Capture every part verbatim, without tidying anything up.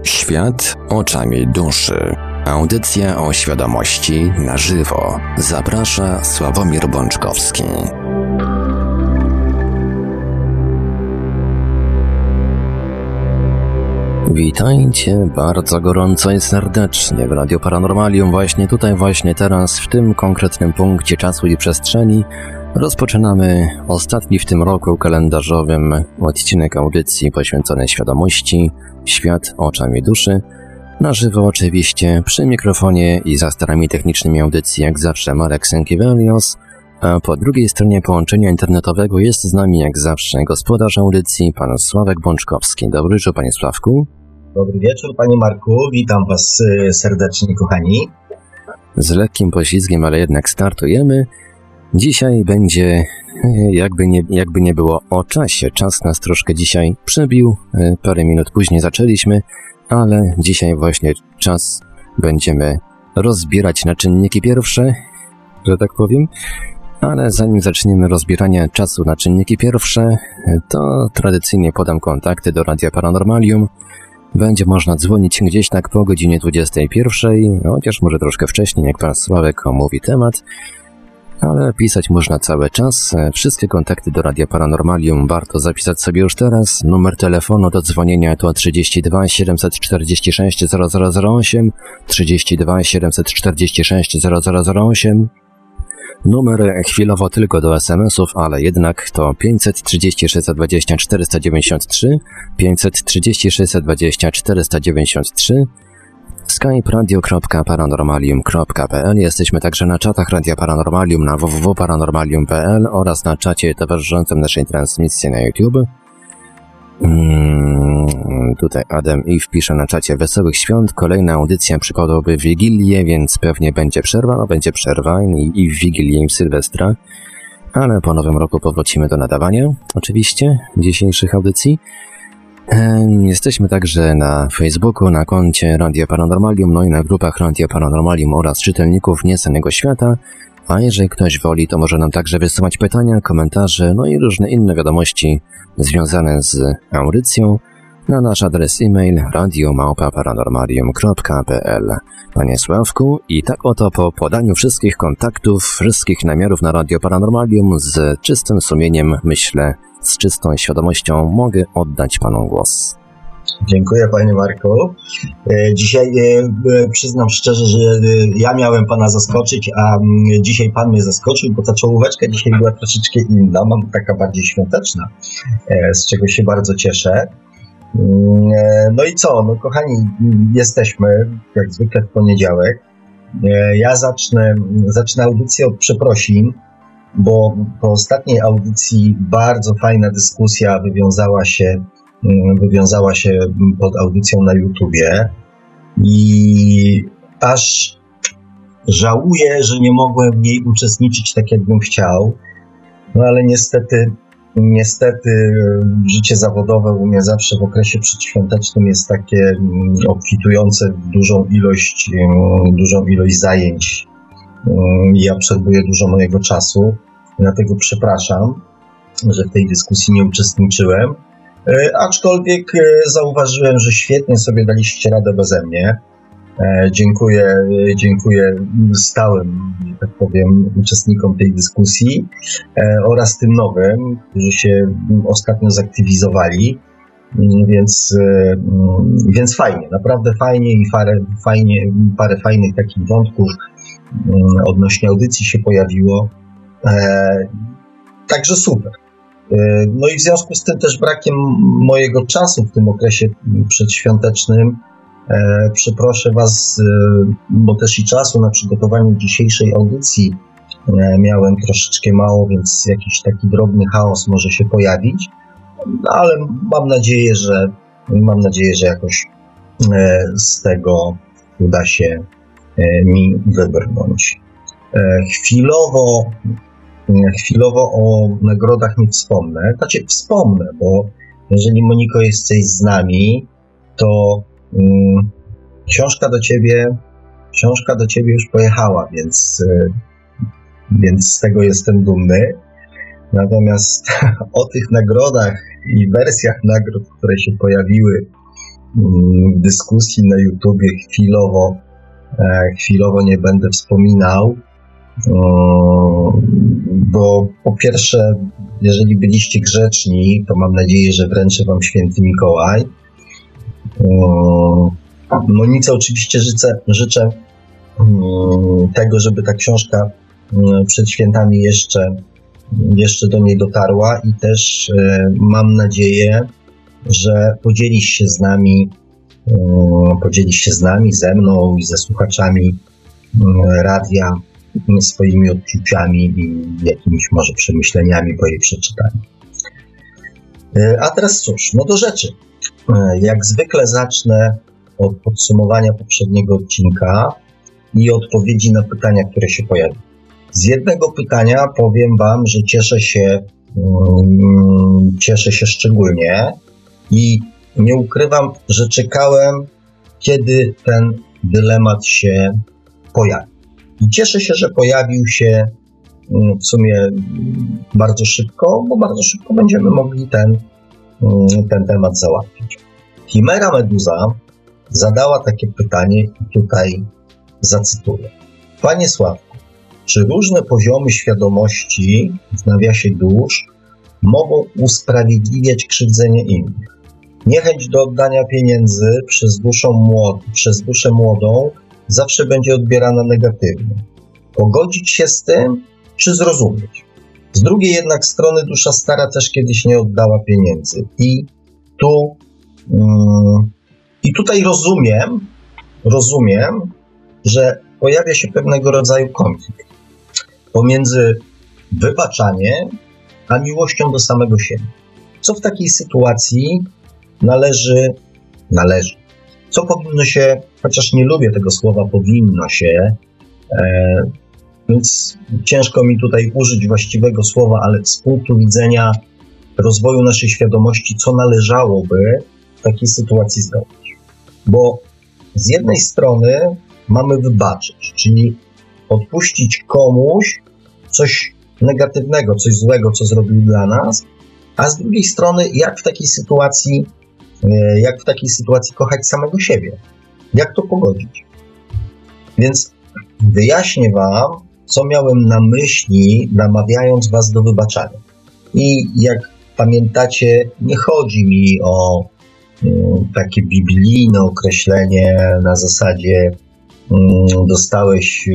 Świat oczami duszy. Audycja o świadomości na żywo. Zaprasza Sławomir Bączkowski. Witajcie bardzo gorąco i serdecznie w Radio Paranormalium. Właśnie tutaj, właśnie teraz, w tym konkretnym punkcie czasu i przestrzeni rozpoczynamy ostatni w tym roku kalendarzowym odcinek audycji poświęcony świadomości, świat oczami duszy. Na żywo oczywiście, przy mikrofonie i za starami technicznymi audycji jak zawsze Marek Sękiewelios, a po drugiej stronie połączenia internetowego jest z nami jak zawsze gospodarz audycji, pan Sławek Bączkowski. Dobry wieczór, panie Sławku. Dobry wieczór, panie Marku. Witam was serdecznie, kochani. Z lekkim poślizgiem, ale jednak startujemy. Dzisiaj będzie, jakby nie, jakby nie było, o czasie. Czas nas troszkę dzisiaj przebił. Parę minut później zaczęliśmy, ale dzisiaj właśnie czas będziemy rozbierać na czynniki pierwsze, że tak powiem. Ale zanim zaczniemy rozbieranie czasu na czynniki pierwsze, to tradycyjnie podam kontakty do Radia Paranormalium. Będzie można dzwonić gdzieś tak po godzinie dwudziestej pierwszej, chociaż może troszkę wcześniej, jak pan Sławek omówi temat. Ale pisać można cały czas. Wszystkie kontakty do Radia Paranormalium warto zapisać sobie już teraz. Numer telefonu do dzwonienia to trzydzieści dwa siedemset czterdzieści sześć zero zero zero osiem, trzydzieści dwa siedemset czterdzieści sześć zero zero zero osiem. Numer chwilowo tylko do es em esów, ale jednak to pięćset trzydzieści sześć dwadzieścia czterysta dziewięćdziesiąt trzy, pięćset trzydzieści sześć dwadzieścia czterysta dziewięćdziesiąt trzy, skype radio kropka paranormalium kropka p l. Jesteśmy także na czatach Radia Paranormalium na w w w kropka paranormalium kropka p l oraz na czacie towarzyszącym naszej transmisji na YouTube. Hmm, tutaj Adam Eve pisze na czacie: wesołych świąt, kolejna audycja przypadłoby w Wigilię, więc pewnie będzie przerwa, no będzie przerwa i, i w Wigilię, i w Sylwestra, ale po nowym roku powrócimy do nadawania, oczywiście, dzisiejszych audycji. Jesteśmy także na Facebooku, na koncie Radia Paranormalium, no i na grupach Radia Paranormalium oraz czytelników Nieznanego Świata. A jeżeli ktoś woli, to może nam także wysyłać pytania, komentarze, no i różne inne wiadomości związane z audycją na nasz adres e-mail radio małpa paranormalium kropka p l. Panie Sławku, i tak oto po podaniu wszystkich kontaktów, wszystkich namiarów na Radio Paranormalium z czystym sumieniem, myślę, z czystą świadomością mogę oddać panu głos. Dziękuję, panie Marku. Dzisiaj przyznam szczerze, że ja miałem pana zaskoczyć, a dzisiaj pan mnie zaskoczył, bo ta czołóweczka dzisiaj była troszeczkę inna, mam taka bardziej świąteczna, z czego się bardzo cieszę. No i co, no kochani, jesteśmy jak zwykle w poniedziałek. Ja zacznę, zacznę audycję od przeprosin, bo po ostatniej audycji bardzo fajna dyskusja wywiązała się wywiązała się pod audycją na YouTubie i aż żałuję, że nie mogłem w niej uczestniczyć tak, jakbym chciał, no ale niestety niestety życie zawodowe u mnie zawsze w okresie przedświątecznym jest takie obfitujące w dużą ilość dużą ilość zajęć i absorbuje dużo mojego czasu, dlatego przepraszam, że w tej dyskusji nie uczestniczyłem. Aczkolwiek zauważyłem, że świetnie sobie daliście radę beze mnie. Dziękuję, dziękuję stałym, że tak powiem, uczestnikom tej dyskusji oraz tym nowym, którzy się ostatnio zaktywizowali, więc, więc fajnie, naprawdę fajnie i parę, fajnie, parę fajnych takich wątków odnośnie audycji się pojawiło. Także super. No i w związku z tym też brakiem mojego czasu w tym okresie przedświątecznym e, przeproszę was, e, bo też i czasu na przygotowanie dzisiejszej audycji e, miałem troszeczkę mało, więc jakiś taki drobny chaos może się pojawić, no, ale mam nadzieję, że mam nadzieję, że jakoś e, z tego uda się e, mi wybrnąć. E, chwilowo Chwilowo o nagrodach nie wspomnę. Znaczy wspomnę, bo jeżeli Moniko jesteś z nami, to um, książka do ciebie, książka do ciebie już pojechała, więc, y, więc z tego jestem dumny. Natomiast o tych nagrodach i wersjach nagród, które się pojawiły dyskusji na YouTubie chwilowo, chwilowo nie będę wspominał, bo po pierwsze, jeżeli byliście grzeczni, to mam nadzieję, że wręczy wam święty Mikołaj. Monice oczywiście życzę, życzę tego, żeby ta książka przed świętami jeszcze, jeszcze do niej dotarła i też mam nadzieję, że podzielisz się z nami, podzielisz się z nami, ze mną i ze słuchaczami radia swoimi odczuciami i jakimiś może przemyśleniami po jej przeczytaniu. A teraz cóż, no do rzeczy. Jak zwykle zacznę od podsumowania poprzedniego odcinka i odpowiedzi na pytania, które się pojawiły. Z jednego pytania powiem wam, że cieszę się, um, cieszę się szczególnie i nie ukrywam, że czekałem, kiedy ten dylemat się pojawi. I cieszę się, że pojawił się um, w sumie bardzo szybko, bo bardzo szybko będziemy mogli ten, um, ten temat załatwić. Chimera Meduza zadała takie pytanie i tutaj zacytuję. Panie Sławku, czy różne poziomy świadomości, w nawiasie dusz, mogą usprawiedliwiać krzywdzenie innych? Niechęć do oddania pieniędzy przez duszę, młod- przez duszę młodą zawsze będzie odbierana negatywnie. Pogodzić się z tym, czy zrozumieć? Z drugiej jednak strony dusza stara też kiedyś nie oddała pieniędzy. I tu mm, i tutaj rozumiem, rozumiem, że pojawia się pewnego rodzaju konflikt pomiędzy wybaczaniem a miłością do samego siebie. Co w takiej sytuacji należy, należy, co powinno się, chociaż nie lubię tego słowa powinno się, e, więc ciężko mi tutaj użyć właściwego słowa, ale z punktu widzenia rozwoju naszej świadomości, co należałoby w takiej sytuacji zrobić. Bo z jednej strony mamy wybaczyć, czyli odpuścić komuś coś negatywnego, coś złego, co zrobił dla nas, a z drugiej strony jak w takiej sytuacji, jak w takiej sytuacji kochać samego siebie, jak to pogodzić. Więc wyjaśnię wam, co miałem na myśli, namawiając was do wybaczania. I jak pamiętacie, nie chodzi mi o um, takie biblijne określenie na zasadzie um, dostałeś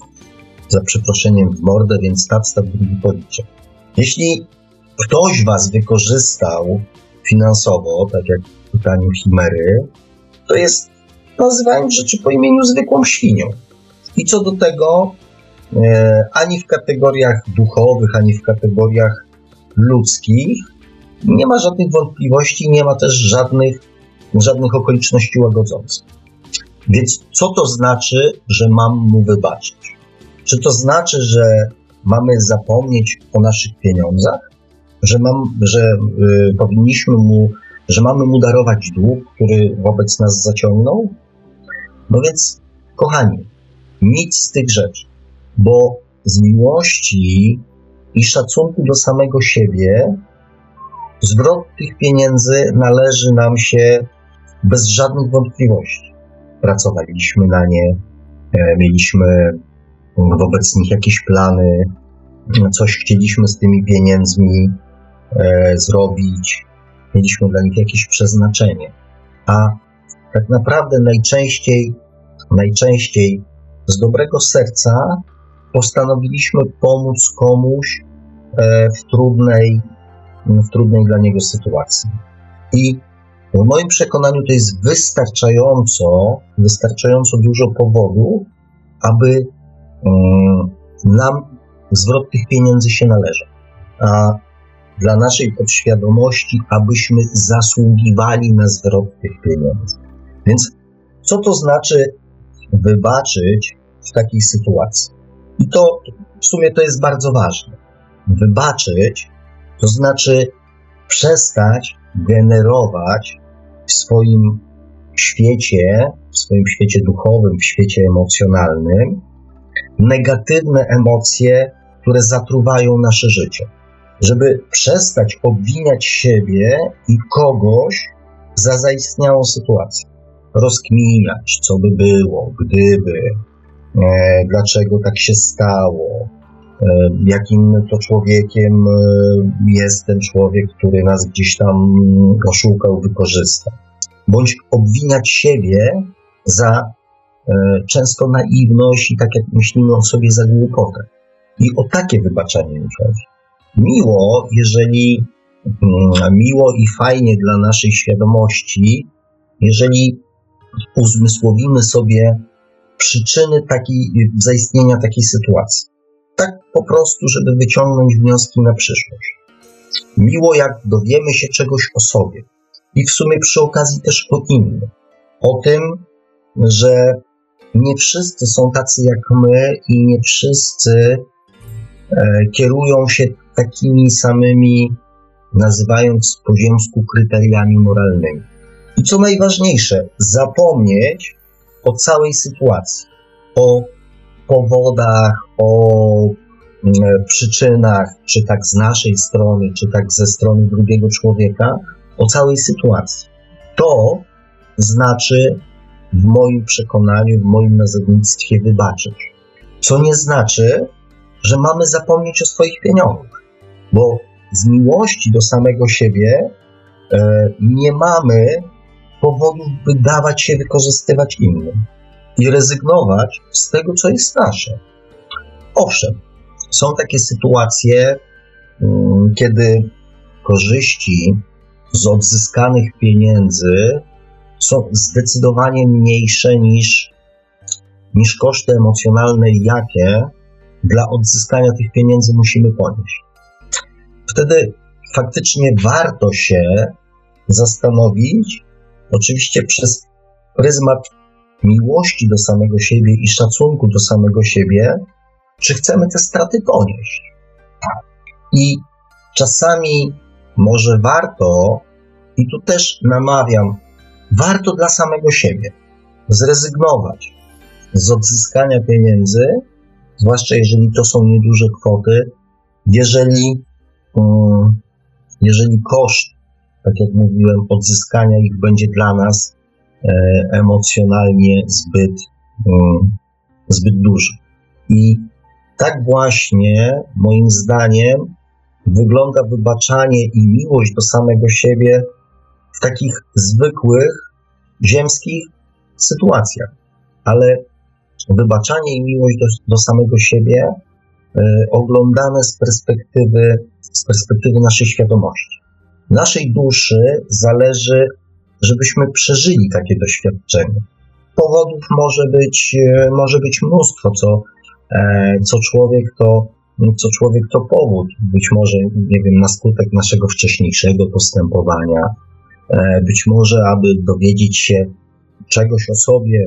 za przeproszeniem w mordę, więc staw, staw drugi policzek. Jeśli ktoś was wykorzystał finansowo, tak jak w pytaniu Chimery, to jest, nazywając rzeczy po imieniu, zwykłą świnią. I co do tego, e, ani w kategoriach duchowych, ani w kategoriach ludzkich nie ma żadnych wątpliwości, nie ma też żadnych, żadnych okoliczności łagodzących. Więc co to znaczy, że mam mu wybaczyć? Czy to znaczy, że mamy zapomnieć o naszych pieniądzach? Że, mam, że y, powinniśmy mu, że mamy mu darować dług, który wobec nas zaciągnął? No więc, kochani, nic z tych rzeczy, bo z miłości i szacunku do samego siebie zwrot tych pieniędzy należy nam się bez żadnych wątpliwości. Pracowaliśmy na nie, e, mieliśmy wobec nich jakieś plany, coś chcieliśmy z tymi pieniędzmi e, zrobić, mieliśmy dla nich jakieś przeznaczenie. A tak naprawdę najczęściej, najczęściej z dobrego serca postanowiliśmy pomóc komuś e, w trudnej, w trudnej dla niego sytuacji. I w moim przekonaniu to jest wystarczająco, wystarczająco dużo powodów, aby um, nam zwrot tych pieniędzy się należał. A dla naszej podświadomości, abyśmy zasługiwali na zwrot tych pieniędzy. Więc co to znaczy wybaczyć w takiej sytuacji? I to w sumie to jest bardzo ważne. Wybaczyć to znaczy przestać generować w swoim świecie, w swoim świecie duchowym, w świecie emocjonalnym negatywne emocje, które zatruwają nasze życie. Żeby przestać obwiniać siebie i kogoś za zaistniałą sytuację, rozkminiać, co by było, gdyby, e, dlaczego tak się stało, e, jakim to człowiekiem e, jest ten człowiek, który nas gdzieś tam oszukał, wykorzystał. Bądź obwiniać siebie za e, często naiwność i tak jak myślimy o sobie za głupotę. I o takie wybaczenie mi chodzi. Miło, jeżeli mm, miło i fajnie dla naszej świadomości, jeżeli uzmysłowimy sobie przyczyny takiej, zaistnienia takiej sytuacji. Tak po prostu, żeby wyciągnąć wnioski na przyszłość. Miło, jak dowiemy się czegoś o sobie i w sumie przy okazji też o innych. O tym, że nie wszyscy są tacy jak my i nie wszyscy e, kierują się takimi samymi, nazywając po ziemsku, kryteriami moralnymi. I co najważniejsze, zapomnieć o całej sytuacji, o powodach, o e, przyczynach, czy tak z naszej strony, czy tak ze strony drugiego człowieka, o całej sytuacji. To znaczy, w moim przekonaniu, w moim nazewnictwie, wybaczyć. Co nie znaczy, że mamy zapomnieć o swoich pieniądzach, bo z miłości do samego siebie e, nie mamy powodów, by dawać się wykorzystywać innym i rezygnować z tego, co jest nasze. Owszem, są takie sytuacje, um, kiedy korzyści z odzyskanych pieniędzy są zdecydowanie mniejsze niż, niż koszty emocjonalne, jakie dla odzyskania tych pieniędzy musimy ponieść. Wtedy faktycznie warto się zastanowić, oczywiście przez pryzmat miłości do samego siebie i szacunku do samego siebie, czy chcemy te straty ponieść. I czasami może warto, i tu też namawiam, warto dla samego siebie zrezygnować z odzyskania pieniędzy, zwłaszcza jeżeli to są nieduże kwoty, jeżeli, um, jeżeli koszt, tak jak mówiłem, odzyskania ich będzie dla nas e, emocjonalnie zbyt, um, zbyt duży. I tak właśnie, moim zdaniem, wygląda wybaczanie i miłość do samego siebie w takich zwykłych, ziemskich sytuacjach. Ale wybaczanie i miłość do, do samego siebie e, oglądane z perspektywy, z perspektywy naszej świadomości. Naszej duszy zależy, żebyśmy przeżyli takie doświadczenie. Powodów może być, e, może być mnóstwo, co, e, co człowiek to co człowiek to powód, być może, nie wiem, na skutek naszego wcześniejszego postępowania, być może, aby dowiedzieć się czegoś o sobie,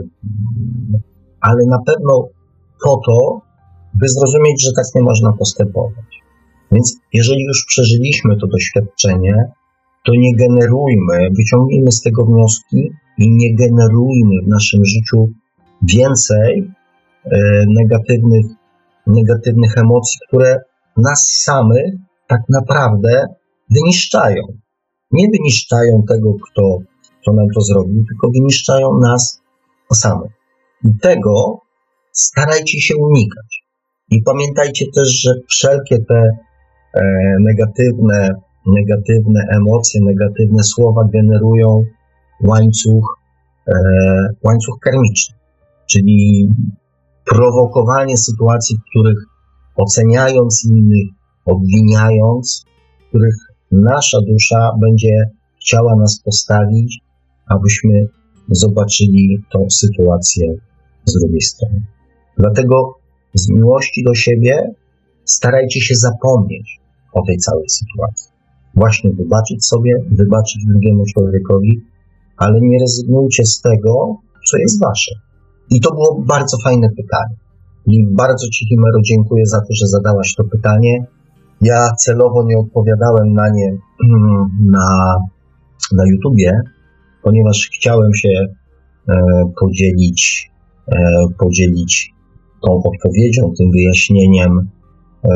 ale na pewno po to, by zrozumieć, że tak nie można postępować. Więc jeżeli już przeżyliśmy to doświadczenie, to nie generujmy, wyciągnijmy z tego wnioski i nie generujmy w naszym życiu więcej e, negatywnych negatywnych emocji, które nas samych tak naprawdę wyniszczają. Nie wyniszczają tego, kto, kto nam to zrobił, tylko wyniszczają nas samych. I tego starajcie się unikać. I pamiętajcie też, że wszelkie te e, negatywne, negatywne emocje, negatywne słowa generują łańcuch, e, łańcuch karmiczny, czyli prowokowanie sytuacji, w których oceniając innych, obwiniając, w których nasza dusza będzie chciała nas postawić, abyśmy zobaczyli tą sytuację z drugiej strony. Dlatego z miłości do siebie starajcie się zapomnieć o tej całej sytuacji. Właśnie wybaczyć sobie, wybaczyć drugiemu człowiekowi, ale nie rezygnujcie z tego, co jest wasze. I to było bardzo fajne pytanie. I bardzo Ci, Chimero, dziękuję za to, że zadałaś to pytanie. Ja celowo nie odpowiadałem na nie na, na YouTubie, ponieważ chciałem się e, podzielić, e, podzielić tą odpowiedzią, tym wyjaśnieniem e,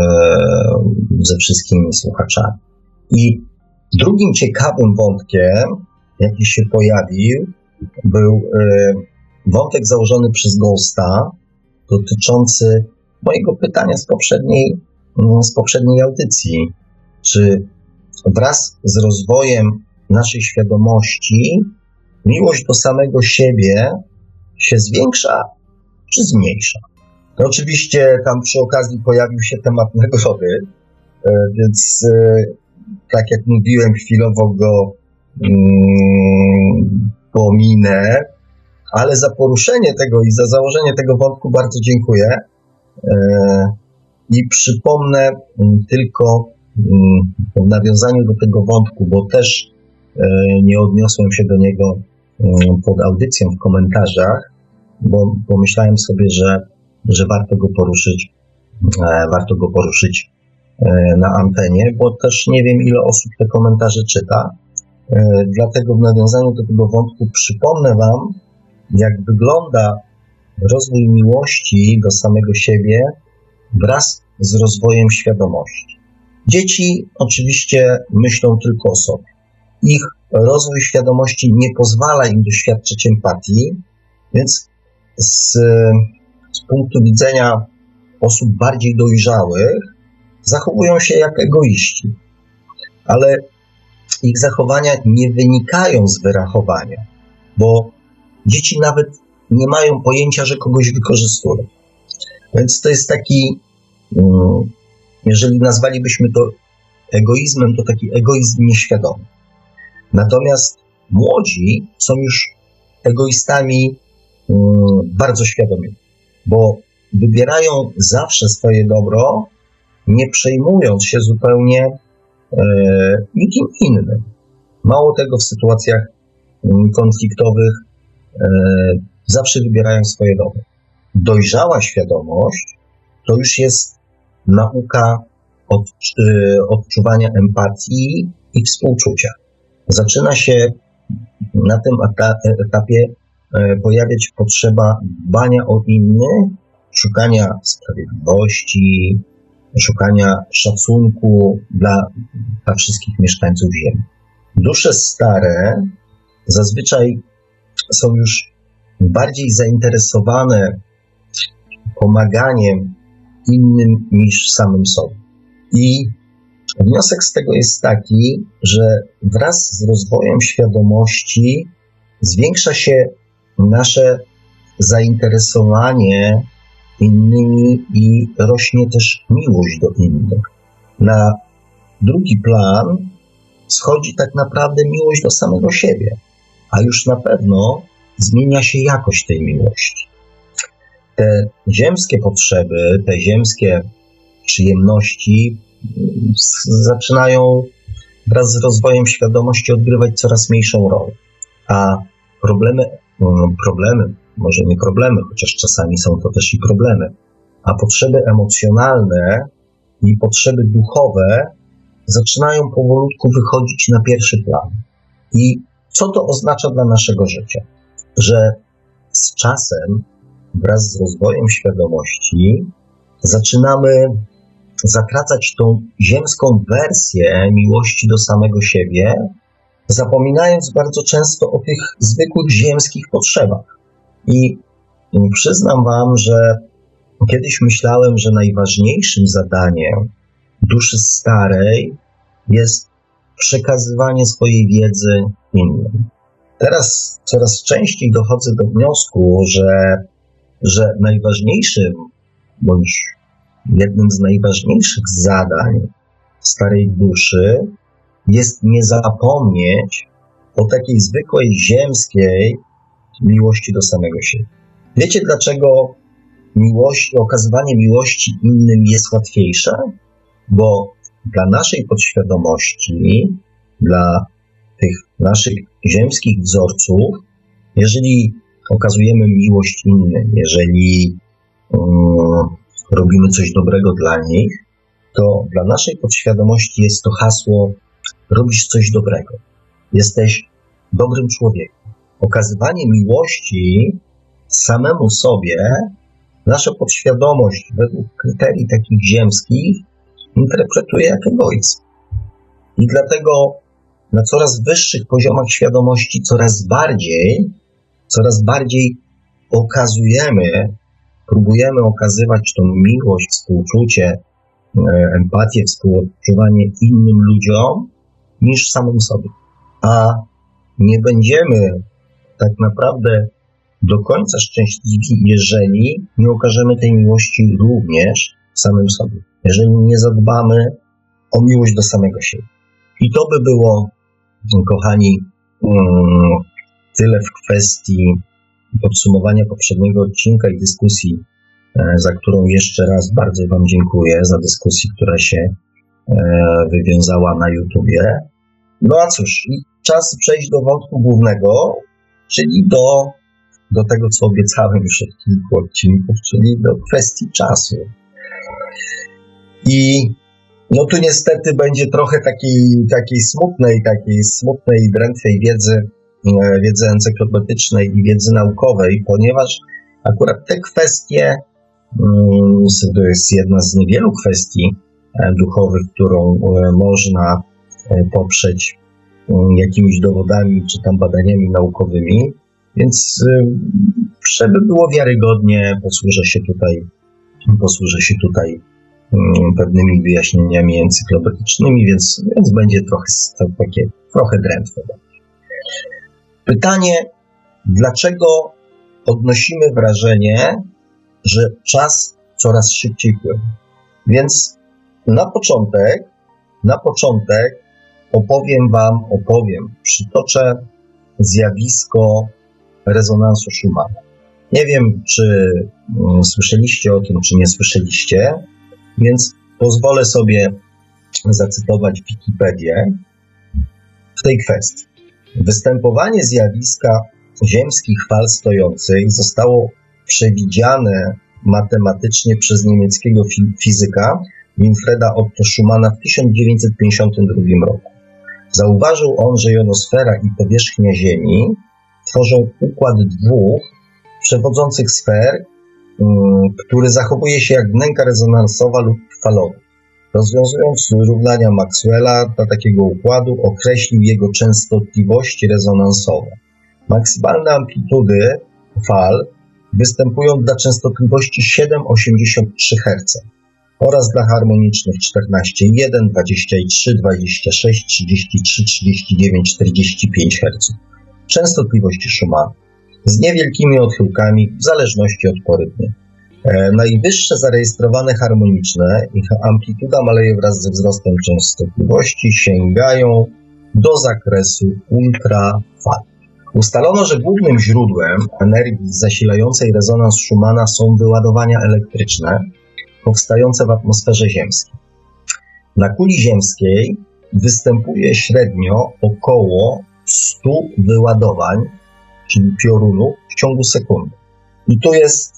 ze wszystkimi słuchaczami. I drugim ciekawym wątkiem jaki się pojawił, był e, wątek założony przez Ghosta dotyczący mojego pytania z poprzedniej, z poprzedniej audycji. Czy wraz z rozwojem naszej świadomości miłość do samego siebie się zwiększa czy zmniejsza? No oczywiście tam przy okazji pojawił się temat nagrody, więc tak jak mówiłem, chwilowo go mm, pominę, ale za poruszenie tego i za założenie tego wątku bardzo dziękuję. I przypomnę tylko w nawiązaniu do tego wątku, bo też nie odniosłem się do niego pod audycją w komentarzach, bo pomyślałem sobie, że, że warto go poruszyć, warto go poruszyć na antenie, bo też nie wiem, ile osób te komentarze czyta. Dlatego w nawiązaniu do tego wątku przypomnę Wam, jak wygląda rozwój miłości do samego siebie wraz z rozwojem świadomości. Dzieci oczywiście myślą tylko o sobie. Ich rozwój świadomości nie pozwala im doświadczyć empatii, więc z, z punktu widzenia osób bardziej dojrzałych zachowują się jak egoiści. Ale ich zachowania nie wynikają z wyrachowania, bo dzieci nawet nie mają pojęcia, że kogoś wykorzystują. Więc to jest taki, jeżeli nazwalibyśmy to egoizmem, to taki egoizm nieświadomy. Natomiast młodzi są już egoistami bardzo świadomymi, bo wybierają zawsze swoje dobro, nie przejmując się zupełnie e, nikim innym. Mało tego, w sytuacjach konfliktowych e, zawsze wybierają swoje dobro. Dojrzała świadomość to już jest nauka od, e, odczuwania empatii i współczucia. Zaczyna się na tym etapie e, pojawiać potrzeba dbania o innych, szukania sprawiedliwości, szukania szacunku dla, dla wszystkich mieszkańców Ziemi. Dusze stare zazwyczaj są już bardziej zainteresowane pomaganiem innym niż samym sobie. I wniosek z tego jest taki, że wraz z rozwojem świadomości zwiększa się nasze zainteresowanie innymi i rośnie też miłość do innych. Na drugi plan schodzi tak naprawdę miłość do samego siebie, a już na pewno zmienia się jakość tej miłości. Te ziemskie potrzeby, te ziemskie przyjemności zaczynają wraz z rozwojem świadomości odgrywać coraz mniejszą rolę, a problemy, problemy, może nie problemy, chociaż czasami są to też i problemy, a potrzeby emocjonalne i potrzeby duchowe zaczynają powolutku wychodzić na pierwszy plan. I co to oznacza dla naszego życia? Że z czasem, wraz z rozwojem świadomości, zaczynamy zatracać tą ziemską wersję miłości do samego siebie, zapominając bardzo często o tych zwykłych ziemskich potrzebach. I przyznam Wam, że kiedyś myślałem, że najważniejszym zadaniem duszy starej jest przekazywanie swojej wiedzy innym. Teraz coraz częściej dochodzę do wniosku, że, że najważniejszym bądź jednym z najważniejszych zadań starej duszy jest nie zapomnieć o takiej zwykłej ziemskiej miłości do samego siebie. Wiecie, dlaczego miłość, okazywanie miłości innym jest łatwiejsze? Bo dla naszej podświadomości, dla tych naszych ziemskich wzorców, jeżeli okazujemy miłość innym, jeżeli um, robimy coś dobrego dla nich, to dla naszej podświadomości jest to hasło: robisz coś dobrego, jesteś dobrym człowiekiem. Okazywanie miłości samemu sobie nasza podświadomość według kryterii takich ziemskich interpretuje jak egoizm. I dlatego na coraz wyższych poziomach świadomości coraz bardziej, coraz bardziej okazujemy, próbujemy okazywać tą miłość, współczucie, empatię, współodczuwanie innym ludziom niż samym sobie. A nie będziemy tak naprawdę do końca szczęśliwi, jeżeli nie okażemy tej miłości również samym sobie. Jeżeli nie zadbamy o miłość do samego siebie. I to by było, kochani, tyle w kwestii podsumowania poprzedniego odcinka i dyskusji, za którą jeszcze raz bardzo Wam dziękuję, za dyskusję, która się wywiązała na YouTubie. No a cóż, czas przejść do wątku głównego, czyli do, do tego, co obiecałem już od kilku odcinków, czyli do kwestii czasu. I no tu niestety będzie trochę takiej, takiej smutnej, takiej smutnej, drętwej wiedzy, wiedzy encyklopedycznej i wiedzy naukowej, ponieważ akurat te kwestie, to jest jedna z niewielu kwestii duchowych, którą można poprzeć jakimiś dowodami czy tam badaniami naukowymi, więc żeby było wiarygodnie, posłużę się tutaj, posłużę się tutaj pewnymi wyjaśnieniami encyklopedycznymi, więc, więc będzie trochę takie, trochę drętwe. Pytanie, dlaczego odnosimy wrażenie, że czas coraz szybciej płynie? Więc na początek, na początek opowiem Wam, opowiem, przytoczę zjawisko rezonansu Schumana. Nie wiem, czy mm, słyszeliście o tym, czy nie słyszeliście, więc pozwolę sobie zacytować Wikipedię w tej kwestii. Występowanie zjawiska ziemskich fal stojących zostało przewidziane matematycznie przez niemieckiego fizyka Winfreda Otto Schumana w tysiąc dziewięćset pięćdziesiątym drugim roku. Zauważył on, że jonosfera i powierzchnia Ziemi tworzą układ dwóch przewodzących sfer, który zachowuje się jak wnęka rezonansowa lub falowa. Rozwiązując równania Maxwella dla takiego układu, określił jego częstotliwości rezonansowe. Maksymalne amplitudy fal występują dla częstotliwości siedem przecinek osiemdziesiąt trzy herca oraz dla harmonicznych czternaście przecinek jeden, dwadzieścia trzy, dwadzieścia sześć, trzydzieści trzy, trzydzieści dziewięć, czterdzieści pięć herców. Częstotliwości Schumana z niewielkimi odchyłkami w zależności od pory dnia. E, najwyższe zarejestrowane harmoniczne, ich amplituda maleje wraz ze wzrostem częstotliwości, sięgają do zakresu ultrafali. Ustalono, że głównym źródłem energii zasilającej rezonans Schumana są wyładowania elektryczne powstające w atmosferze ziemskiej. Na kuli ziemskiej występuje średnio około stu wyładowań, czyli piorunów, w ciągu sekundy. I tu jest,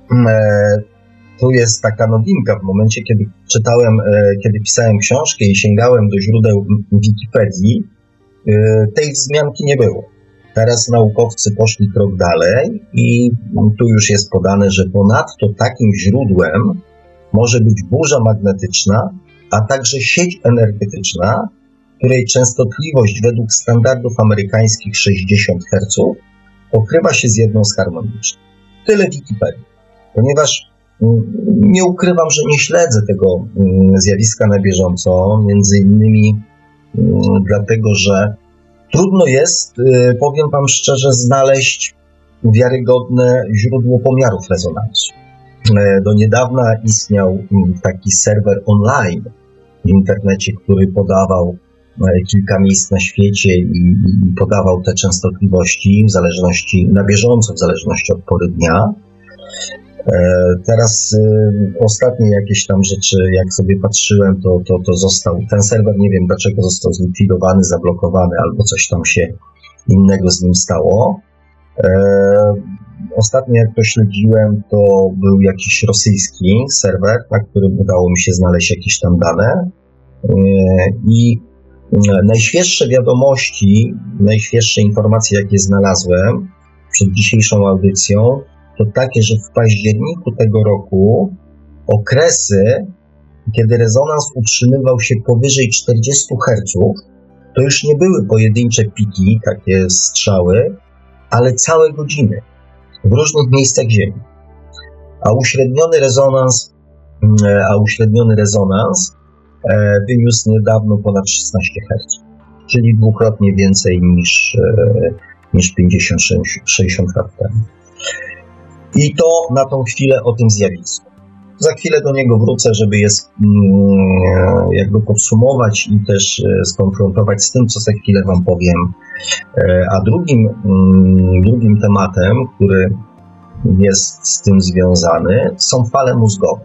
e, tu jest taka nowinka w momencie, kiedy czytałem, e, kiedy pisałem książkę i sięgałem do źródeł Wikipedii, e, tej wzmianki nie było. Teraz naukowcy poszli krok dalej i tu już jest podane, że ponadto takim źródłem może być burza magnetyczna, a także sieć energetyczna, której częstotliwość według standardów amerykańskich sześćdziesiąt herców pokrywa się z jedną z harmonicznych. Tyle Wikipedii. Ponieważ nie ukrywam, że nie śledzę tego zjawiska na bieżąco, między innymi dlatego, że trudno jest, powiem Wam szczerze, znaleźć wiarygodne źródło pomiarów rezonansu. Do niedawna istniał taki serwer online w internecie, który podawał kilka miejsc na świecie i podawał te częstotliwości w zależności, na bieżąco, w zależności od pory dnia. Teraz ostatnie jakieś tam rzeczy, jak sobie patrzyłem, to, to, to został, ten serwer, nie wiem dlaczego został zlikwidowany, zablokowany albo coś tam się innego z nim stało. Ostatnio jak to śledziłem, to był jakiś rosyjski serwer, na którym udało mi się znaleźć jakieś tam dane i najświeższe wiadomości, najświeższe informacje, jakie znalazłem przed dzisiejszą audycją, to takie, że w październiku tego roku okresy, kiedy rezonans utrzymywał się powyżej czterdziestu herców, to już nie były pojedyncze piki, takie strzały, ale całe godziny w różnych miejscach Ziemi. A uśredniony rezonans, a uśredniony rezonans wyniósł niedawno ponad szesnaście herców, czyli dwukrotnie więcej niż, niż pięćdziesiąt sześćdziesiąt lat temu. I to na tą chwilę o tym zjawisku. Za chwilę do niego wrócę, żeby je jakby podsumować i też skonfrontować z tym, co za chwilę wam powiem. A drugim, drugim tematem, który jest z tym związany, są fale mózgowe.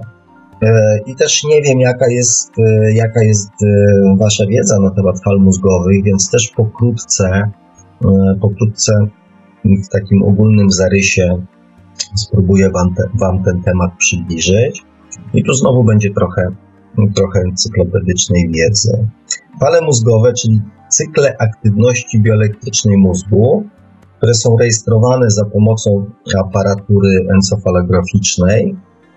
I też nie wiem, jaka jest, jaka jest wasza wiedza na temat fal mózgowych, więc też pokrótce, pokrótce w takim ogólnym zarysie spróbuję wam, te, wam ten temat przybliżyć. I tu znowu będzie trochę, trochę encyklopedycznej wiedzy. Fale mózgowe, czyli cykle aktywności bioelektrycznej mózgu, które są rejestrowane za pomocą aparatury encefalograficznej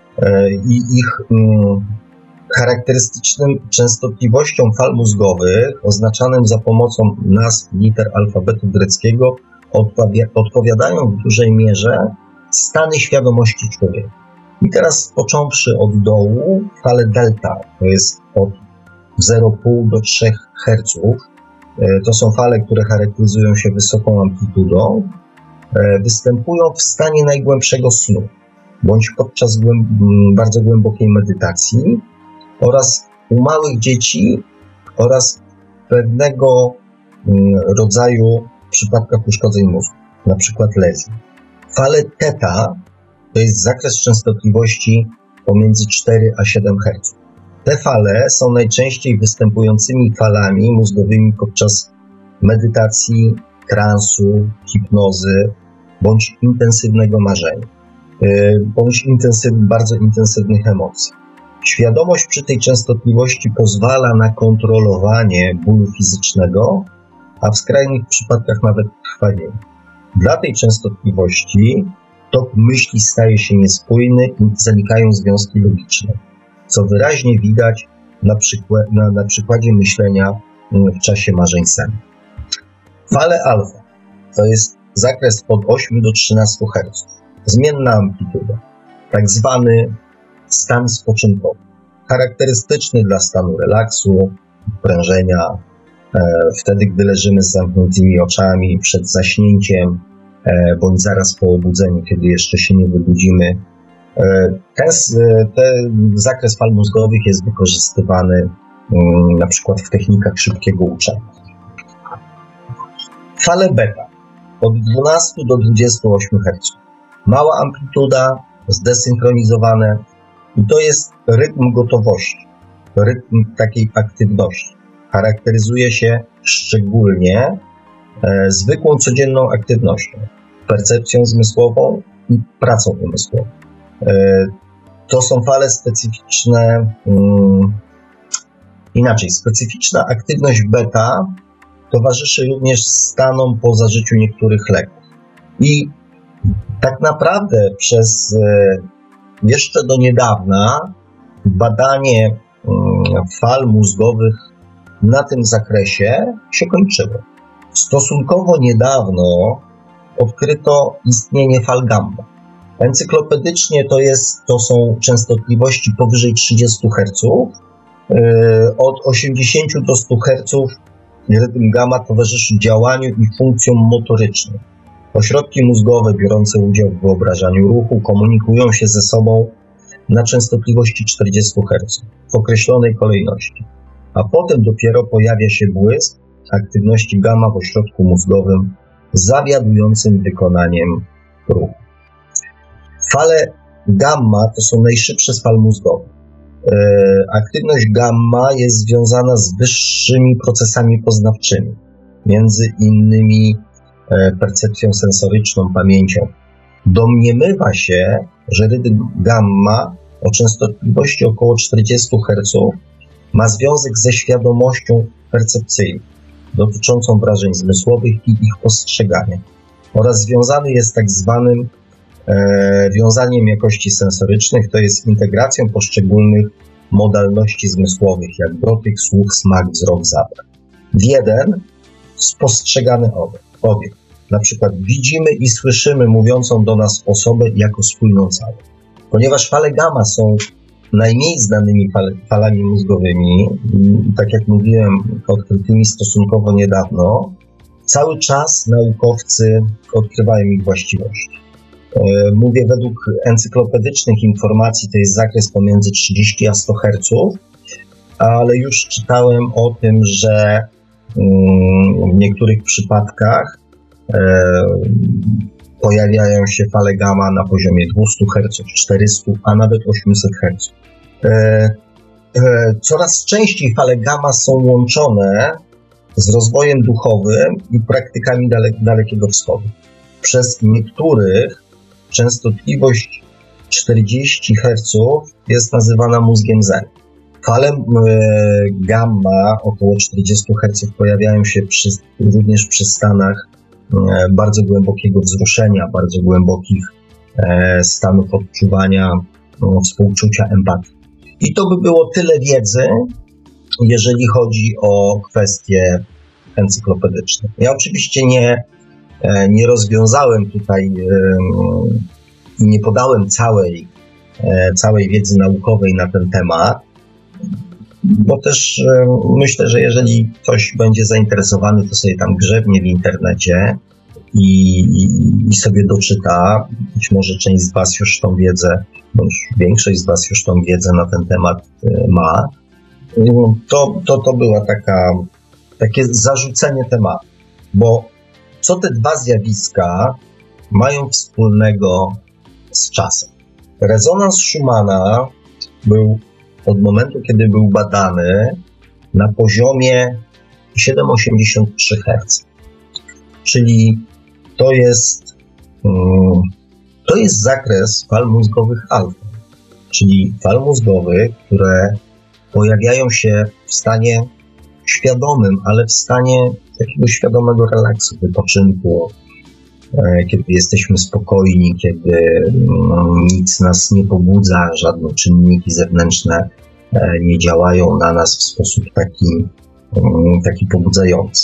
i ich mm, charakterystyczną częstotliwością fal mózgowych, oznaczanym za pomocą nazw liter alfabetu greckiego, odpowi- odpowiadają w dużej mierze stany świadomości człowieka. I teraz począwszy od dołu, fale delta, to jest od zero przecinek pięć do trzech herców, to są fale, które charakteryzują się wysoką amplitudą, występują w stanie najgłębszego snu, bądź podczas głęb- bardzo głębokiej medytacji oraz u małych dzieci oraz pewnego rodzaju przypadkach uszkodzeń mózgu, na przykład lezji. Fale teta to jest zakres częstotliwości pomiędzy cztery a siedem herców. Te fale są najczęściej występującymi falami mózgowymi podczas medytacji, transu, hipnozy bądź intensywnego marzenia, bądź intensyw, bardzo intensywnych emocji. Świadomość przy tej częstotliwości pozwala na kontrolowanie bólu fizycznego, a w skrajnych przypadkach nawet krwawienia. Dla tej częstotliwości tok myśli staje się niespójny i zanikają związki logiczne, co wyraźnie widać na, przykład, na, na przykładzie myślenia w czasie marzeń sennych. Fale alfa to jest zakres od ośmiu do trzynastu herców, zmienna amplituda, tak zwany stan spoczynkowy, charakterystyczny dla stanu relaksu, prężenia, e, wtedy gdy leżymy z zamkniętymi oczami przed zaśnięciem, e, bądź zaraz po obudzeniu, kiedy jeszcze się nie wybudzimy. E, ten, ten zakres fal mózgowych jest wykorzystywany um, na przykład w technikach szybkiego uczenia. Fale beta od dwunastu do dwudziestu ośmiu herców. Mała amplituda, zdesynchronizowane i to jest rytm gotowości, rytm takiej aktywności. Charakteryzuje się szczególnie e, zwykłą codzienną aktywnością, percepcją zmysłową i pracą umysłową. E, to są fale specyficzne, um, inaczej, specyficzna aktywność beta towarzyszy również stanom po zażyciu niektórych leków. I tak naprawdę przez e, jeszcze do niedawna badanie um, fal mózgowych na tym zakresie się kończyło. Stosunkowo niedawno odkryto istnienie fal gamma. Encyklopedycznie to, jest, to są częstotliwości powyżej trzydziestu herców. Yy, od osiemdziesięciu do stu herców rytm gamma towarzyszy działaniu i funkcjom motorycznym. Ośrodki mózgowe biorące udział w wyobrażaniu ruchu komunikują się ze sobą na częstotliwości czterdziestu herców w określonej kolejności, a potem dopiero pojawia się błysk aktywności gamma w ośrodku mózgowym zawiadującym wykonaniem ruchu. Fale gamma to są najszybsze z fal mózgowych. E, aktywność gamma jest związana z wyższymi procesami poznawczymi, między innymi e, percepcją sensoryczną, pamięcią. Domniemywa się, że rytm gamma o częstotliwości około czterdziestu herców ma związek ze świadomością percepcyjną, dotyczącą wrażeń zmysłowych i ich postrzegania oraz związany jest tak zwanym e, wiązaniem jakości sensorycznych, to jest integracją poszczególnych modalności zmysłowych, jak dotyk, słuch, smak, wzrok, zapach. w jeden spostrzegany obiekt. Na przykład widzimy i słyszymy mówiącą do nas osobę jako spójną całość. Ponieważ fale gamma są najmniej znanymi fal, falami mózgowymi, tak jak mówiłem, odkrytymi stosunkowo niedawno, cały czas naukowcy odkrywają ich właściwości. Mówię według encyklopedycznych informacji, to jest zakres pomiędzy trzydzieści a sto herców, ale już czytałem o tym, że w niektórych przypadkach pojawiają się fale gamma na poziomie dwieście herców, czterysta, a nawet osiemset herców. Coraz częściej fale gamma są łączone z rozwojem duchowym i praktykami dale, Dalekiego Wschodu. Przez niektórych częstotliwość czterdzieści herców jest nazywana mózgiem zen. Fale e, gamma około czterdzieści herców pojawiają się przy, również przy stanach e, bardzo głębokiego wzruszenia, bardzo głębokich e, stanów odczuwania, e, współczucia, empatii. I to by było tyle wiedzy, jeżeli chodzi o kwestie encyklopedyczne. Ja oczywiście nie, e, nie rozwiązałem tutaj i e, nie podałem całej, e, całej wiedzy naukowej na ten temat, bo też e, myślę, że jeżeli ktoś będzie zainteresowany, to sobie tam grzebnie w internecie i, i, i sobie doczyta. Być może część z Was już tą wiedzę, bądź większość z Was już tą wiedzę na ten temat e, ma. To, to, to była taka, takie zarzucenie tematu, bo co te dwa zjawiska mają wspólnego z czasem? Rezonans Schumana był od momentu, kiedy był badany, na poziomie siedem przecinek osiemdziesiąt trzy herca. Czyli to jest, to jest zakres fal mózgowych alfa, czyli fal mózgowych, które pojawiają się w stanie świadomym, ale w stanie takiego świadomego relaksu, wypoczynku, kiedy jesteśmy spokojni, kiedy nic nas nie pobudza, żadne czynniki zewnętrzne nie działają na nas w sposób taki, taki pobudzający.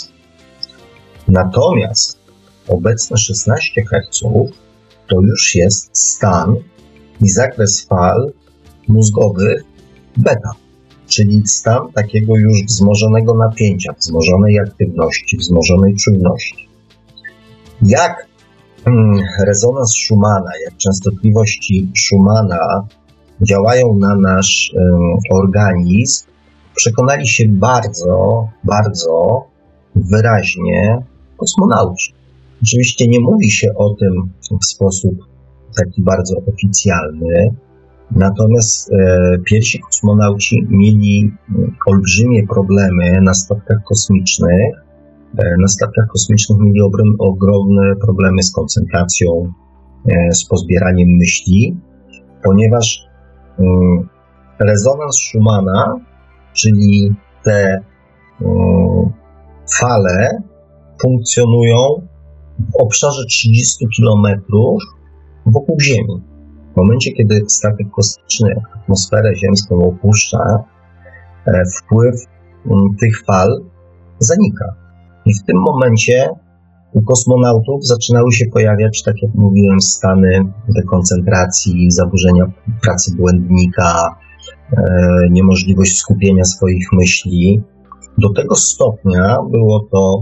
Natomiast obecne szesnaście herców to już jest stan i zakres fal mózgowych beta, czyli stan takiego już wzmożonego napięcia, wzmożonej aktywności, wzmożonej czujności. Jak hmm, rezonans Schumana, jak częstotliwości Schumana działają na nasz um, organizm, przekonali się bardzo, bardzo wyraźnie kosmonauci. Oczywiście nie mówi się o tym w sposób taki bardzo oficjalny, natomiast e, pierwsi kosmonauci mieli olbrzymie problemy na statkach kosmicznych. E, na statkach kosmicznych mieli obry, ogromne problemy z koncentracją, e, z pozbieraniem myśli, ponieważ e, rezonans Schumana, czyli te e, fale funkcjonują w obszarze trzydziestu kilometrów wokół Ziemi. W momencie, kiedy statek kosmiczny atmosferę ziemską opuszcza, wpływ tych fal zanika. I w tym momencie u kosmonautów zaczynały się pojawiać, tak jak mówiłem, stany dekoncentracji, zaburzenia pracy błędnika, niemożliwość skupienia swoich myśli. Do tego stopnia było to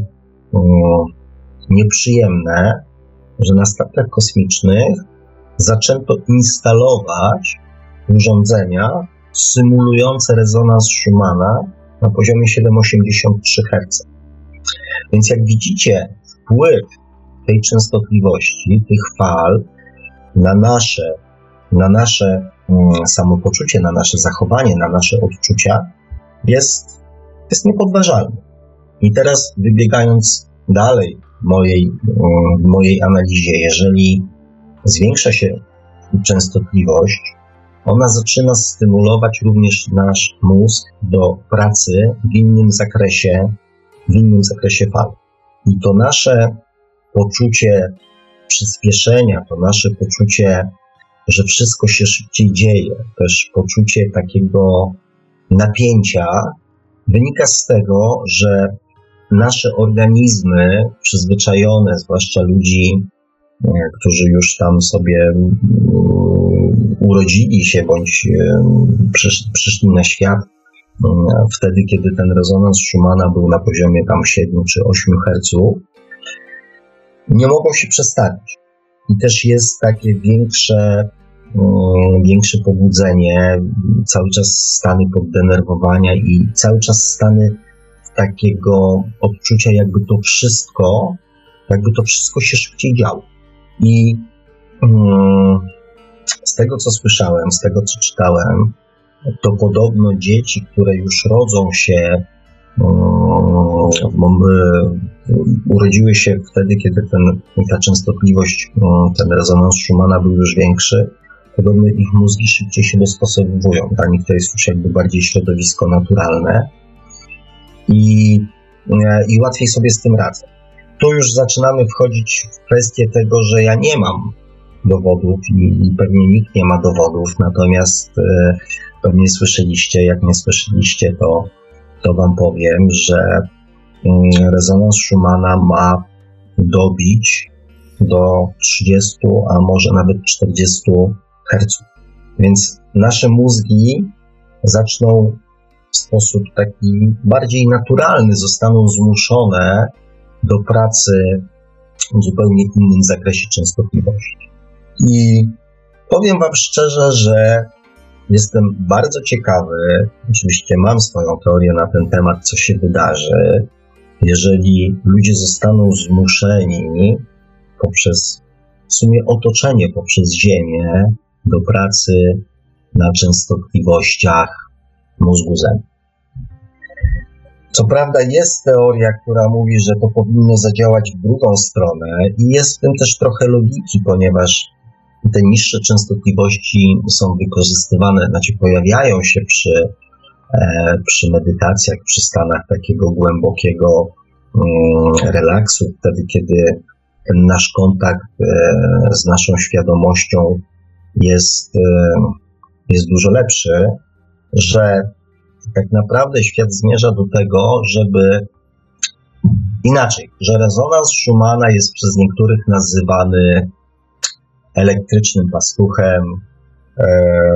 nieprzyjemne, że na statkach kosmicznych zaczęto instalować urządzenia symulujące rezonans Schumana na poziomie siedem przecinek osiemdziesiąt trzy herca. Więc jak widzicie, wpływ tej częstotliwości, tych fal na nasze, na nasze mm, samopoczucie, na nasze zachowanie, na nasze odczucia jest, jest niepodważalny. I teraz wybiegając dalej w mojej, w mojej analizie, jeżeli zwiększa się częstotliwość, ona zaczyna stymulować również nasz mózg do pracy w innym zakresie, w innym zakresie fal. I to nasze poczucie przyspieszenia, to nasze poczucie, że wszystko się szybciej dzieje, też poczucie takiego napięcia wynika z tego, że nasze organizmy przyzwyczajone, zwłaszcza ludzi, którzy już tam sobie urodzili się bądź przyszli na świat wtedy, kiedy ten rezonans Schumana był na poziomie tam siedmiu czy ośmiu herców, nie mogą się przestawić. I też jest takie większe, większe pobudzenie, cały czas stany poddenerwowania i cały czas stany takiego odczucia, jakby to wszystko, jakby to wszystko się szybciej działo. I um, z tego, co słyszałem, z tego, co czytałem, to podobno dzieci, które już rodzą się, um, urodziły się wtedy, kiedy ten, ta częstotliwość, um, ten rezonans Schumana był już większy, podobno ich mózgi szybciej się dostosowują. Dla nich to jest już jakby bardziej środowisko naturalne i, i łatwiej sobie z tym radzą. Tu już zaczynamy wchodzić w kwestię tego, że ja nie mam dowodów i, i pewnie nikt nie ma dowodów, natomiast e, pewnie słyszeliście, jak nie słyszeliście, to, to wam powiem, że e, rezonans Schumana ma dobić do trzydziestu, a może nawet czterdziestu herców. Więc nasze mózgi zaczną w sposób taki bardziej naturalny, zostaną zmuszone do pracy w zupełnie innym zakresie częstotliwości. I powiem wam szczerze, że jestem bardzo ciekawy, oczywiście mam swoją teorię na ten temat, co się wydarzy, jeżeli ludzie zostaną zmuszeni poprzez w sumie otoczenie, poprzez Ziemię do pracy na częstotliwościach mózgu zen. Co prawda jest teoria, która mówi, że to powinno zadziałać w drugą stronę i jest w tym też trochę logiki, ponieważ te niższe częstotliwości są wykorzystywane, znaczy pojawiają się przy, e, przy medytacjach, przy stanach takiego głębokiego mm, relaksu, wtedy kiedy ten nasz kontakt e, z naszą świadomością jest, e, jest dużo lepszy, że tak naprawdę świat zmierza do tego, żeby inaczej, że rezonans Schumana jest przez niektórych nazywany elektrycznym pastuchem, e,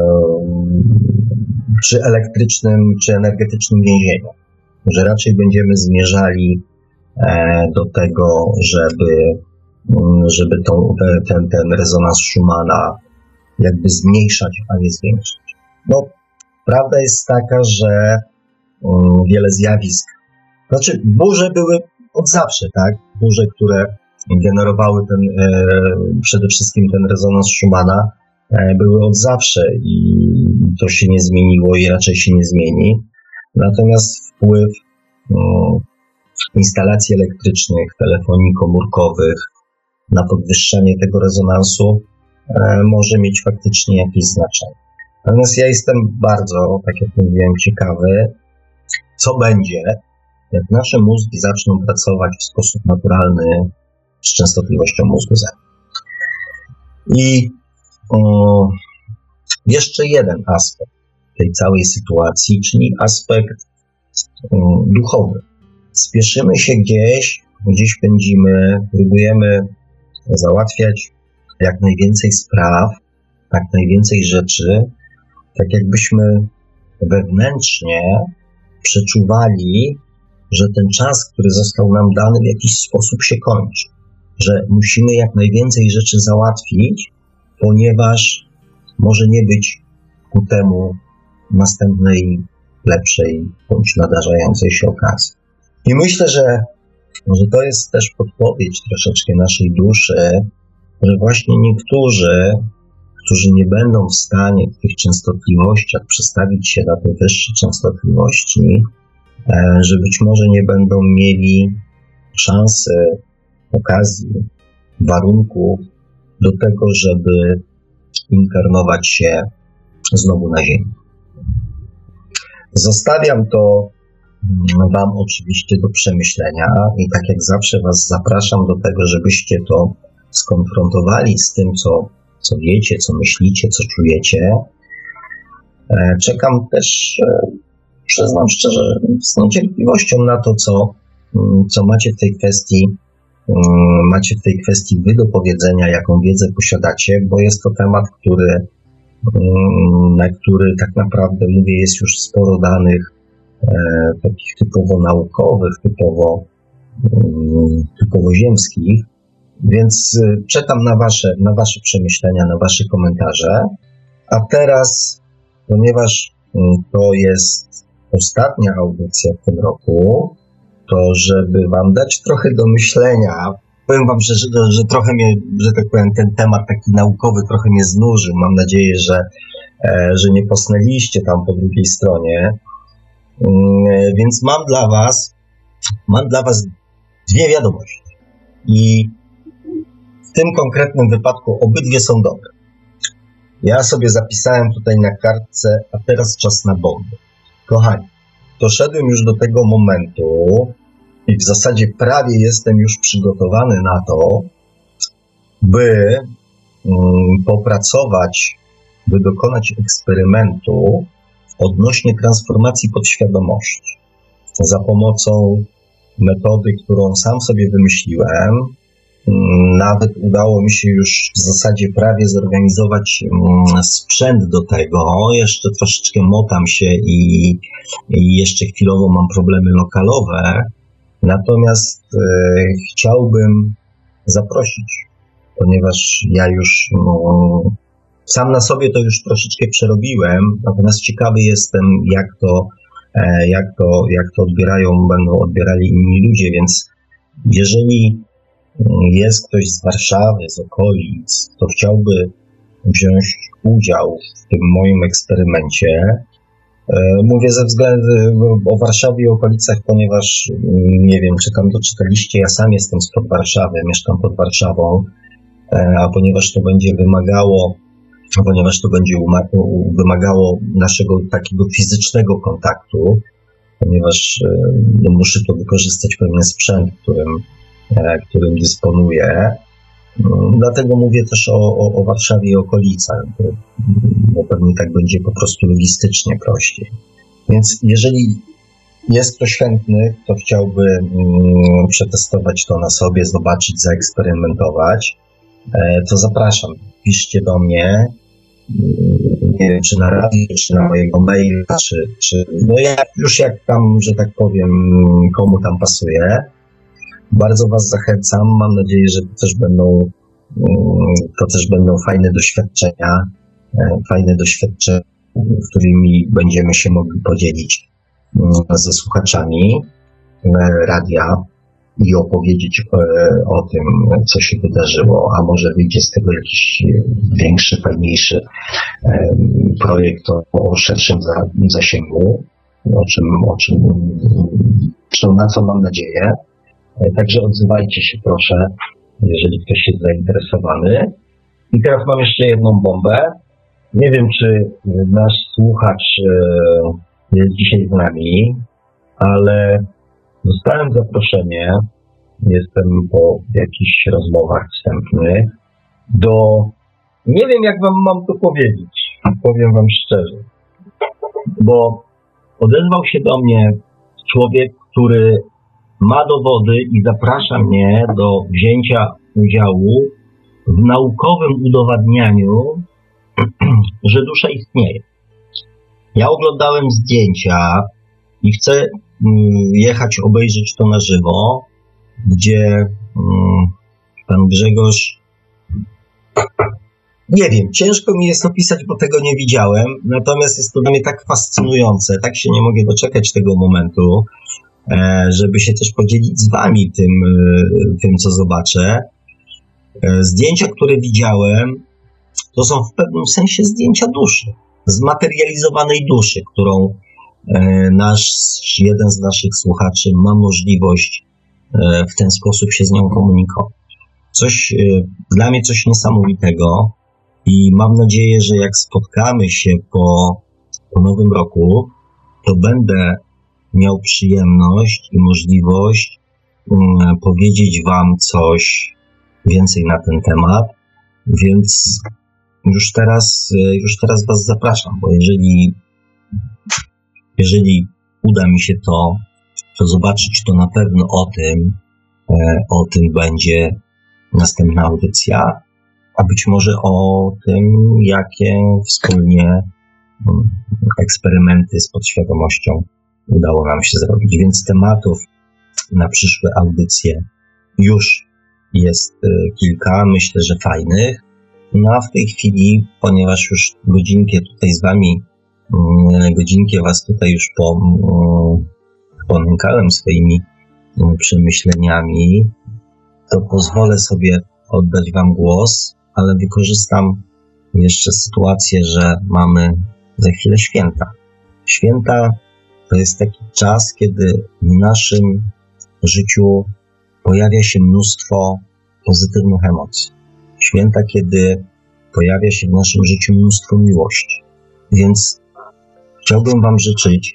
czy elektrycznym, czy energetycznym więzieniem. Że raczej będziemy zmierzali e, do tego, żeby, żeby tą, ten, ten rezonans Schumana jakby zmniejszać, a nie zwiększać. No, prawda jest taka, że um, wiele zjawisk, znaczy burze były od zawsze, tak? Burze, które generowały ten, e, przede wszystkim ten rezonans Schumana, e, były od zawsze i to się nie zmieniło i raczej się nie zmieni. Natomiast wpływ um, instalacji elektrycznych, telefonii komórkowych na podwyższenie tego rezonansu e, może mieć faktycznie jakieś znaczenie. Natomiast ja jestem bardzo, tak jak mówiłem, ciekawy, co będzie, jak nasze mózgi zaczną pracować w sposób naturalny z częstotliwością mózgu zen. I o, jeszcze jeden aspekt tej całej sytuacji, czyli aspekt o, duchowy. Spieszymy się gdzieś, gdzieś pędzimy, próbujemy załatwiać jak najwięcej spraw, jak najwięcej rzeczy, tak jakbyśmy wewnętrznie przeczuwali, że ten czas, który został nam dany, w jakiś sposób się kończy. Że musimy jak najwięcej rzeczy załatwić, ponieważ może nie być ku temu następnej, lepszej bądź nadarzającej się okazji. I myślę, że, że to jest też podpowiedź troszeczkę naszej duszy, że właśnie niektórzy, którzy nie będą w stanie w tych częstotliwościach przestawić się na te wyższe częstotliwości, że być może nie będą mieli szansy, okazji, warunków do tego, żeby inkarnować się znowu na Ziemi. Zostawiam to wam oczywiście do przemyślenia i tak jak zawsze was zapraszam do tego, żebyście to skonfrontowali z tym, co, co wiecie, co myślicie, co czujecie. Czekam też, przyznam szczerze, z niecierpliwością na to, co, co macie w tej kwestii, macie w tej kwestii wy do powiedzenia, jaką wiedzę posiadacie, bo jest to temat, który, na który tak naprawdę, mówię, jest już sporo danych e, takich typowo naukowych, typowo, typowo ziemskich, więc czekam na wasze, na wasze przemyślenia, na wasze komentarze. A teraz, ponieważ to jest ostatnia audycja w tym roku, to żeby wam dać trochę do myślenia, powiem wam, że, że, że trochę mnie, że tak powiem, ten temat taki naukowy trochę mnie znużył. Mam nadzieję, że, że nie posnęliście tam po drugiej stronie. Więc mam dla was, mam dla was dwie wiadomości. I w tym konkretnym wypadku obydwie są dobre. Ja sobie zapisałem tutaj na kartce, a teraz czas na bomby. Kochani, doszedłem już do tego momentu i w zasadzie prawie jestem już przygotowany na to, by um, popracować, by dokonać eksperymentu odnośnie transformacji podświadomości. Za pomocą metody, którą sam sobie wymyśliłem. Nawet udało mi się już w zasadzie prawie zorganizować sprzęt do tego. Jeszcze troszeczkę motam się i, i jeszcze chwilowo mam problemy lokalowe. Natomiast e, chciałbym zaprosić, ponieważ ja już no, sam na sobie to już troszeczkę przerobiłem, natomiast ciekawy jestem, jak to, e, jak to, jak to odbierają, będą odbierali inni ludzie, więc jeżeli jest ktoś z Warszawy, z okolic, kto chciałby wziąć udział w tym moim eksperymencie. Mówię ze względu o Warszawie i okolicach, ponieważ nie wiem, czy tam doczytaliście, ja sam jestem spod Warszawy, mieszkam pod Warszawą, a ponieważ to będzie wymagało, ponieważ to będzie wymagało naszego takiego fizycznego kontaktu, ponieważ no, muszę to wykorzystać pewien sprzęt, którym którym dysponuję. Dlatego mówię też o, o, o Warszawie i okolicach, bo pewnie tak będzie po prostu logistycznie prościej. Więc jeżeli jest ktoś chętny, kto chciałby mm, przetestować to na sobie, zobaczyć, zaeksperymentować, e, to zapraszam. Piszcie do mnie, nie wiem, czy na radio, czy na mojego maila, czy, czy no jak, już jak tam, że tak powiem, komu tam pasuje. Bardzo was zachęcam. Mam nadzieję, że to też będą, to też będą fajne doświadczenia, fajne doświadczenia, którymi będziemy się mogli podzielić ze słuchaczami radia i opowiedzieć o tym, co się wydarzyło, a może wyjdzie z tego jakiś większy, fajniejszy projekt o szerszym zasięgu, o czym, o czym, na co mam nadzieję. Także odzywajcie się proszę, jeżeli ktoś jest zainteresowany. I teraz mam jeszcze jedną bombę. Nie wiem, czy nasz słuchacz jest dzisiaj z nami, ale dostałem zaproszenie, jestem po jakichś rozmowach wstępnych, do, nie wiem jak wam mam to powiedzieć, powiem wam szczerze, bo odezwał się do mnie człowiek, który ma dowody i zaprasza mnie do wzięcia udziału w naukowym udowadnianiu, że dusza istnieje. Ja oglądałem zdjęcia i chcę jechać obejrzeć to na żywo, gdzie pan Grzegorz, nie wiem, ciężko mi jest opisać, bo tego nie widziałem, natomiast jest to dla mnie tak fascynujące, tak się nie mogę doczekać tego momentu, żeby się też podzielić z wami tym, tym, co zobaczę. Zdjęcia, które widziałem, to są w pewnym sensie zdjęcia duszy, zmaterializowanej duszy, którą nasz, jeden z naszych słuchaczy ma możliwość w ten sposób się z nią komunikować. Coś, dla mnie coś niesamowitego i mam nadzieję, że jak spotkamy się po, po nowym roku, to będę miał przyjemność i możliwość um, powiedzieć wam coś więcej na ten temat, więc już teraz, już teraz was zapraszam, bo jeżeli, jeżeli uda mi się to to zobaczyć, to na pewno o tym, o tym będzie następna audycja, a być może o tym, jakie wspólnie eksperymenty z podświadomością udało nam się zrobić. Więc tematów na przyszłe audycje już jest kilka, myślę, że fajnych. No a w tej chwili, ponieważ już godzinkę tutaj z wami, godzinkę was tutaj już po, ponękałem swoimi przemyśleniami, to pozwolę sobie oddać wam głos, ale wykorzystam jeszcze sytuację, że mamy za chwilę święta. Święta to jest taki czas, kiedy w naszym życiu pojawia się mnóstwo pozytywnych emocji. Święta, kiedy pojawia się w naszym życiu mnóstwo miłości. Więc chciałbym wam życzyć,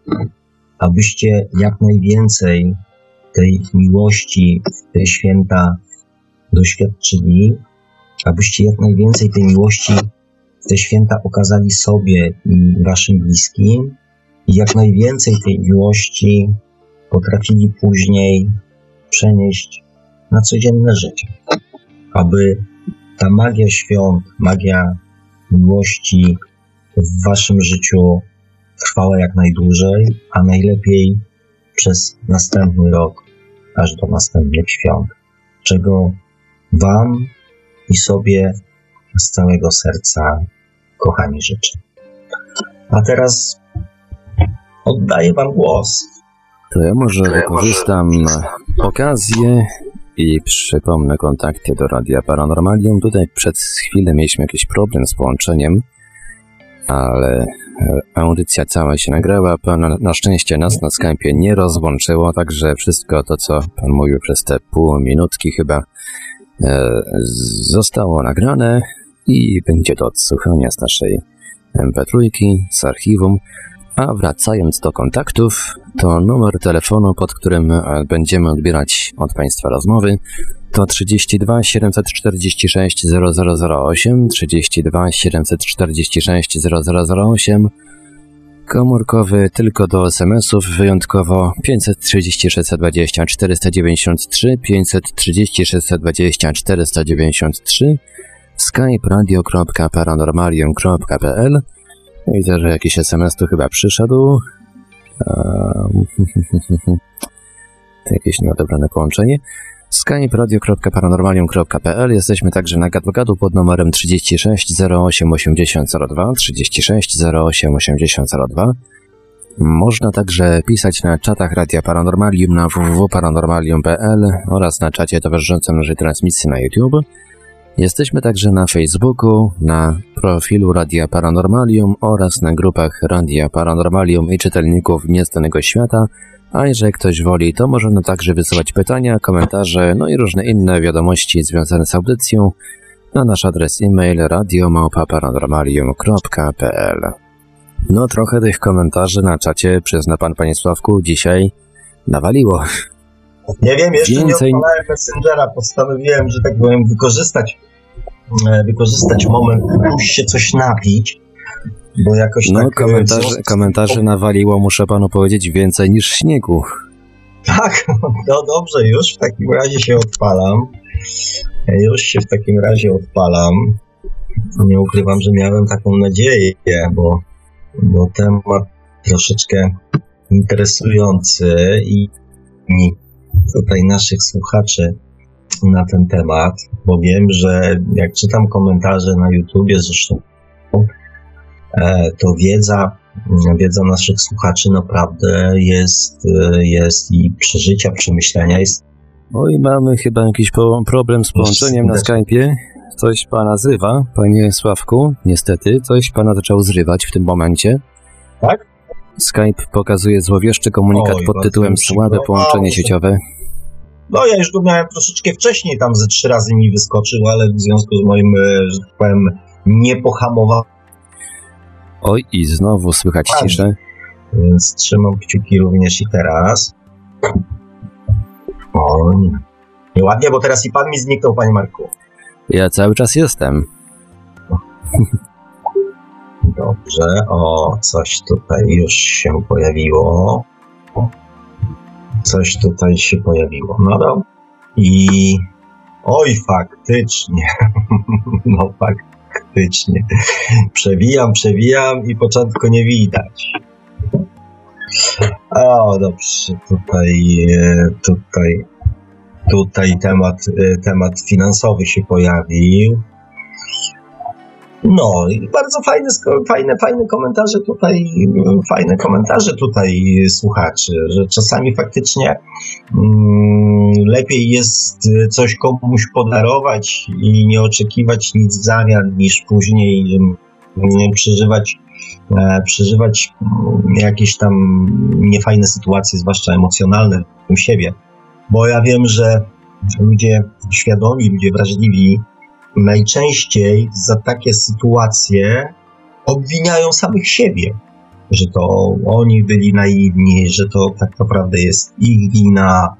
abyście jak najwięcej tej miłości w te święta doświadczyli, abyście jak najwięcej tej miłości w te święta okazali sobie i waszym bliskim i jak najwięcej tej miłości potrafili później przenieść na codzienne życie. Aby ta magia świąt, magia miłości w waszym życiu trwała jak najdłużej, a najlepiej przez następny rok, aż do następnych świąt, czego wam i sobie z całego serca, kochani, życzę. A teraz oddaję wam głos. To ja może wykorzystam okazję i przypomnę kontakty do Radia Paranormalium. Tutaj przed chwilą mieliśmy jakiś problem z połączeniem, ale audycja cała się nagrała. Na, na szczęście nas na Skype'ie nie rozłączyło, także wszystko to, co pan mówił przez te pół minutki chyba e, zostało nagrane i będzie do odsłuchania z naszej em pe trzy, z archiwum. A wracając do kontaktów, to numer telefonu, pod którym będziemy odbierać od państwa rozmowy, to trzydzieści dwa siedemset czterdzieści sześć zero zero zero osiem, trzydzieści dwa siedemset czterdzieści sześć zero zero zero osiem, komórkowy tylko do es em esów, wyjątkowo pięćset trzydzieści sześć dwadzieścia czterysta dziewięćdziesiąt trzy, pięćset trzydzieści sześć dwadzieścia czterysta dziewięćdziesiąt trzy, skype radio kropka paranormalium kropka pe el. Widzę, że jakiś es em es tu chyba przyszedł. Um, jakieś nieodebrane połączenie. skype radio kropka paranormalium kropka pe el. Jesteśmy także na gadu-gadu pod numerem trzydzieści sześć zero osiem osiemdziesiąt zero dwa, trzydzieści sześć zero osiem osiemdziesiąt zero dwa. Można także pisać na czatach Radia Paranormalium na w w w kropka paranormalium kropka pe el oraz na czacie towarzyszącym naszej transmisji na YouTube. Jesteśmy także na Facebooku, na profilu Radia Paranormalium oraz na grupach Radia Paranormalium i czytelników Nieznanego Świata, a jeżeli ktoś woli, to możemy także wysyłać pytania, komentarze, no i różne inne wiadomości związane z audycją na nasz adres e-mail radio małpa paranormalium kropka pe el. No trochę tych komentarzy na czacie, przyzna pan, panie Sławku, dzisiaj nawaliło. Nie wiem, jeszcze Więcej... nie odpalałem Messengera, postanowiłem, że tak powiem, wykorzystać, wykorzystać moment, musi się coś napić, bo jakoś no, tak... Komentarze, coś... komentarzy nawaliło, muszę panu powiedzieć, więcej niż śniegu. Tak, no dobrze, już w takim razie się odpalam. Już się w takim razie odpalam. Nie ukrywam, że miałem taką nadzieję, bo, bo temat troszeczkę interesujący i, i tutaj naszych słuchaczy na ten temat, bo wiem, że jak czytam komentarze na YouTubie zresztą, to wiedza, wiedza naszych słuchaczy naprawdę jest, jest i przeżycia, przemyślenia jest. Oj, mamy chyba jakiś problem z połączeniem na Skype'ie. Coś pana zrywa, panie Sławku, niestety, coś pana zaczął zrywać w tym momencie. Tak? Skype pokazuje złowieszczy komunikat Oj, pod tytułem słabe połączenie o, sieciowe. No ja już go miałem troszeczkę wcześniej, tam ze trzy razy mi wyskoczył, ale w związku z moim, że tak powiem, niepohamowaniem. Oj, i znowu słychać Ładnie. ciszę. Więc trzymam kciuki również i teraz. O, nieładnie, bo teraz i pan mi zniknął, panie Marku. Ja cały czas jestem. Dobrze, o, coś tutaj już się pojawiło. Coś tutaj się pojawiło. No dobra. I oj, faktycznie. No faktycznie. Przewijam, przewijam i początku nie widać. O, dobrze. Tutaj, tutaj, tutaj temat, temat finansowy się pojawił. No i bardzo fajne, fajne, fajne komentarze tutaj, fajne komentarze tutaj słuchaczy, że czasami faktycznie mm, lepiej jest coś komuś podarować i nie oczekiwać nic w zamian, niż później mm, przeżywać, e, przeżywać jakieś tam niefajne sytuacje, zwłaszcza emocjonalne u siebie. Bo ja wiem, że ludzie świadomi, ludzie wrażliwi najczęściej za takie sytuacje obwiniają samych siebie, że to oni byli naiwni, że to tak naprawdę jest ich wina.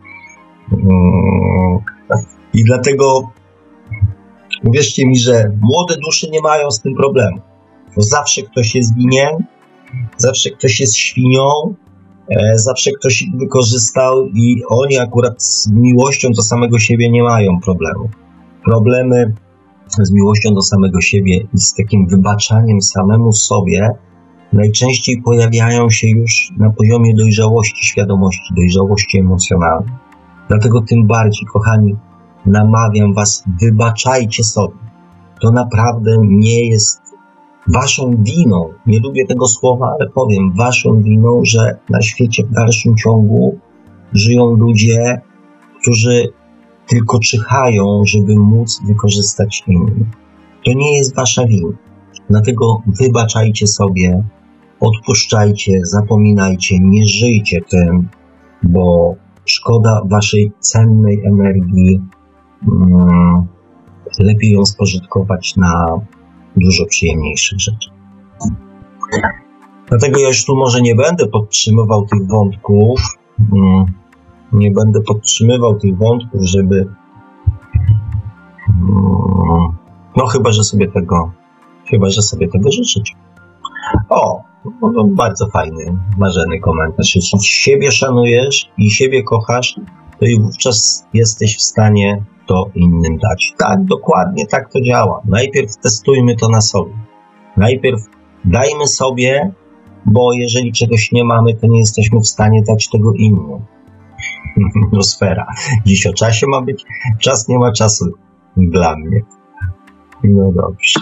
I dlatego uwierzcie mi, że młode dusze nie mają z tym problemu. Bo zawsze ktoś jest winien, zawsze ktoś jest świnią, zawsze ktoś ich wykorzystał i oni akurat z miłością do samego siebie nie mają problemu. Problemy z miłością do samego siebie i z takim wybaczaniem samemu sobie najczęściej pojawiają się już na poziomie dojrzałości świadomości, dojrzałości emocjonalnej. Dlatego tym bardziej, kochani, namawiam was, wybaczajcie sobie. To naprawdę nie jest waszą winą, nie lubię tego słowa, ale powiem, waszą winą, że na świecie w dalszym ciągu żyją ludzie, którzy tylko czyhają, żeby móc wykorzystać innych. To nie jest wasza wina. Dlatego wybaczajcie sobie, odpuszczajcie, zapominajcie, nie żyjcie tym, bo szkoda waszej cennej energii. Hmm, lepiej ją spożytkować na dużo przyjemniejszych rzeczy. Dlatego ja już tu może nie będę podtrzymywał tych wątków, hmm, nie będę podtrzymywał tych wątków, żeby no chyba, że sobie tego chyba, że sobie tego życzyć. O, no, bardzo fajny, marzeny komentarz. Jeśli siebie szanujesz i siebie kochasz, to i wówczas jesteś w stanie to innym dać. Tak, dokładnie tak to działa. Najpierw testujmy to na sobie. Najpierw dajmy sobie, bo jeżeli czegoś nie mamy, to nie jesteśmy w stanie dać tego innym. No sfera. Dziś o czasie ma być. Czas nie ma czasu dla mnie. No dobrze.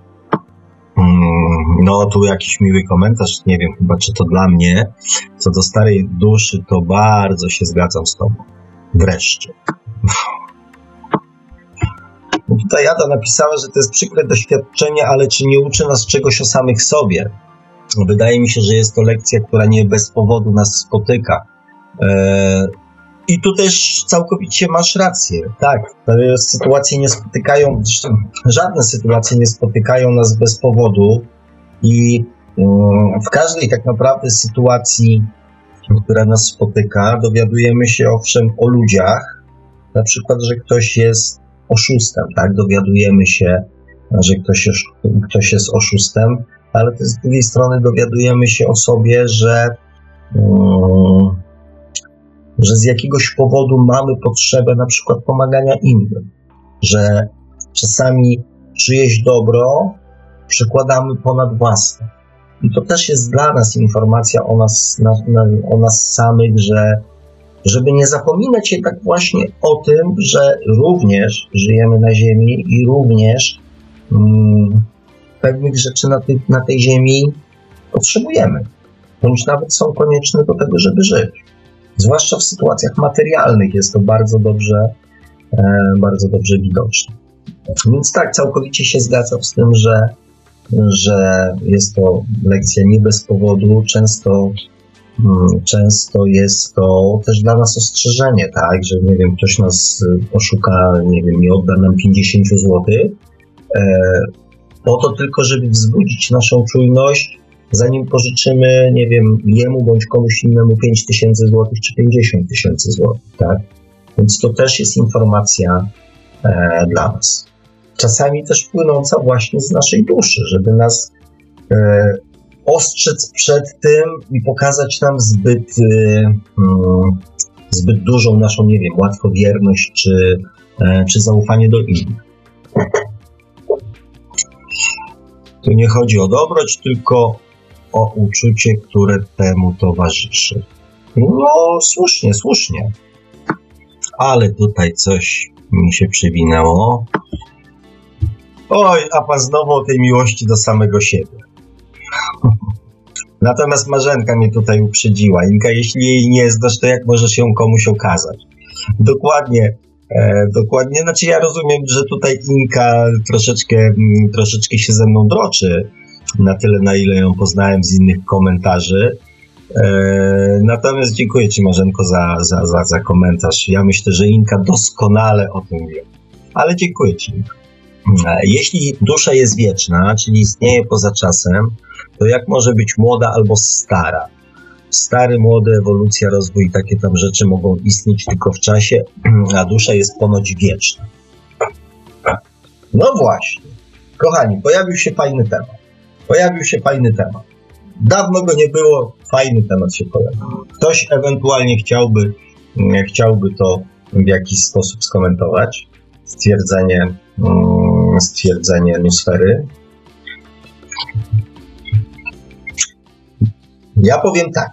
No tu jakiś miły komentarz. Nie wiem chyba, czy to dla mnie. Co do starej duszy, to bardzo się zgadzam z tobą. Wreszcie. No tutaj Ada napisała, że to jest przykre doświadczenie, ale czy nie uczy nas czegoś o samych sobie? Wydaje mi się, że jest to lekcja, która nie bez powodu nas spotyka. Eee, I tu też całkowicie masz rację. Tak, te sytuacje nie spotykają, żadne sytuacje nie spotykają nas bez powodu i um, w każdej tak naprawdę sytuacji, która nas spotyka, dowiadujemy się owszem o ludziach, na przykład, że ktoś jest oszustem, tak, dowiadujemy się, że ktoś jest, ktoś jest oszustem, ale też z drugiej strony dowiadujemy się o sobie, że um, że z jakiegoś powodu mamy potrzebę na przykład pomagania innym, że czasami czyjeś dobro przekładamy ponad własne. I to też jest dla nas informacja o nas, na, na, o nas samych, że żeby nie zapominać jednak właśnie o tym, że również żyjemy na ziemi i również mm, pewnych rzeczy na tej, na tej ziemi potrzebujemy, bądź nawet są konieczne do tego, żeby żyć. Zwłaszcza w sytuacjach materialnych jest to bardzo dobrze, e, bardzo dobrze widoczne. Więc tak, całkowicie się zgadzam z tym, że, że jest to lekcja nie bez powodu. Często, mm, często jest to też dla nas ostrzeżenie, tak, że nie wiem, ktoś nas oszuka, nie wiem, nie odda nam pięćdziesiąt złotych, e, po to tylko, żeby wzbudzić naszą czujność, zanim pożyczymy, nie wiem, jemu bądź komuś innemu pięć tysięcy złotych czy pięćdziesiąt tysięcy złotych, tak? Więc to też jest informacja e, dla nas. Czasami też płynąca właśnie z naszej duszy, żeby nas e, ostrzec przed tym i pokazać nam zbyt, e, mm, zbyt dużą naszą, nie wiem, łatwowierność czy, czy zaufanie do innych. Tu nie chodzi o dobroć, tylko o uczucie, które temu towarzyszy. No, słusznie, słusznie. Ale tutaj coś mi się przywinęło. Oj, a pan znowu o tej miłości do samego siebie. Natomiast Marzenka mnie tutaj uprzedziła. Inka, jeśli jej nie znasz, to jak możesz ją komuś okazać? Dokładnie, e, dokładnie. Znaczy ja rozumiem, że tutaj Inka troszeczkę, m, troszeczkę się ze mną droczy. Na tyle, na ile ją poznałem z innych komentarzy. E, natomiast dziękuję Ci, Marzenko, za, za, za, za komentarz. Ja myślę, że Inka doskonale o tym wie. Ale dziękuję Ci. E, jeśli dusza jest wieczna, czyli istnieje poza czasem, to jak może być młoda albo stara? Stary, młody, ewolucja, rozwój, takie tam rzeczy mogą istnieć tylko w czasie, a dusza jest ponoć wieczna. No właśnie. Kochani, pojawił się fajny temat. Pojawił się fajny temat. Dawno go nie było, fajny temat się pojawił. Ktoś ewentualnie chciałby, chciałby to w jakiś sposób skomentować. Stwierdzenie, stwierdzenie nosfery. Ja powiem tak.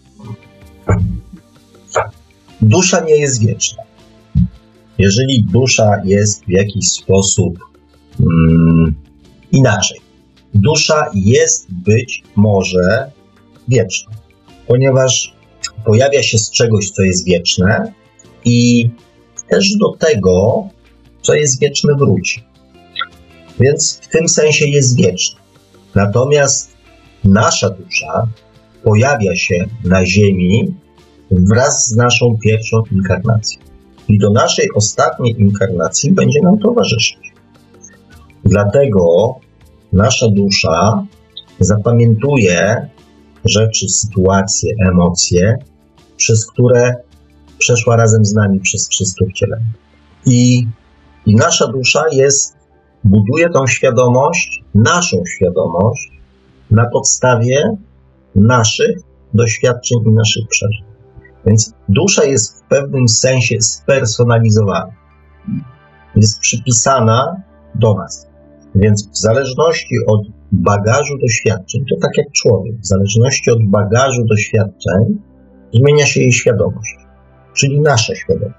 Dusza nie jest wieczna. Jeżeli dusza jest w jakiś sposób mm, inaczej. Dusza jest być może wieczna, ponieważ pojawia się z czegoś, co jest wieczne i też do tego, co jest wieczne, wróci. Więc w tym sensie jest wieczna. Natomiast nasza dusza pojawia się na Ziemi wraz z naszą pierwszą inkarnacją. I do naszej ostatniej inkarnacji będzie nam towarzyszyć. Dlatego nasza dusza zapamiętuje rzeczy, sytuacje, emocje, przez które przeszła razem z nami przez trzysta wcieleń. I, I nasza dusza jest, buduje tą świadomość, naszą świadomość, na podstawie naszych doświadczeń i naszych przeżyć. Więc dusza jest w pewnym sensie spersonalizowana. Jest przypisana do nas. Więc w zależności od bagażu doświadczeń, to tak jak człowiek, w zależności od bagażu doświadczeń zmienia się jej świadomość, czyli nasza świadomość.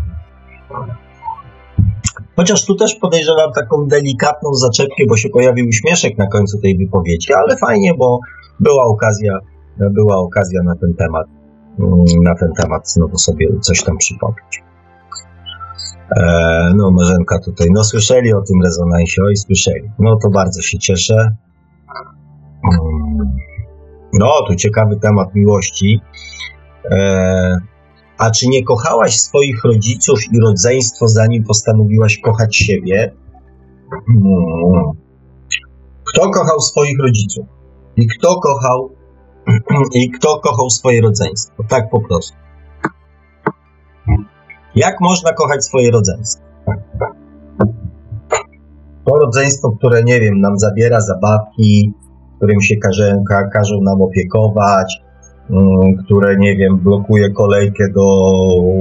Chociaż tu też podejrzewam taką delikatną zaczepkę, bo się pojawił uśmieszek na końcu tej wypowiedzi, ale fajnie, bo była okazja, była okazja na ten temat, na ten temat znowu sobie coś tam przypomnieć. E, no Marzenka tutaj, no słyszeli o tym rezonansie, oj słyszeli. No to bardzo się cieszę. No, tu ciekawy temat miłości. E, a czy nie kochałaś swoich rodziców i rodzeństwo, zanim postanowiłaś kochać siebie? Kto kochał swoich rodziców? I kto kochał i kto kochał swoje rodzeństwo? Tak po prostu. Jak można kochać swoje rodzeństwo? To rodzeństwo, które, nie wiem, nam zabiera zabawki, którym się każe, ka, każą nam opiekować, um, które, nie wiem, blokuje kolejkę do,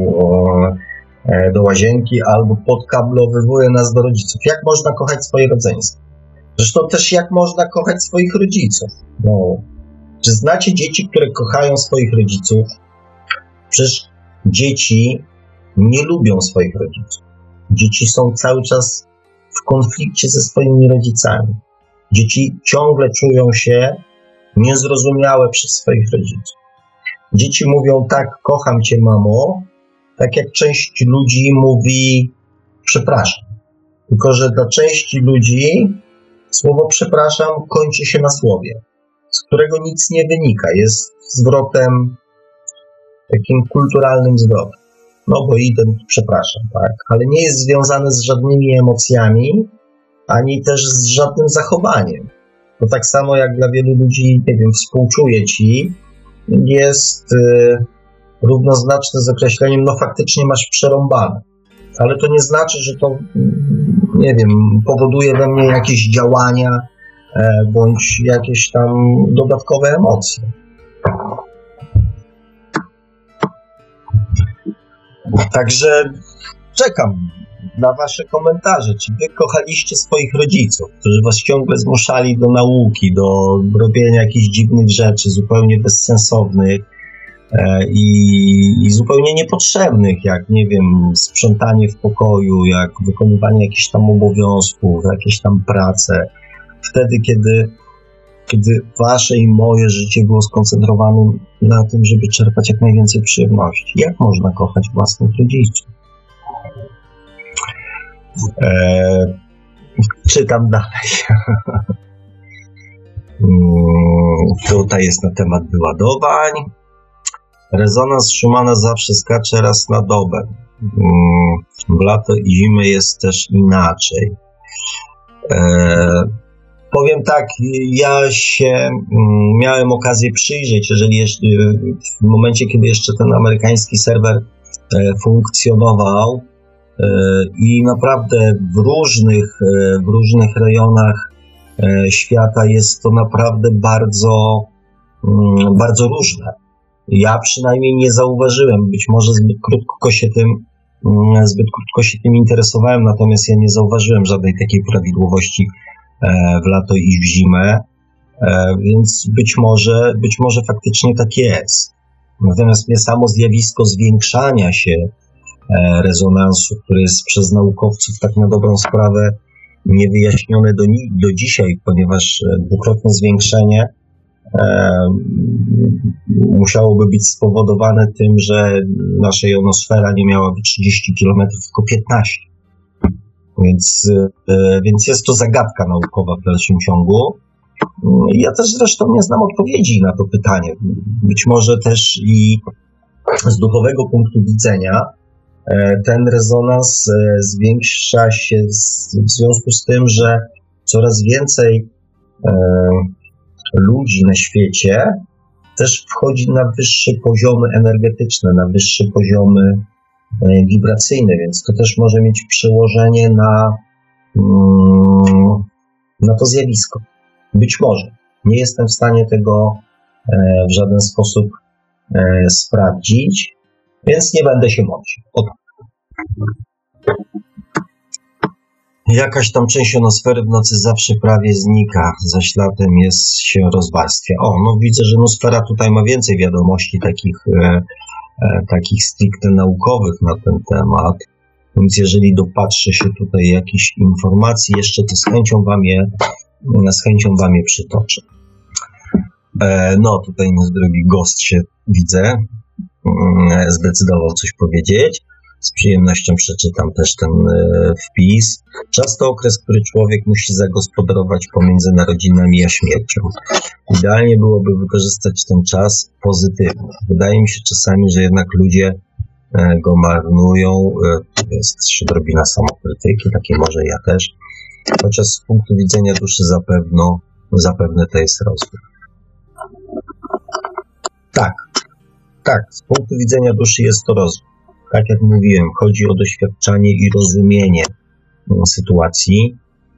do łazienki albo podkablowywuje nas do rodziców. Jak można kochać swoje rodzeństwo? Zresztą też jak można kochać swoich rodziców? No. Czy znacie dzieci, które kochają swoich rodziców? Przecież dzieci nie lubią swoich rodziców. Dzieci są cały czas w konflikcie ze swoimi rodzicami. Dzieci ciągle czują się niezrozumiałe przez swoich rodziców. Dzieci mówią tak, kocham cię, mamo, tak jak część ludzi mówi przepraszam. Tylko że dla części ludzi słowo przepraszam kończy się na słowie, z którego nic nie wynika. Jest zwrotem, takim kulturalnym zwrotem. No bo idę, przepraszam, tak? Ale nie jest związane z żadnymi emocjami, ani też z żadnym zachowaniem. To tak samo jak dla wielu ludzi, nie wiem, współczuję ci, jest y, równoznaczne z określeniem, no faktycznie masz przerąbane. Ale to nie znaczy, że to, nie wiem, powoduje we mnie jakieś działania, e, bądź jakieś tam dodatkowe emocje. Także czekam na wasze komentarze. Czy wy kochaliście swoich rodziców, którzy was ciągle zmuszali do nauki, do robienia jakichś dziwnych rzeczy, zupełnie bezsensownych e, i, i zupełnie niepotrzebnych, jak, nie wiem, sprzątanie w pokoju, jak wykonywanie jakichś tam obowiązków, jakieś tam prace. Wtedy, kiedy, kiedy wasze i moje życie było skoncentrowane na tym, żeby czerpać jak najwięcej przyjemności. Jak można kochać własnych rodziców? Eee, czytam dalej. Tutaj jest na temat wyładowań. Rezonans Schumana zawsze skacze raz na dobę. W lato i zimę jest też inaczej. Eee, powiem tak, ja się miałem okazję przyjrzeć, jeżeli jeszcze, w momencie, kiedy jeszcze ten amerykański serwer funkcjonował, i naprawdę w różnych, w różnych rejonach świata jest to naprawdę bardzo, bardzo różne. Ja przynajmniej nie zauważyłem, być może zbyt krótko się tym, zbyt krótko się tym interesowałem, natomiast ja nie zauważyłem żadnej takiej prawidłowości w lato i w zimę, więc być może, być może faktycznie tak jest. Natomiast mnie samo zjawisko zwiększania się rezonansu, który jest przez naukowców tak na dobrą sprawę niewyjaśnione do, do dzisiaj, ponieważ dwukrotne zwiększenie e, musiałoby być spowodowane tym, że nasza jonosfera nie miałaby trzydzieści kilometrów, tylko piętnaście. Więc, e, więc jest to zagadka naukowa w dalszym ciągu. Ja też zresztą nie znam odpowiedzi na to pytanie. Być może też i z duchowego punktu widzenia ten rezonans zwiększa się w związku z tym, że coraz więcej ludzi na świecie też wchodzi na wyższe poziomy energetyczne, na wyższe poziomy wibracyjne, więc to też może mieć przełożenie na, na to zjawisko. Być może. Nie jestem w stanie tego w żaden sposób sprawdzić, więc nie będę się mącił. O tak. Jakaś tam część jonosfery w nocy zawsze prawie znika, zaś latem jest się rozwarstwia. O, no widzę, że nosfera tutaj ma więcej wiadomości takich, e, e, takich stricte naukowych na ten temat. Więc jeżeli dopatrzę się tutaj jakichś informacji, jeszcze to z chęcią wam je, z chęcią wam je przytoczę. E, no, tutaj nasz drogi gość się, widzę, zdecydował coś powiedzieć. Z przyjemnością przeczytam też ten e, wpis. Czas to okres, który człowiek musi zagospodarować pomiędzy narodzinami a śmiercią. Idealnie byłoby wykorzystać ten czas pozytywnie. Wydaje mi się czasami, że jednak ludzie e, go marnują. E, jest też odrobina samokrytyki, takie może ja też. Chociaż z punktu widzenia duszy zapewne, zapewne to jest rozwój. Tak, tak, z punktu widzenia duszy jest to rozwój. Tak jak mówiłem, chodzi o doświadczanie i rozumienie sytuacji.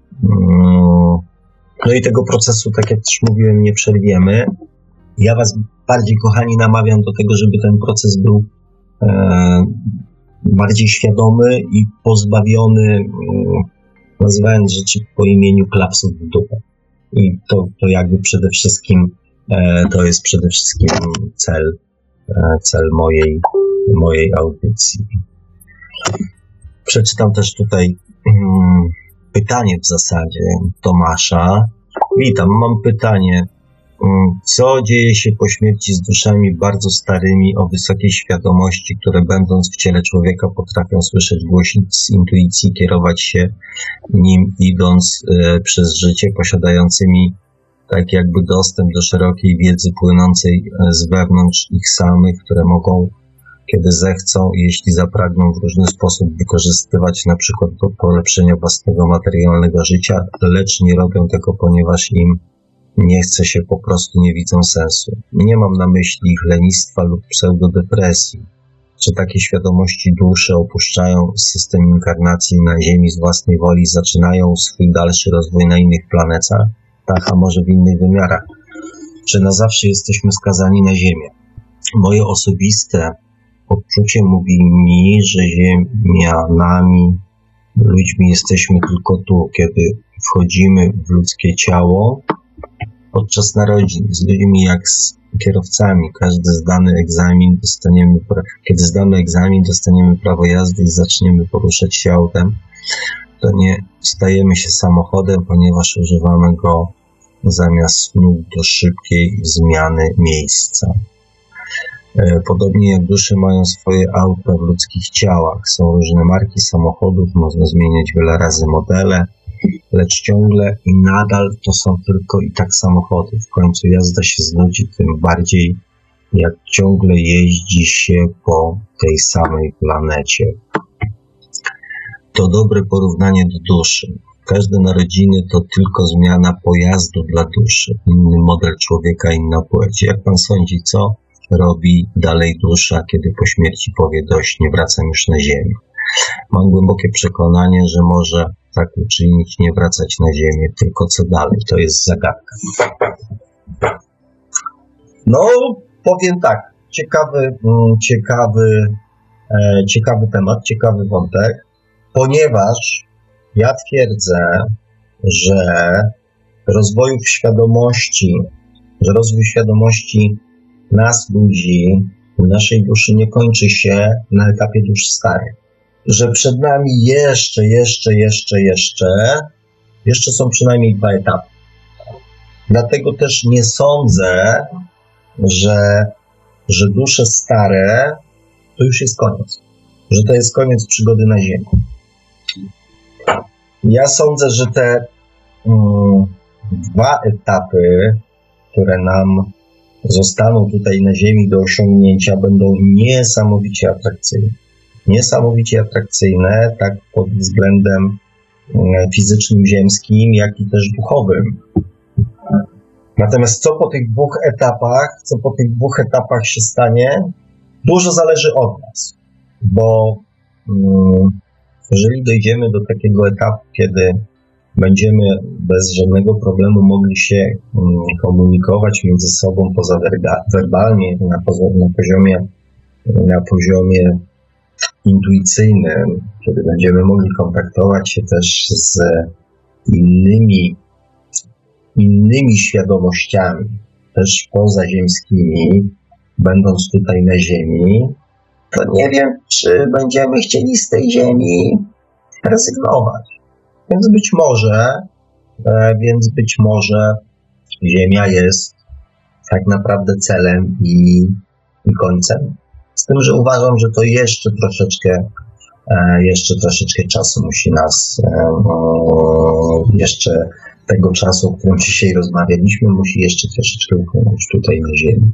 No i tego procesu, tak jak też mówiłem, nie przerwiemy. Ja was bardziej, kochani, namawiam do tego, żeby ten proces był e, bardziej świadomy i pozbawiony, nazywając rzeczy po imieniu, klapsów w dupę. I to, to jakby przede wszystkim, e, to jest przede wszystkim cel, e, cel mojej mojej audycji. Przeczytam też tutaj um, pytanie w zasadzie Tomasza. Witam, mam pytanie. Um, co dzieje się po śmierci z duszami bardzo starymi o wysokiej świadomości, które będąc w ciele człowieka potrafią słyszeć głos z intuicji, kierować się nim idąc e, przez życie, posiadającymi tak jakby dostęp do szerokiej wiedzy płynącej z wewnątrz ich samych, które mogą, kiedy zechcą i jeśli zapragną, w różny sposób wykorzystywać na przykład do polepszenia własnego materialnego życia, lecz nie robią tego, ponieważ im nie chce się, po prostu nie widzą sensu. Nie mam na myśli ich lenistwa lub pseudodepresji. Czy takie świadomości duszy opuszczają system inkarnacji na Ziemi z własnej woli i zaczynają swój dalszy rozwój na innych planetach? Tak, a może w innych wymiarach? Czy na zawsze jesteśmy skazani na Ziemię? Moje osobiste odczucie mówi mi, że ziemianami, ludźmi jesteśmy tylko tu, kiedy wchodzimy w ludzkie ciało podczas narodzin, z ludźmi jak z kierowcami. Każdy zdany egzamin dostaniemy, kiedy zdamy egzamin, dostaniemy prawo jazdy i zaczniemy poruszać się autem, to nie stajemy się samochodem, ponieważ używamy go zamiast nóg do szybkiej zmiany miejsca. Podobnie jak dusze mają swoje auta w ludzkich ciałach, są różne marki samochodów, można zmieniać wiele razy modele, lecz ciągle i nadal to są tylko i tak samochody. W końcu jazda się znudzi, tym bardziej jak ciągle jeździ się po tej samej planecie. To dobre porównanie do duszy. Każde narodziny to tylko zmiana pojazdu dla duszy. Inny model człowieka, inna płeć. Jak pan sądzi, co robi dalej dusza, kiedy po śmierci powie dość, nie wracam już na ziemię? Mam głębokie przekonanie, że może tak uczynić, nie wracać na ziemię, tylko co dalej? To jest zagadka. No, powiem tak, ciekawy, ciekawy, e, ciekawy temat, ciekawy wątek, ponieważ ja twierdzę, że rozwoju świadomości, że rozwój świadomości nas, ludzi, naszej duszy nie kończy się na etapie dusz starych. Że przed nami jeszcze, jeszcze, jeszcze, jeszcze, jeszcze są przynajmniej dwa etapy. Dlatego też nie sądzę, że, że dusze stare to już jest koniec. Że to jest koniec przygody na Ziemi. Ja sądzę, że te um, dwa etapy, które nam zostaną tutaj na Ziemi do osiągnięcia, będą niesamowicie atrakcyjne. Niesamowicie atrakcyjne, tak pod względem fizycznym, ziemskim, jak i też duchowym. Natomiast co po tych dwóch etapach, co po tych dwóch etapach się stanie, dużo zależy od nas, bo um, jeżeli dojdziemy do takiego etapu, kiedy będziemy bez żadnego problemu mogli się um, komunikować między sobą poza werbalnie, na, poza, na poziomie, na poziomie intuicyjnym, kiedy będziemy mogli kontaktować się też z innymi, innymi świadomościami, też pozaziemskimi, będąc tutaj na Ziemi, to nie wiem, czy będziemy chcieli z tej Ziemi rezygnować. Więc być może, e, więc być może Ziemia jest tak naprawdę celem i, i końcem. Z tym, że uważam, że to jeszcze troszeczkę, e, jeszcze troszeczkę czasu musi nas, e, jeszcze tego czasu, o którym dzisiaj rozmawialiśmy, musi jeszcze troszeczkę upłynąć tutaj na Ziemi.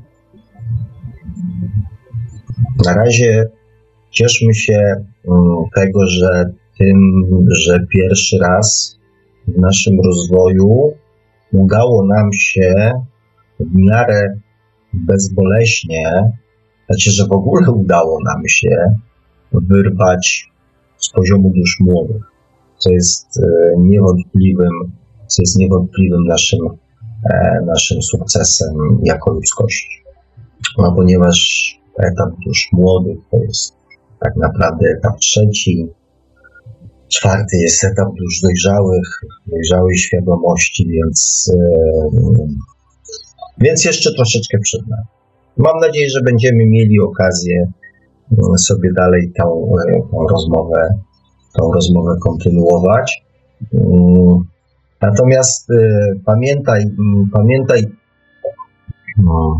Na razie cieszmy się tego, że tym, że pierwszy raz w naszym rozwoju udało nam się w miarę bezboleśnie, znaczy, że w ogóle udało nam się wyrwać z poziomu dusz młodych, co jest niewątpliwym, co jest niewątpliwym naszym, naszym sukcesem jako ludzkości. No, ponieważ etap dusz młodych to jest tak naprawdę etap trzeci. Czwarty jest etap dusz dojrzałych, dojrzałej świadomości, więc, yy, więc jeszcze troszeczkę przed nami. Mam nadzieję, że będziemy mieli okazję sobie dalej tą, tą rozmowę, tą rozmowę kontynuować. Yy, natomiast yy, pamiętaj, yy, pamiętaj, no,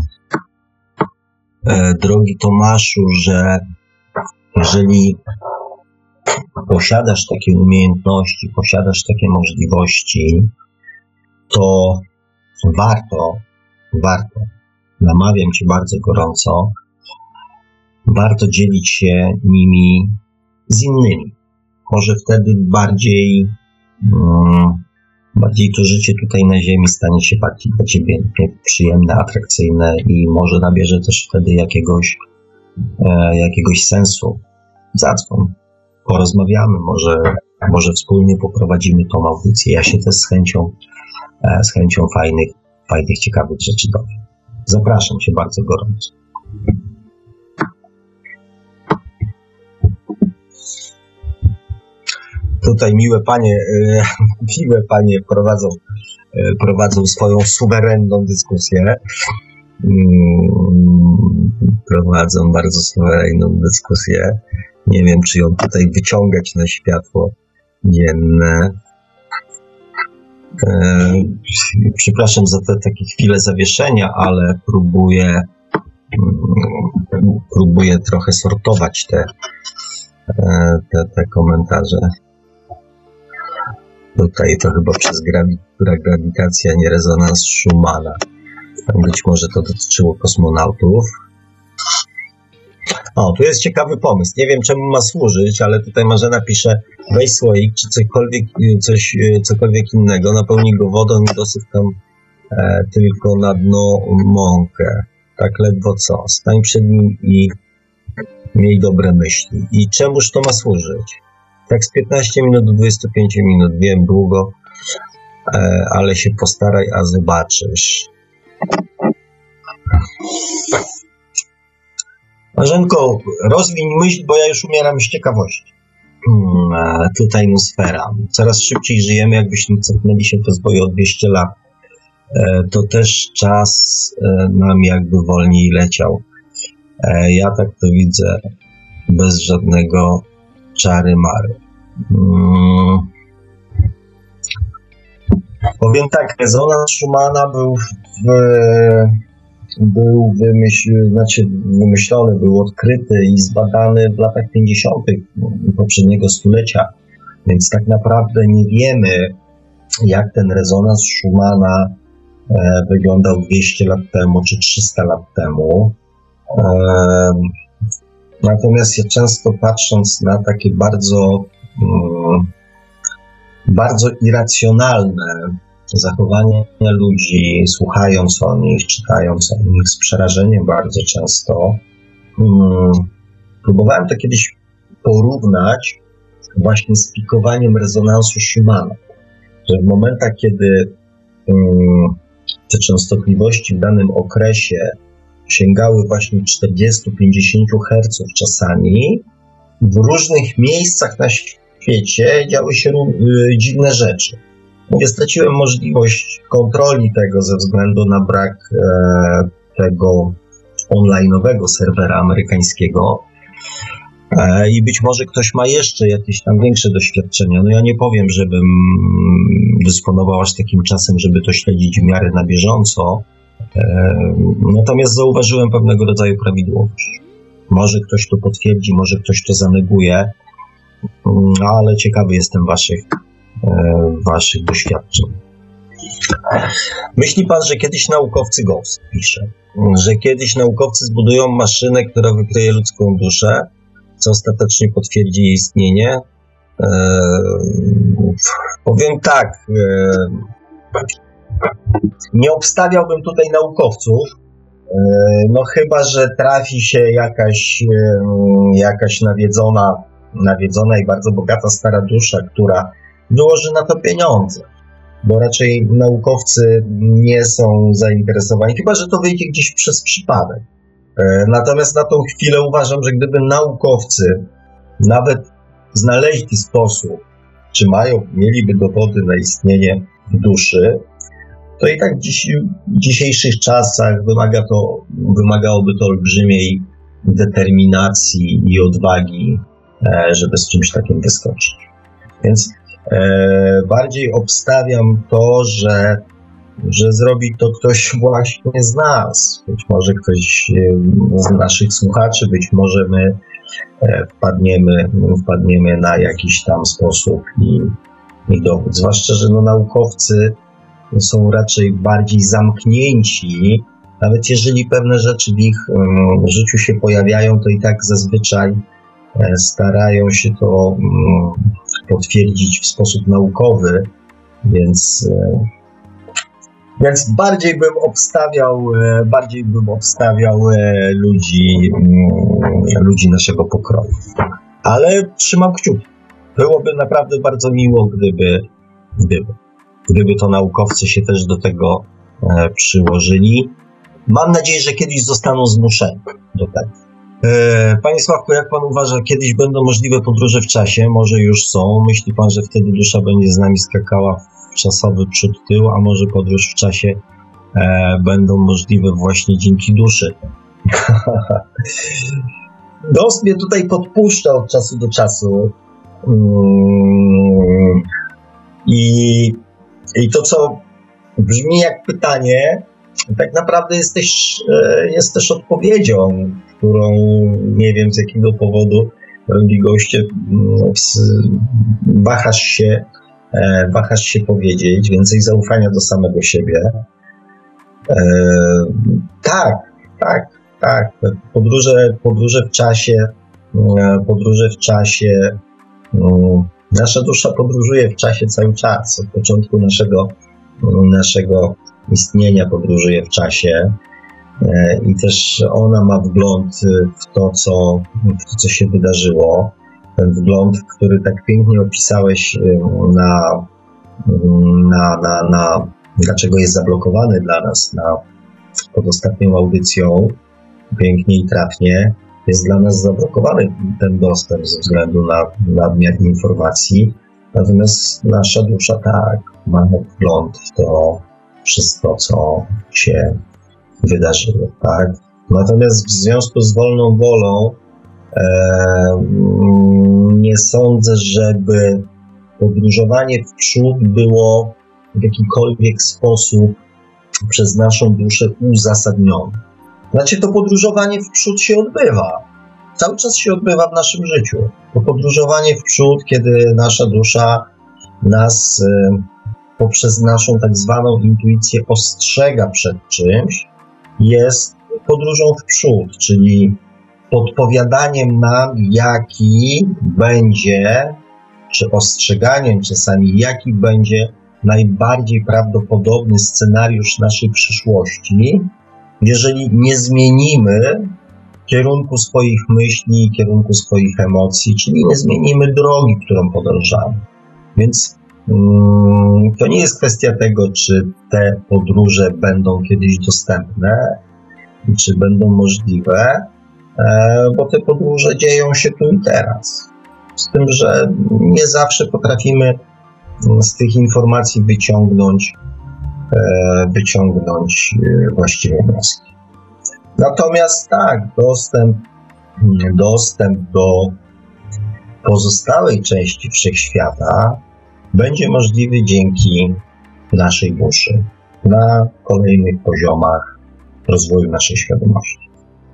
drogi Tomaszu, że jeżeli posiadasz takie umiejętności, posiadasz takie możliwości, to warto, warto, namawiam Cię bardzo gorąco, warto dzielić się nimi z innymi. Może wtedy bardziej, um, bardziej to życie tutaj na Ziemi stanie się bardziej dla Ciebie przyjemne, atrakcyjne i może nabierze też wtedy jakiegoś, e, jakiegoś sensu. Zadzwoń, porozmawiamy, może, może wspólnie poprowadzimy tą audycję. Ja się też z chęcią, e, z chęcią fajnych, fajnych, ciekawych rzeczy dowiem. Zapraszam Cię bardzo gorąco. tutaj miłe panie, e, miłe panie prowadzą, e, prowadzą swoją suwerenną dyskusję. Mm, prowadzą bardzo suwerenną dyskusję. Nie wiem, czy ją tutaj wyciągać na światło dzienne. E, przepraszam za te takie chwile zawieszenia, ale próbuję mm, próbuję trochę sortować te, te, te komentarze. Tutaj to chyba przez grawi- grawitację, a nie rezonans Schumana. Być może to dotyczyło kosmonautów. O, tu jest ciekawy pomysł. Nie wiem, czemu ma służyć, ale tutaj Marzena pisze: weź słoik, czy cokolwiek, coś, cokolwiek innego, napełnij go wodą i dosyp tam e, tylko na dno mąkę. Tak ledwo co. Stań przed nim i miej dobre myśli. I czemuż to ma służyć? Tak z piętnaście minut do dwudziestu pięciu minut. Wiem, długo, e, ale się postaraj, a zobaczysz. Marzenko, rozwiń myśl, bo ja już umieram z ciekawości. Hmm, tutaj nusfera. Coraz szybciej żyjemy, jakbyśmy cofnęli się w rozwoju o dwieście lat. E, to też czas e, nam jakby wolniej leciał. E, ja tak to widzę, bez żadnego czary mary. Hmm. Powiem tak, rezonans Schumana był w, był wymyśl, znaczy wymyślony, był odkryty i zbadany w latach pięćdziesiątych poprzedniego stulecia, więc tak naprawdę nie wiemy, jak ten rezonans Schumana e, wyglądał dwieście lat temu czy trzysta lat temu. E, natomiast ja często, patrząc na takie bardzo mm, bardzo irracjonalne zachowania ludzi, słuchając o nich, czytając o nich z przerażeniem bardzo często, hmm, próbowałem to kiedyś porównać właśnie z pikowaniem rezonansu Schumana, że w momentach, kiedy hmm, te częstotliwości w danym okresie sięgały właśnie czterdziestu do pięćdziesięciu herców czasami, w różnych miejscach na świecie działy się y, dziwne rzeczy. Mówię, straciłem możliwość kontroli tego ze względu na brak e, tego online'owego serwera amerykańskiego e, i być może ktoś ma jeszcze jakieś tam większe doświadczenia. No ja nie powiem, żebym dysponował aż takim czasem, żeby to śledzić w miarę na bieżąco, e, natomiast zauważyłem pewnego rodzaju prawidłowość. Może ktoś to potwierdzi, może ktoś to zaneguje, ale ciekawy jestem waszych, e, waszych doświadczeń. Myśli pan, że kiedyś naukowcy, Ghost pisze, że kiedyś naukowcy zbudują maszynę, która wykryje ludzką duszę, co ostatecznie potwierdzi jej istnienie? E, powiem tak, e, nie obstawiałbym tutaj naukowców, e, no chyba że trafi się jakaś, e, jakaś nawiedzona nawiedzona i bardzo bogata stara dusza, która wyłoży na to pieniądze, bo raczej naukowcy nie są zainteresowani, chyba że to wyjdzie gdzieś przez przypadek. Natomiast na tą chwilę uważam, że gdyby naukowcy nawet znaleźli sposób, czy mają, mieliby dowody na istnienie duszy, to i tak dziś, w dzisiejszych czasach wymaga to, wymagałoby to olbrzymiej determinacji i odwagi, żeby z czymś takim wyskoczyć. Więc e, bardziej obstawiam to, że, że zrobi to ktoś właśnie z nas. Być może ktoś z naszych słuchaczy, być może my e, wpadniemy, wpadniemy na jakiś tam sposób i, i dowód. Zwłaszcza, że no, naukowcy są raczej bardziej zamknięci. Nawet jeżeli pewne rzeczy w ich um, życiu się pojawiają, to i tak zazwyczaj starają się to potwierdzić w sposób naukowy, więc, więc bardziej bym obstawiał, bardziej bym obstawiał ludzi, ludzi naszego pokroju. Ale trzymam kciuki. Byłoby naprawdę bardzo miło, gdyby, gdyby, gdyby to naukowcy się też do tego przyłożyli. Mam nadzieję, że kiedyś zostaną zmuszeni do tego. Panie Sławku, jak pan uważa, kiedyś będą możliwe podróże w czasie? Może już są? Myśli pan, że wtedy dusza będzie z nami skakała w czasowy przód tył, a może podróż w czasie e, będą możliwe właśnie dzięki duszy? Dos mnie tutaj podpuszcza od czasu do czasu. Mm, i, I to, co brzmi jak pytanie, tak naprawdę jest też, jest też odpowiedzią, którą nie wiem z jakiego powodu, drogi goście, wahasz się, wahasz się powiedzieć, więcej zaufania do samego siebie. Tak, tak, tak. Podróże, podróże w czasie, podróże w czasie, nasza dusza podróżuje w czasie cały czas, od początku naszego, naszego istnienia podróżuje w czasie i też ona ma wgląd w to, co, w to, co się wydarzyło. Ten wgląd, który tak pięknie opisałeś na, na, na, na dlaczego jest zablokowany dla nas na, pod ostatnią audycją, pięknie i trafnie, jest dla nas zablokowany ten dostęp ze względu na nadmiar informacji. Natomiast nasza dusza tak, ma wgląd w to wszystko, co się wydarzyło, tak? Natomiast w związku z wolną wolą e, nie sądzę, żeby podróżowanie w przód było w jakikolwiek sposób przez naszą duszę uzasadnione. Znaczy, to podróżowanie w przód się odbywa. Cały czas się odbywa w naszym życiu. To podróżowanie w przód, kiedy nasza dusza nas e, poprzez naszą tak zwaną intuicję ostrzega przed czymś, jest podróżą w przód, czyli podpowiadaniem nam, jaki będzie, czy ostrzeganiem czasami, jaki będzie najbardziej prawdopodobny scenariusz naszej przyszłości, jeżeli nie zmienimy kierunku swoich myśli, kierunku swoich emocji, czyli nie zmienimy drogi, którą podążamy. Więc mm, to nie jest kwestia tego, czy te podróże będą kiedyś dostępne, czy będą możliwe, e, bo te podróże dzieją się tu i teraz. Z tym, że nie zawsze potrafimy z tych informacji wyciągnąć, e, wyciągnąć e, właściwe wnioski. Natomiast tak, dostęp, dostęp do pozostałej części wszechświata będzie możliwy dzięki naszej duszy na kolejnych poziomach rozwoju naszej świadomości.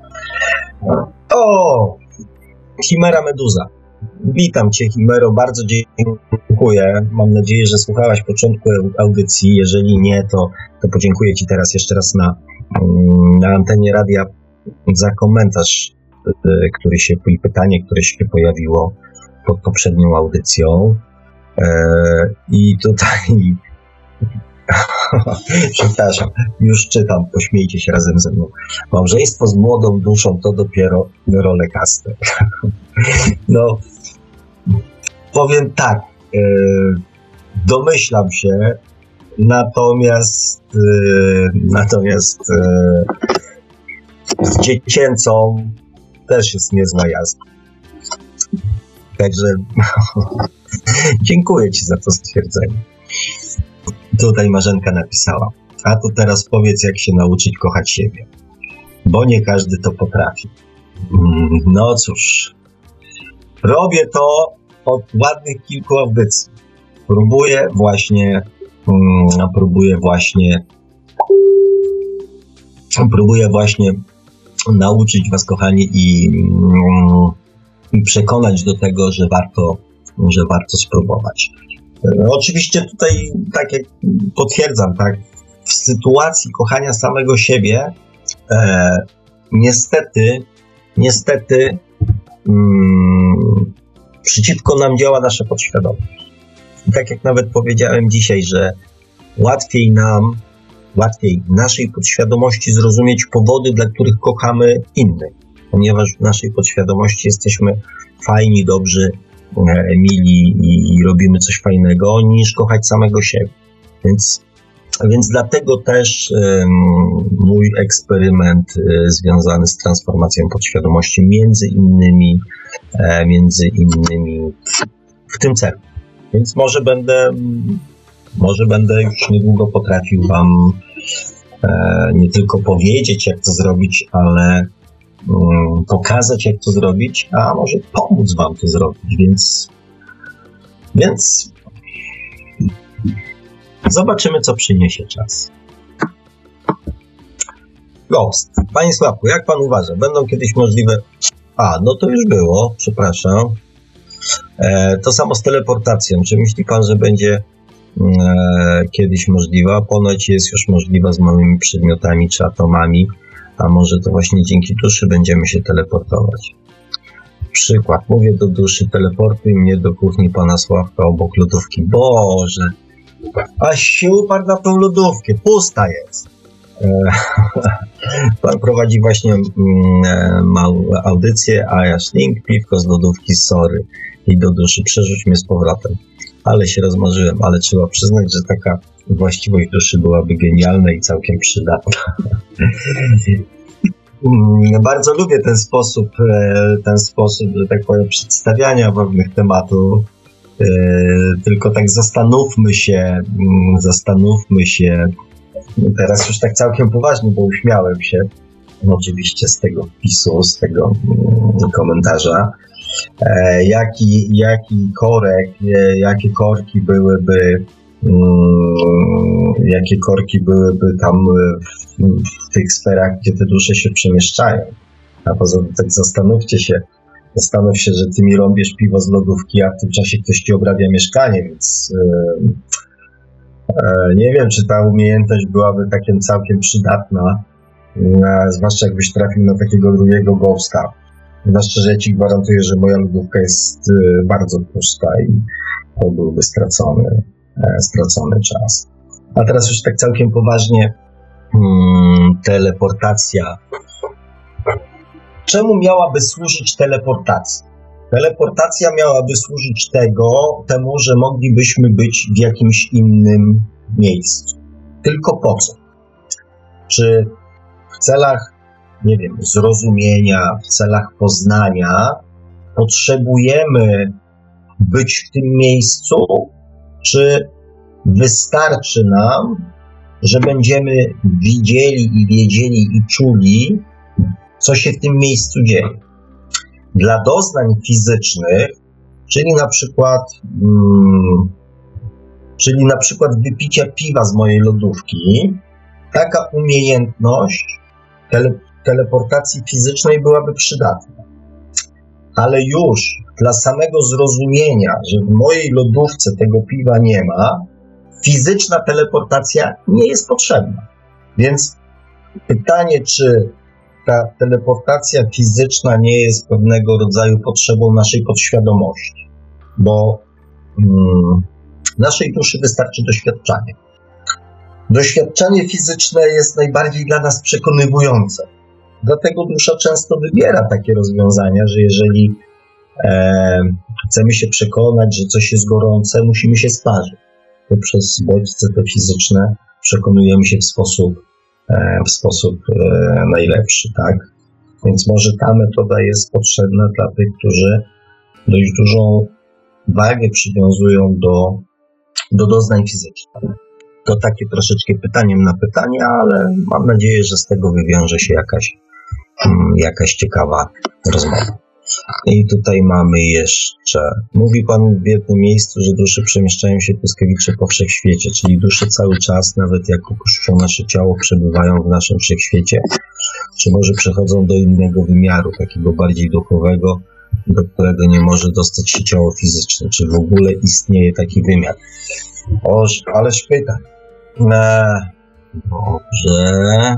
O! Chimera Meduza. Witam Cię, Chimero, bardzo dziękuję. Mam nadzieję, że słuchałaś początku audycji. Jeżeli nie, to, to podziękuję Ci teraz jeszcze raz na, na antenie radia za komentarz, który się, i pytanie, które się pojawiło pod poprzednią audycją. I tutaj przepraszam, już czytam, pośmiejcie się razem ze mną. Małżeństwo z młodą duszą to dopiero rollercoaster. No, powiem tak, yy, domyślam się, natomiast yy, natomiast yy, z dziecięcą też jest niezła jazda. Także dziękuję Ci za to stwierdzenie. Tutaj Marzenka napisała: a to teraz powiedz, jak się nauczyć kochać siebie, bo nie każdy to potrafi. No cóż, robię to od ładnych kilku audycji. Próbuję właśnie, um, próbuję właśnie, próbuję właśnie nauczyć Was, kochani, i, um, i przekonać do tego, że warto, że warto spróbować. No, oczywiście tutaj, tak jak potwierdzam, tak, w sytuacji kochania samego siebie, e, niestety, niestety mm, przeciwko nam działa nasza podświadomość. I tak jak nawet powiedziałem dzisiaj, że łatwiej nam, łatwiej naszej podświadomości zrozumieć powody, dla których kochamy innych, ponieważ w naszej podświadomości jesteśmy fajni, dobrzy, mili i, i robimy coś fajnego, niż kochać samego siebie. Więc Więc dlatego też um, mój eksperyment y, związany z transformacją podświadomości, między innymi, e, między innymi w tym celu. Więc może będę, może będę już niedługo potrafił Wam e, nie tylko powiedzieć, jak to zrobić, ale um, pokazać, jak to zrobić, a może pomóc Wam to zrobić. Więc, więc zobaczymy, co przyniesie czas. Ghost. Panie Sławku, jak Pan uważa? Będą kiedyś możliwe... A, no to już było, przepraszam. E, to samo z teleportacją. Czy myśli Pan, że będzie e, kiedyś możliwa? Ponoć jest już możliwa z małymi przedmiotami czy atomami, a może to właśnie dzięki duszy będziemy się teleportować. Przykład. Mówię do duszy, teleportuj mnie do kuchni Pana Sławka obok lodówki. Boże! A się uparł na tą lodówkę. Pusta jest. E, Pan prowadzi właśnie mm, audycję, a ja link, piwko z lodówki, sorry. I do duszy, przerzuć mnie z powrotem. Ale się rozmarzyłem, ale trzeba przyznać, że taka właściwość duszy byłaby genialna i całkiem przydatna. Bardzo lubię ten sposób, ten sposób, że tak powiem, przedstawiania pewnych tematów. Tylko tak zastanówmy się, zastanówmy się, teraz już tak całkiem poważnie, bo uśmiałem się oczywiście z tego wpisu, z tego komentarza. E, jaki, jaki korek, e, jakie korki byłyby, mm, jakie korki byłyby tam w, w tych sferach, gdzie te dusze się przemieszczają. A poza tym tak zastanówcie się, zastanów się, że ty mi robisz piwo z lodówki, a w tym czasie ktoś ci obrabia mieszkanie, więc e, e, nie wiem, czy ta umiejętność byłaby takim całkiem przydatna, e, zwłaszcza jakbyś trafił na takiego drugiego ghosta. Zwłaszcza, że ja ci gwarantuję, że moja lodówka jest y, bardzo pusta i to byłby stracony, e, stracony czas. A teraz już tak całkiem poważnie, hmm, teleportacja. Czemu miałaby służyć teleportacja? Teleportacja miałaby służyć tego, temu, że moglibyśmy być w jakimś innym miejscu. Tylko po co? Czy w celach, nie wiem, zrozumienia, w celach poznania potrzebujemy być w tym miejscu, czy wystarczy nam, że będziemy widzieli i wiedzieli i czuli, co się w tym miejscu dzieje. Dla doznań fizycznych, czyli na przykład, hmm, czyli na przykład wypicia piwa z mojej lodówki, taka umiejętność tele, teleportacji fizycznej byłaby przydatna. Ale już dla samego zrozumienia, że w mojej lodówce tego piwa nie ma, fizyczna teleportacja nie jest potrzebna. Więc pytanie, czy ta teleportacja fizyczna nie jest pewnego rodzaju potrzebą naszej podświadomości, bo mm, naszej duszy wystarczy doświadczanie. Doświadczenie fizyczne jest najbardziej dla nas przekonywujące. Dlatego dusza często wybiera takie rozwiązania, że jeżeli e, chcemy się przekonać, że coś jest gorące, musimy się sparzyć. Poprzez bodźce te fizyczne przekonujemy się w sposób, e, w sposób e, najlepszy, tak? Więc może ta metoda jest potrzebna dla tych, którzy dość dużą wagę przywiązują do, do doznań fizycznych. To takie troszeczkę pytaniem na pytanie, ale mam nadzieję, że z tego wywiąże się jakaś, jakaś ciekawa rozmowa. I tutaj mamy jeszcze, mówi Pan w jednym miejscu, że dusze przemieszczają się błyskawicznie po wszechświecie, czyli dusze cały czas, nawet jak opuszczą nasze ciało, przebywają w naszym wszechświecie, czy może przechodzą do innego wymiaru, takiego bardziej duchowego, do którego nie może dostać się ciało fizyczne, czy w ogóle istnieje taki wymiar? O, ależ pytań. Eee, dobrze.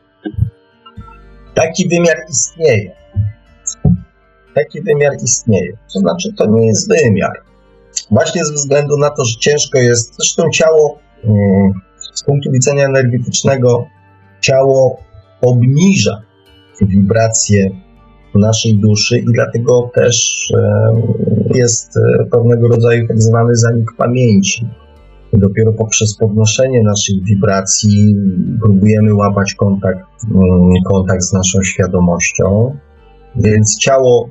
Taki wymiar istnieje. Taki wymiar istnieje. To znaczy, to nie jest wymiar. Właśnie ze względu na to, że ciężko jest, zresztą ciało hmm, z punktu widzenia energetycznego, ciało obniża wibracje naszej duszy i dlatego też e, jest pewnego rodzaju tak zwany zanik pamięci. Dopiero poprzez podnoszenie naszych wibracji próbujemy łapać kontakt, kontakt z naszą świadomością. Więc ciało,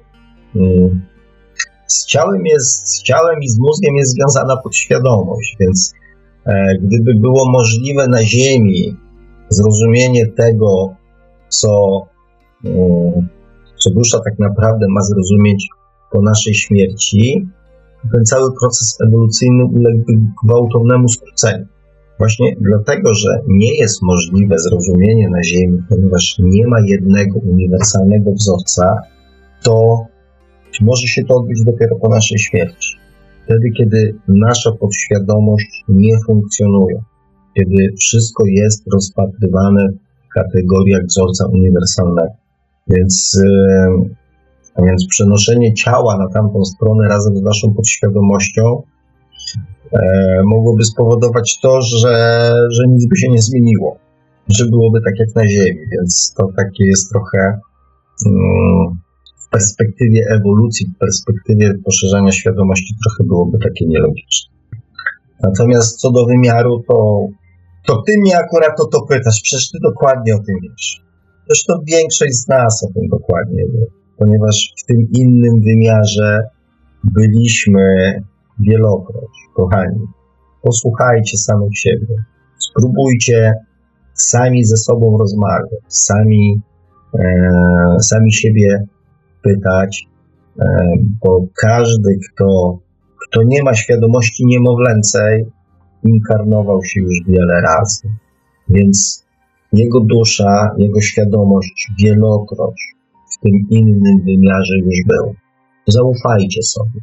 z ciałem jest, z ciałem i z mózgiem jest związana podświadomość, więc gdyby było możliwe na Ziemi zrozumienie tego, co, co dusza tak naprawdę ma zrozumieć po naszej śmierci, ten cały proces ewolucyjny uległby gwałtownemu skróceniu. Właśnie dlatego, że nie jest możliwe zrozumienie na Ziemi, ponieważ nie ma jednego uniwersalnego wzorca, to może się to odbyć dopiero po naszej śmierci. Wtedy, kiedy nasza podświadomość nie funkcjonuje, kiedy wszystko jest rozpatrywane w kategoriach wzorca uniwersalnego. Więc, yy, a więc przenoszenie ciała na tamtą stronę razem z naszą podświadomością yy, mogłoby spowodować to, że, że nic by się nie zmieniło, że byłoby tak jak na Ziemi, więc to takie jest trochę yy, w perspektywie ewolucji, w perspektywie poszerzania świadomości trochę byłoby takie nielogiczne. Natomiast co do wymiaru, to, to ty mnie akurat o to pytasz, przecież ty dokładnie o tym wiesz. Zresztą większość z nas o tym dokładnie wie, ponieważ w tym innym wymiarze byliśmy wielokroć, kochani. Posłuchajcie samych siebie, spróbujcie sami ze sobą rozmawiać, sami, e, sami siebie pytać, e, bo każdy, kto Kto nie ma świadomości niemowlęcej, inkarnował się już wiele razy. Więc jego dusza, jego świadomość wielokroć w tym innym wymiarze już był. Zaufajcie sobie.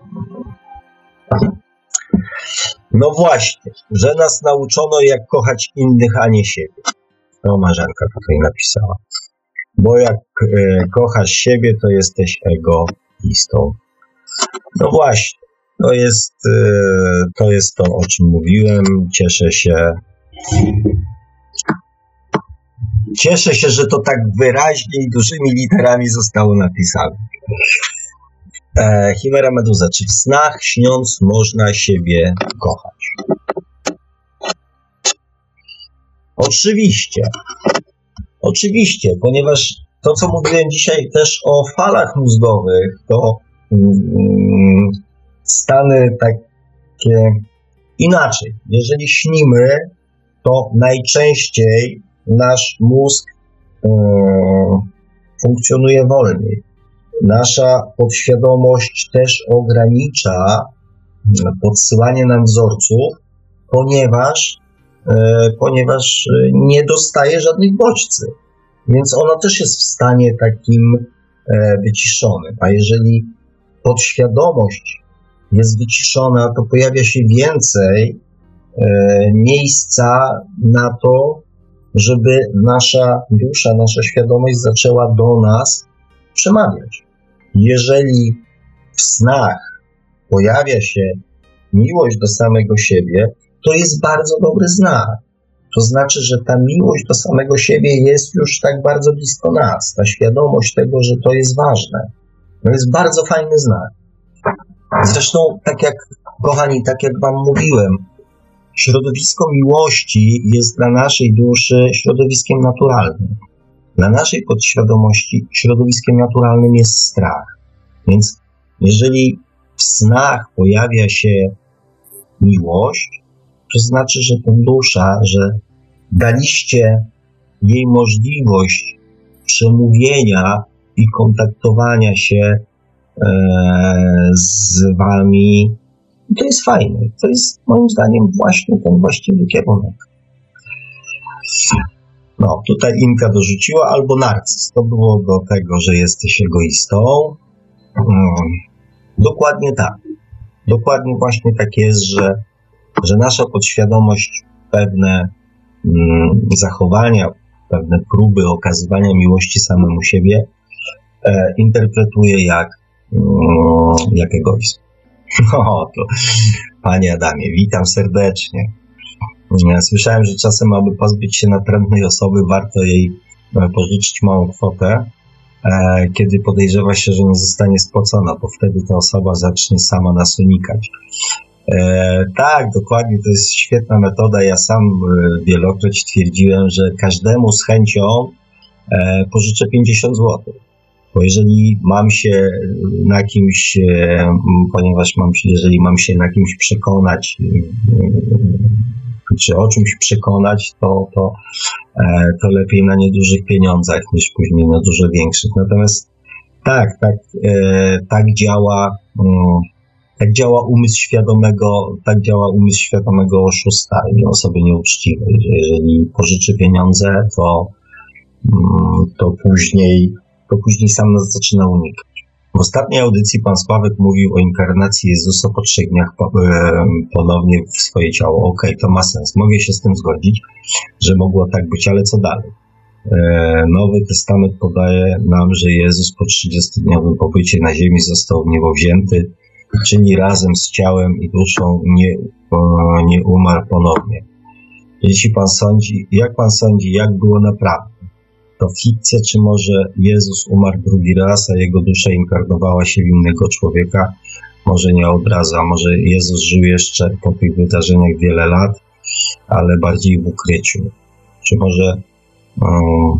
No właśnie, że nas nauczono, jak kochać innych, a nie siebie. To Marzenka tutaj napisała. Bo jak e, kochasz siebie, to jesteś egoistą. No właśnie. To jest, to jest to, o czym mówiłem. Cieszę się. Cieszę się, że to tak wyraźnie i dużymi literami zostało napisane. E, Chimera Meduza. Czy w snach śniąc można siebie kochać? Oczywiście. Oczywiście, ponieważ to, co mówiłem dzisiaj też o falach mózgowych, to mm, stany takie inaczej. Jeżeli śnimy, to najczęściej nasz mózg yy, funkcjonuje wolniej. Nasza podświadomość też ogranicza podsyłanie nam wzorców, ponieważ, yy, ponieważ nie dostaje żadnych bodźców. Więc ono też jest w stanie takim yy, wyciszonym. A jeżeli podświadomość jest wyciszona, to pojawia się więcej e, miejsca na to, żeby nasza dusza, nasza świadomość zaczęła do nas przemawiać. Jeżeli w snach pojawia się miłość do samego siebie, to jest bardzo dobry znak. To znaczy, że ta miłość do samego siebie jest już tak bardzo blisko nas. Ta świadomość tego, że to jest ważne. To jest bardzo fajny znak. Zresztą, tak jak, kochani, tak jak wam mówiłem, środowisko miłości jest dla naszej duszy środowiskiem naturalnym. Dla naszej podświadomości środowiskiem naturalnym jest strach. Więc jeżeli w snach pojawia się miłość, to znaczy, że ta dusza, że daliście jej możliwość przemówienia i kontaktowania się z wami. I to jest fajne. To jest moim zdaniem właśnie ten właściwy kierunek. No, tutaj Inka dorzuciła, albo narcyz. To było do tego, że jesteś egoistą. Hmm. Dokładnie tak. Dokładnie właśnie tak jest, że, że nasza podświadomość pewne mm, zachowania, pewne próby okazywania miłości samemu siebie e, interpretuje jak jak egoizm. No to, panie Adamie, witam serdecznie. Słyszałem, że czasem, aby pozbyć się natrętnej osoby, warto jej pożyczyć małą kwotę, kiedy podejrzewa się, że nie zostanie spłacona, bo wtedy ta osoba zacznie sama nas unikać. E, tak, dokładnie, to jest świetna metoda. Ja sam e, wielokroć twierdziłem, że każdemu z chęcią e, pożyczę pięćdziesiąt złotych. Bo jeżeli mam się na kimś, e, ponieważ mam się, jeżeli mam się na kimś przekonać, e, czy o czymś przekonać, to, to, e, to lepiej na niedużych pieniądzach niż później na dużo większych. Natomiast tak, tak, e, tak działa. Mm, Tak działa umysł świadomego, tak działa umysł świadomego oszusta i osoby nieuczciwej, że jeżeli pożyczy pieniądze, to, to później, to później sam nas zaczyna unikać. W ostatniej audycji pan Sławek mówił o inkarnacji Jezusa po trzech dniach ponownie w swoje ciało. Okej, okay, to ma sens. Mogę się z tym zgodzić, że mogło tak być, ale co dalej? Nowy Testament podaje nam, że Jezus po trzydziestodniowym pobycie na ziemi został w niebo wzięty, czyli razem z ciałem i duszą nie, nie umarł ponownie. Jeśli pan sądzi, jak pan sądzi, jak było naprawdę? To fikcja, czy może Jezus umarł drugi raz, a jego dusza inkarnowała się w innego człowieka? Może nie od razu, a może Jezus żył jeszcze po tych wydarzeniach wiele lat, ale bardziej w ukryciu? Czy może... Um,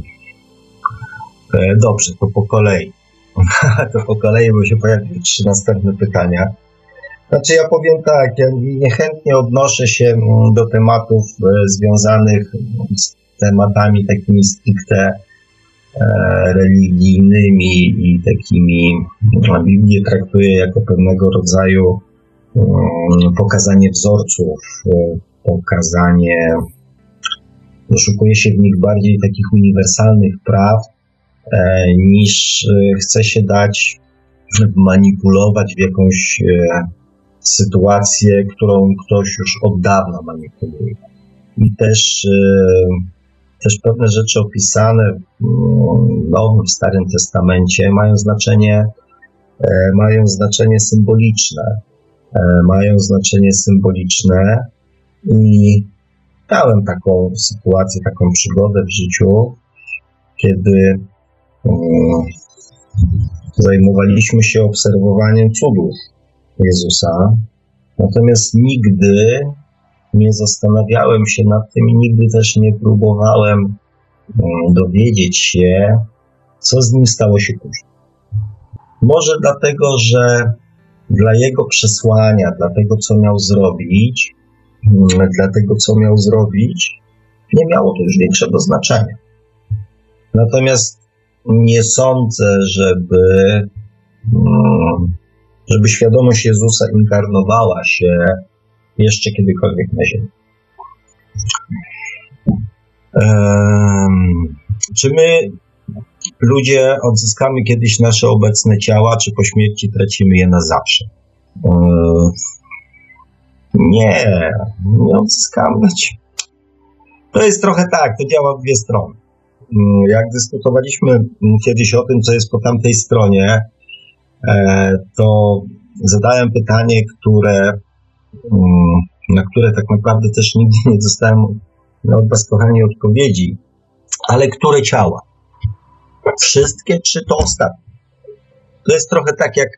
e, dobrze, to po kolei. To po kolei, bo się pojawiły trzy następne pytania. Znaczy ja powiem tak, ja niechętnie odnoszę się do tematów e, związanych z tematami takimi stricte e, religijnymi i takimi, no, Biblię traktuję jako pewnego rodzaju e, pokazanie wzorców, e, pokazanie, doszukuje się w nich bardziej takich uniwersalnych praw, niż chce się dać manipulować w jakąś sytuację, którą ktoś już od dawna manipuluje. I też, też pewne rzeczy opisane w Nowym, w Starym Testamencie mają znaczenie, mają znaczenie symboliczne. Mają znaczenie symboliczne i miałem taką sytuację, taką przygodę w życiu, kiedy zajmowaliśmy się obserwowaniem cudów Jezusa, natomiast nigdy nie zastanawiałem się nad tym i nigdy też nie próbowałem dowiedzieć się, co z nim stało się później. Może dlatego, że dla jego przesłania, dla tego, co miał zrobić, dla tego, co miał zrobić, nie miało to już większego znaczenia. Natomiast nie sądzę, żeby, żeby świadomość Jezusa inkarnowała się jeszcze kiedykolwiek na ziemi. Um, czy my, ludzie, odzyskamy kiedyś nasze obecne ciała, czy po śmierci tracimy je na zawsze? Um, nie, nie odzyskamy. To jest trochę tak, to działa w dwie strony. Jak dyskutowaliśmy kiedyś o tym, co jest po tamtej stronie, to zadałem pytanie, które, na które tak naprawdę też nigdy nie dostałem od was, kochani, odpowiedzi. Ale które ciała? Wszystkie czy to ostatnie? To jest trochę tak jak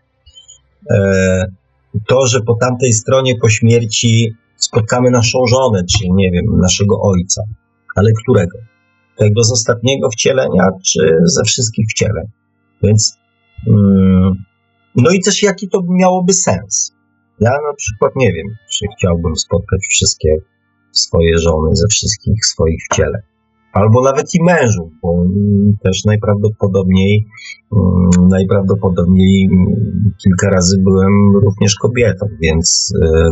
to, że po tamtej stronie, po śmierci spotkamy naszą żonę, czyli nie wiem, naszego ojca. Ale którego? Tego z ostatniego wcielenia, czy ze wszystkich wcieleń? Więc, mm, no i też jaki to miałoby sens? Ja na przykład nie wiem, czy chciałbym spotkać wszystkie swoje żony ze wszystkich swoich wcieleń. Albo nawet i mężów, bo mm, też najprawdopodobniej, mm, najprawdopodobniej mm, kilka razy byłem również kobietą, więc yy,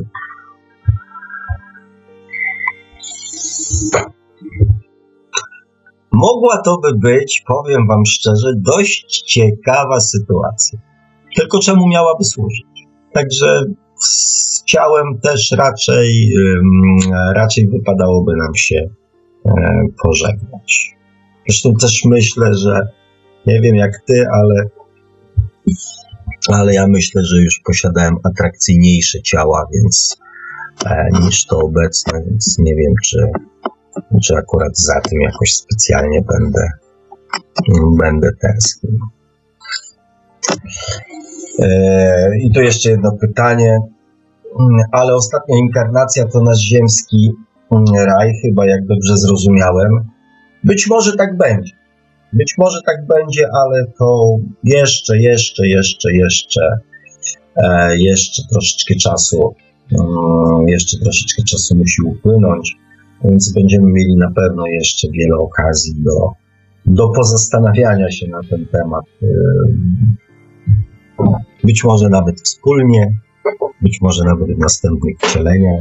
mogła to by być, powiem wam szczerze, dość ciekawa sytuacja. Tylko czemu miałaby służyć? Także z ciałem też raczej, raczej wypadałoby nam się pożegnać. Zresztą też myślę, że nie wiem jak ty, ale, ale ja myślę, że już posiadałem atrakcyjniejsze ciała, więc niż to obecne, więc nie wiem, czy czy akurat za tym jakoś specjalnie będę, będę tęsknił. E, I tu jeszcze jedno pytanie. ale ostatnia inkarnacja to nasz ziemski raj, chyba, jak dobrze zrozumiałem. Być może tak będzie. Być może tak będzie, ale to jeszcze, jeszcze, jeszcze, jeszcze, e, jeszcze troszeczkę czasu, um, jeszcze troszeczkę czasu musi upłynąć, więc będziemy mieli na pewno jeszcze wiele okazji do, do pozastanawiania się na ten temat. Być może nawet wspólnie, być może nawet w następnych wcieleniach.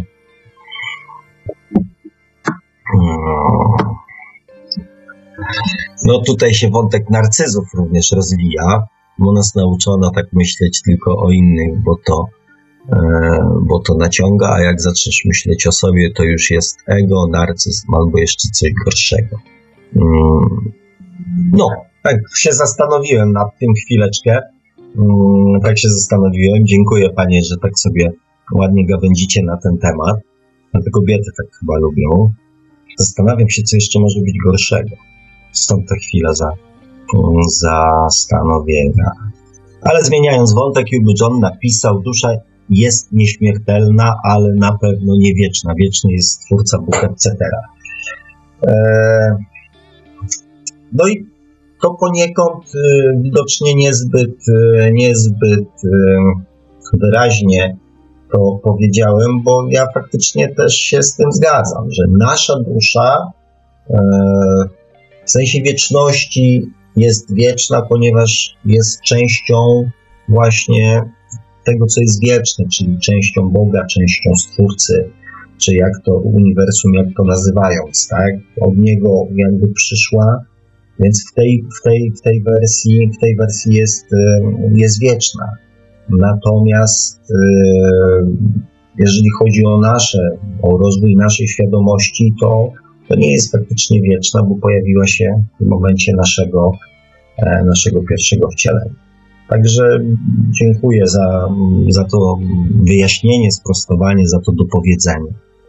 No tutaj się wątek narcyzów również rozwija, bo nas nauczono tak myśleć tylko o innych, bo to, e, bo to naciąga, a jak zaczniesz myśleć o sobie, to już jest ego, narcyzm albo jeszcze coś gorszego. Mm. No, tak się zastanowiłem nad tym chwileczkę. Mm, tak się zastanowiłem. Dziękuję panie, że tak sobie ładnie gawędzicie na ten temat. A te kobiety tak chyba lubią. Zastanawiam się, co jeszcze może być gorszego. Stąd ta chwila za, zastanowienia. Ale zmieniając wątek, Hugh John napisał: dusza jest nieśmiertelna, ale na pewno nie wieczna. Wieczny jest Stwórca, Bóg, et cetera. Eee, no i to poniekąd y, widocznie niezbyt, y, niezbyt y, wyraźnie to powiedziałem, bo ja faktycznie też się z tym zgadzam, że nasza dusza y, w sensie wieczności jest wieczna, ponieważ jest częścią właśnie tego, co jest wieczne, czyli częścią Boga, częścią Stwórcy, czy jak to uniwersum, jak to nazywając, tak? Od Niego jakby przyszła, więc w tej, w tej, w tej wersji, w tej wersji jest, jest wieczna. Natomiast jeżeli chodzi o nasze, o rozwój naszej świadomości, to to nie jest faktycznie wieczna, bo pojawiła się w momencie naszego, naszego pierwszego wcielenia. Także dziękuję za, za to wyjaśnienie, sprostowanie, za to dopowiedzenie.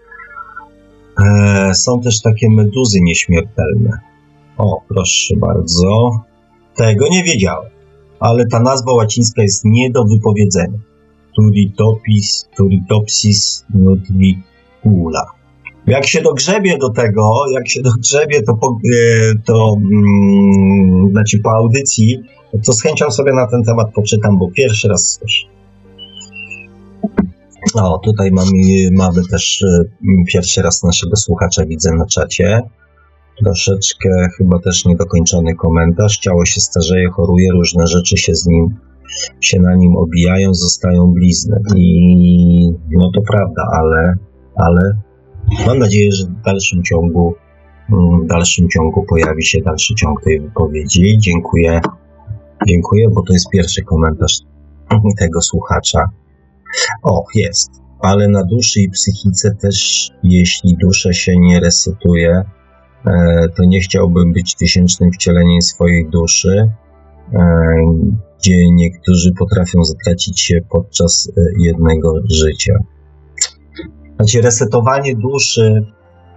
Są też takie meduzy nieśmiertelne. O, proszę bardzo. Tego nie wiedziałem, ale ta nazwa łacińska jest nie do wypowiedzenia. Turitopis, Turitopsis nudicula. Jak się dogrzebie do tego, jak się dogrzebie to, po, to mm, znaczy po audycji, to z chęcią sobie na ten temat poczytam, bo pierwszy raz słyszę. O, tutaj mamy, mamy też pierwszy raz naszego słuchacza, widzę na czacie. Troszeczkę chyba też niedokończony komentarz. Ciało się starzeje, choruje, różne rzeczy się z nim, się na nim obijają, zostają blizny. I no to prawda, ale, ale mam nadzieję, że w dalszym ciągu, w dalszym ciągu pojawi się dalszy ciąg tej wypowiedzi. Dziękuję, dziękuję, bo to jest pierwszy komentarz tego słuchacza. O, jest. Ale na duszy i psychice też, jeśli dusza się nie resetuje, to nie chciałbym być tysięcznym wcieleniem swojej duszy, gdzie niektórzy potrafią zatracić się podczas jednego życia. Znaczy resetowanie duszy,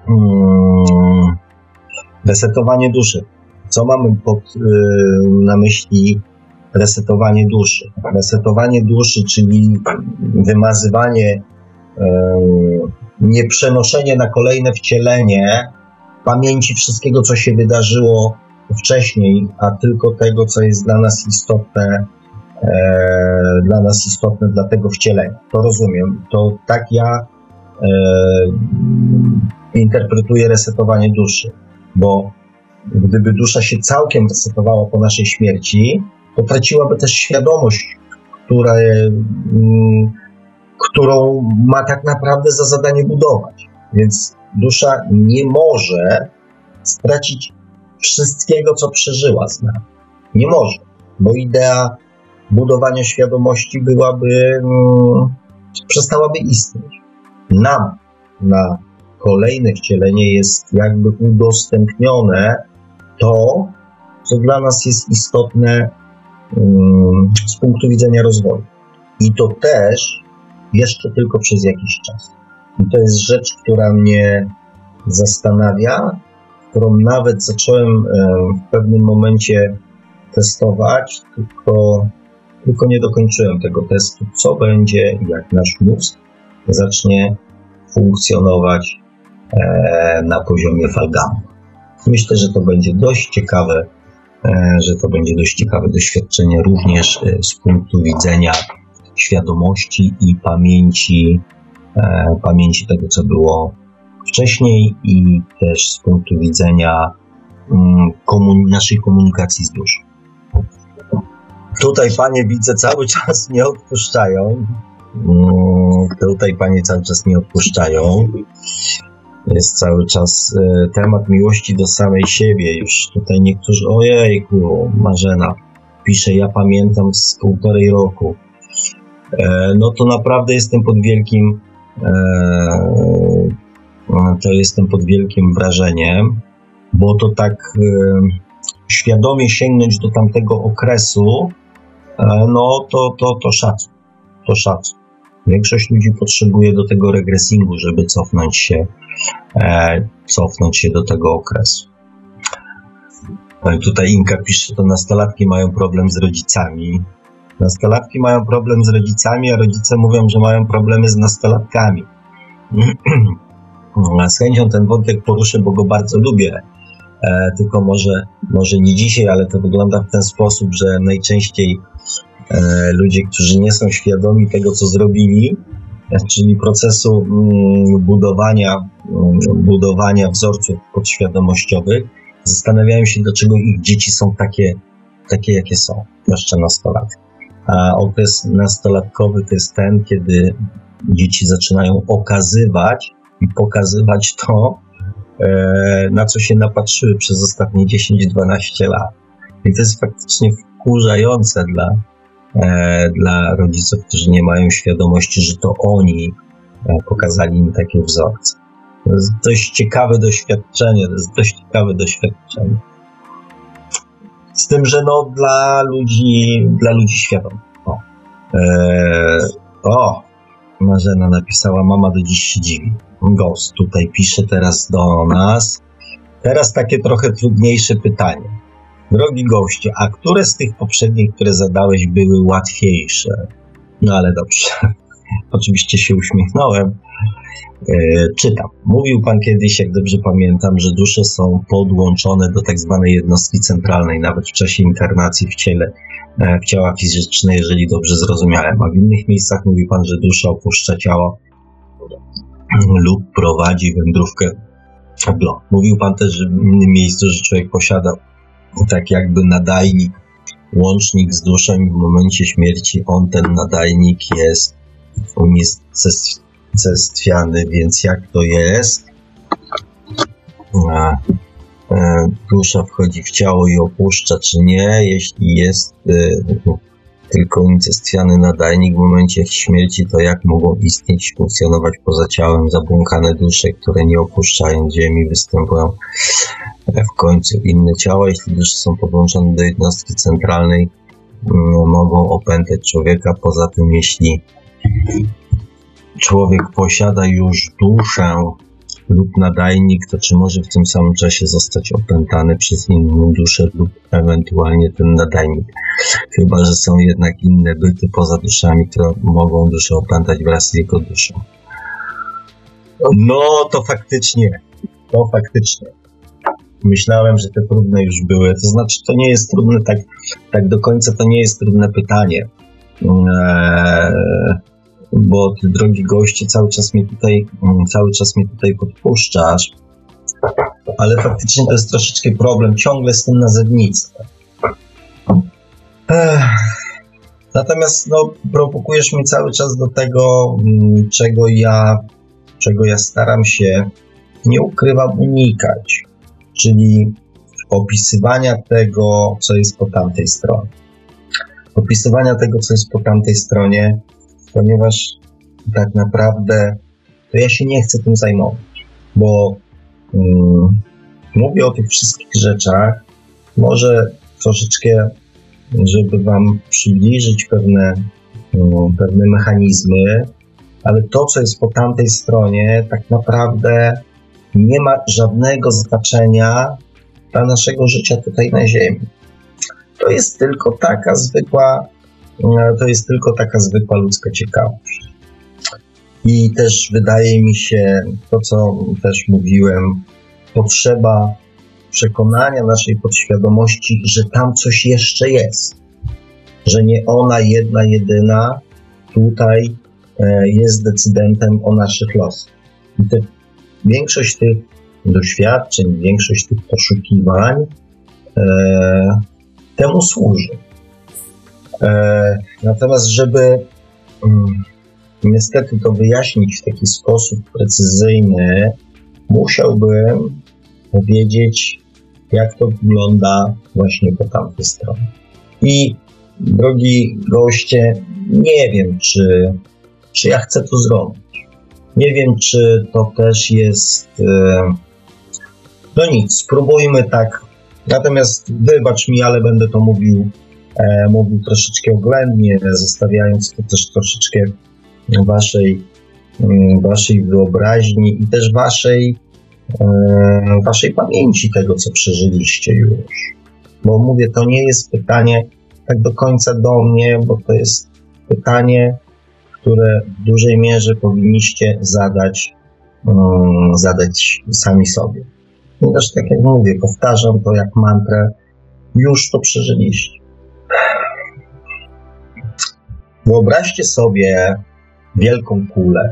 hmm, resetowanie duszy. Co mamy pod, yy, na myśli resetowanie duszy? Resetowanie duszy, czyli wymazywanie, yy, nieprzenoszenie na kolejne wcielenie pamięci wszystkiego, co się wydarzyło wcześniej, a tylko tego, co jest dla nas istotne, e, dla nas istotne dla tego wcielenia. To rozumiem. To tak ja e, interpretuję resetowanie duszy, bo gdyby dusza się całkiem resetowała po naszej śmierci, to traciłaby też świadomość, która, m, którą ma tak naprawdę za zadanie budować. Więc dusza nie może stracić wszystkiego, co przeżyła z nami. Nie może, bo idea budowania świadomości byłaby, hmm, przestałaby istnieć. Nam na kolejne wcielenie jest jakby udostępnione to, co dla nas jest istotne hmm, z punktu widzenia rozwoju. I to też jeszcze tylko przez jakiś czas. I to jest rzecz, która mnie zastanawia, którą nawet zacząłem w pewnym momencie testować, tylko, tylko nie dokończyłem tego testu, co będzie, jak nasz mózg zacznie funkcjonować e, na poziomie falgamu. Myślę, że to będzie dość ciekawe, e, że to będzie dość ciekawe doświadczenie również e, z punktu widzenia świadomości i pamięci, e, pamięci tego, co było wcześniej i też z punktu widzenia mm, komun- naszej komunikacji z duszą. Tutaj panie widzę cały czas nie odpuszczają. Mm, tutaj panie cały czas nie odpuszczają. Jest cały czas e, temat miłości do samej siebie. Już tutaj niektórzy, ojejku, Marzena pisze, ja pamiętam z półtorej roku. E, no to naprawdę jestem pod wielkim e, to jestem pod wielkim wrażeniem, bo to tak e, świadomie sięgnąć do tamtego okresu, e, no to, to, to szacun, to szacun. Większość ludzi potrzebuje do tego regresingu, żeby cofnąć się, e, cofnąć się do tego okresu. E, tutaj Inka pisze, to nastolatki mają problem z rodzicami. Nastolatki mają problem z rodzicami, a rodzice mówią, że mają problemy z nastolatkami. Z chęcią ten wątek poruszę, bo go bardzo lubię. E, tylko może, może nie dzisiaj, ale to wygląda w ten sposób, że najczęściej e, ludzie, którzy nie są świadomi tego, co zrobili, e, czyli procesu mm, budowania, mm, budowania wzorców podświadomościowych, zastanawiają się, dlaczego ich dzieci są takie, takie jakie są, zwłaszcza nastolatki. A okres nastolatkowy to jest ten, kiedy dzieci zaczynają okazywać i pokazywać to, e, na co się napatrzyły przez ostatnie dziesięć dwanaście lat. I to jest faktycznie wkurzające dla, e, dla rodziców, którzy nie mają świadomości, że to oni e, pokazali im takie wzorce. To jest dość ciekawe doświadczenie, to jest dość ciekawe doświadczenie. Z tym, że no dla ludzi, dla ludzi świadomych. O, e, o, Marzena napisała, mama do dziś się dziwi. Ghost tutaj pisze teraz do nas. Teraz takie trochę trudniejsze pytanie. Drogi goście, a które z tych poprzednich, które zadałeś, były łatwiejsze? No ale dobrze. Oczywiście się uśmiechnąłem. E, czytam. Mówił pan kiedyś, jak dobrze pamiętam, że dusze są podłączone do tak zwanej jednostki centralnej, nawet w czasie inkarnacji w ciele, w ciała fizyczne, jeżeli dobrze zrozumiałem. A w innych miejscach mówi pan, że dusza opuszcza ciało lub prowadzi wędrówkę w blok. Mówił pan też, że w innym miejscu, że człowiek posiada tak jakby nadajnik, łącznik z duszą i w momencie śmierci on, ten nadajnik jest unicestwiany, więc jak to jest? A, e, dusza wchodzi w ciało i opuszcza, czy nie? Jeśli jest e, tylko unicestwiany nadajnik w momencie śmierci, to jak mogą istnieć, funkcjonować poza ciałem zabłąkane dusze, które nie opuszczają ziemi, występują w końcu inne ciała? Jeśli dusze są podłączone do jednostki centralnej, m, mogą opętać człowieka. Poza tym, jeśli człowiek posiada już duszę lub nadajnik, to czy może w tym samym czasie zostać opętany przez inną duszę lub ewentualnie ten nadajnik? Chyba że są jednak inne byty poza duszami, które mogą duszę opętać wraz z jego duszą. No to faktycznie, to faktycznie. Myślałem, że te trudne już były. To znaczy, to nie jest trudne tak, tak do końca, to nie jest trudne pytanie. Eee, bo ty, drogi goście, cały czas mnie tutaj, cały czas mnie tutaj podpuszczasz, ale faktycznie to jest troszeczkę problem ciągle z tym nazewnictwem. Ech. Natomiast no, prowokujesz mnie cały czas do tego, czego ja, czego ja staram się, nie ukrywam, unikać, czyli opisywania tego, co jest po tamtej stronie. Opisywania tego, co jest po tamtej stronie, ponieważ tak naprawdę to ja się nie chcę tym zajmować, bo um, mówię o tych wszystkich rzeczach, może troszeczkę, żeby wam przybliżyć pewne, um, pewne mechanizmy, ale to, co jest po tamtej stronie, tak naprawdę nie ma żadnego znaczenia dla naszego życia tutaj na Ziemi. To jest tylko taka zwykła To jest tylko taka zwykła ludzka ciekawość. I też wydaje mi się, to co też mówiłem, potrzeba przekonania naszej podświadomości, że tam coś jeszcze jest. Że nie ona jedna, jedyna tutaj e, jest decydentem o naszych losach. I te, większość tych doświadczeń, większość tych poszukiwań e, temu służy. E, natomiast, żeby mm, niestety to wyjaśnić w taki sposób precyzyjny, musiałbym powiedzieć, jak to wygląda właśnie po tamtej stronie. I drogi goście, nie wiem, czy, czy ja chcę to zrobić. Nie wiem, czy to też jest... No nic, spróbujmy tak. Natomiast wybacz mi, ale będę to mówił, e, mówił troszeczkę oględnie, zostawiając to też troszeczkę waszej, waszej wyobraźni i też waszej, e, waszej pamięci tego, co przeżyliście już. Bo mówię, to nie jest pytanie tak do końca do mnie, bo to jest pytanie, które w dużej mierze powinniście zadać, um, zadać sami sobie. Ponieważ tak jak mówię, powtarzam to jak mantrę, już to przeżyliście. Wyobraźcie sobie wielką kulę,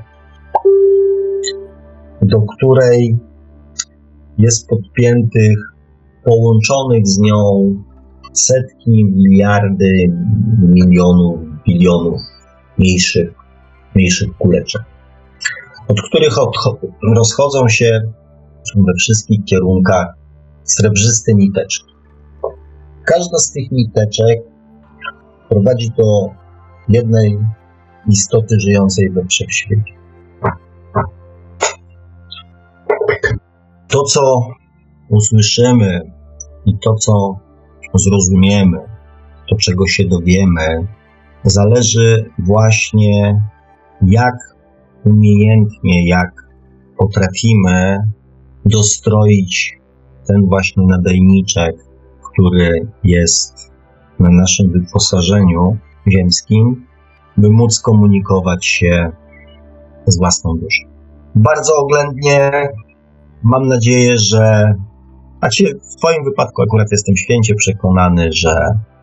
do której jest podpiętych, połączonych z nią setki, miliardy, milionów, bilionów mniejszych, mniejszych kuleczek, od których odcho- rozchodzą się we wszystkich kierunkach srebrzyste niteczki. Każda z tych niteczek prowadzi do jednej istoty żyjącej we wszechświecie. To, co usłyszymy i to, co zrozumiemy, to, czego się dowiemy, zależy właśnie, jak umiejętnie, jak potrafimy dostroić ten właśnie nadajniczek, który jest na naszym wyposażeniu ziemskim, by móc komunikować się z własną duszą. Bardzo oględnie mam nadzieję, że, a ci, w Twoim wypadku akurat jestem święcie przekonany, że,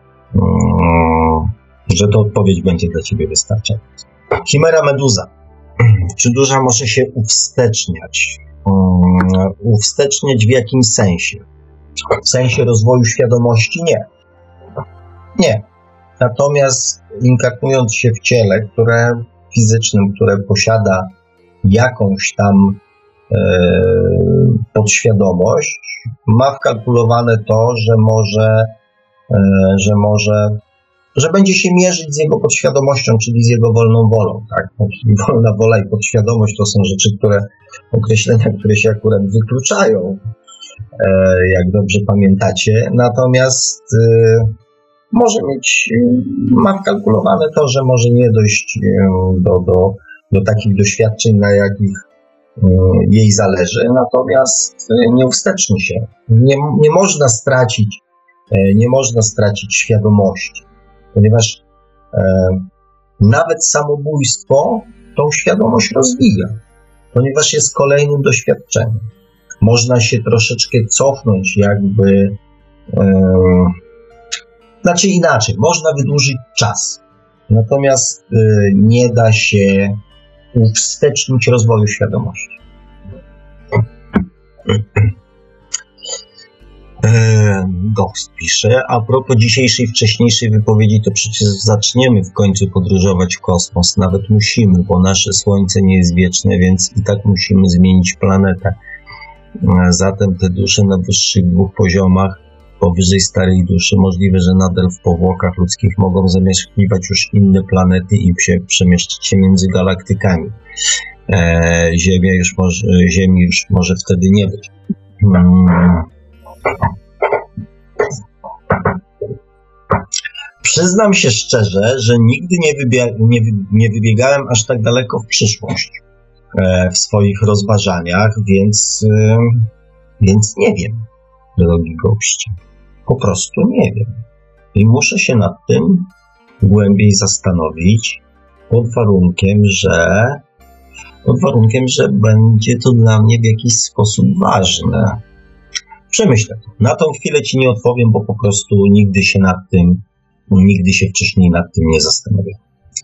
um, że to odpowiedź będzie dla Ciebie wystarczająca. Chimera meduza. Czy dusza może się uwsteczniać? Um, uwsteczniać w jakim sensie? W sensie rozwoju świadomości? Nie. Nie. Natomiast inkarnując się w ciele, które fizycznym, które posiada jakąś tam e, podświadomość, ma wkalkulowane to, że może, e, że może, że będzie się mierzyć z jego podświadomością, czyli z jego wolną wolą, tak? No, czyli wolna wola i podświadomość to są rzeczy, które, określenia, które się akurat wykluczają, e, jak dobrze pamiętacie. Natomiast e, może mieć, ma wkalkulowane to, że może nie dojść do, do, do takich doświadczeń, na jakich jej zależy, natomiast nie uwsteczni się. Nie, nie można stracić, nie można stracić świadomości, ponieważ e, nawet samobójstwo tą świadomość rozwija, ponieważ jest kolejnym doświadczeniem. Można się troszeczkę cofnąć, jakby e, Znaczy inaczej, można wydłużyć czas, natomiast y, nie da się uwstecznić rozwoju świadomości. E, Ghost pisze, a propos dzisiejszej, wcześniejszej wypowiedzi, to przecież zaczniemy w końcu podróżować w kosmos, nawet musimy, bo nasze Słońce nie jest wieczne, więc i tak musimy zmienić planetę. Zatem te dusze na wyższych dwóch poziomach powyżej starej duszy, możliwe, że nadal w powłokach ludzkich mogą zamieszkiwać już inne planety i się przemieszczać się między galaktykami. E, Ziemia już może, Ziemi już może wtedy nie być. Hmm. Przyznam się szczerze, że nigdy nie, wybie- nie, nie wybiegałem aż tak daleko w przyszłość e, w swoich rozważaniach, więc, e, więc nie wiem, drogi goście. Po prostu nie wiem. I muszę się nad tym głębiej zastanowić, pod warunkiem, że pod warunkiem, że będzie to dla mnie w jakiś sposób ważne. Przemyślę to. Na tą chwilę Ci nie odpowiem, bo po prostu nigdy się nad tym, nigdy się wcześniej nad tym nie zastanawiałem.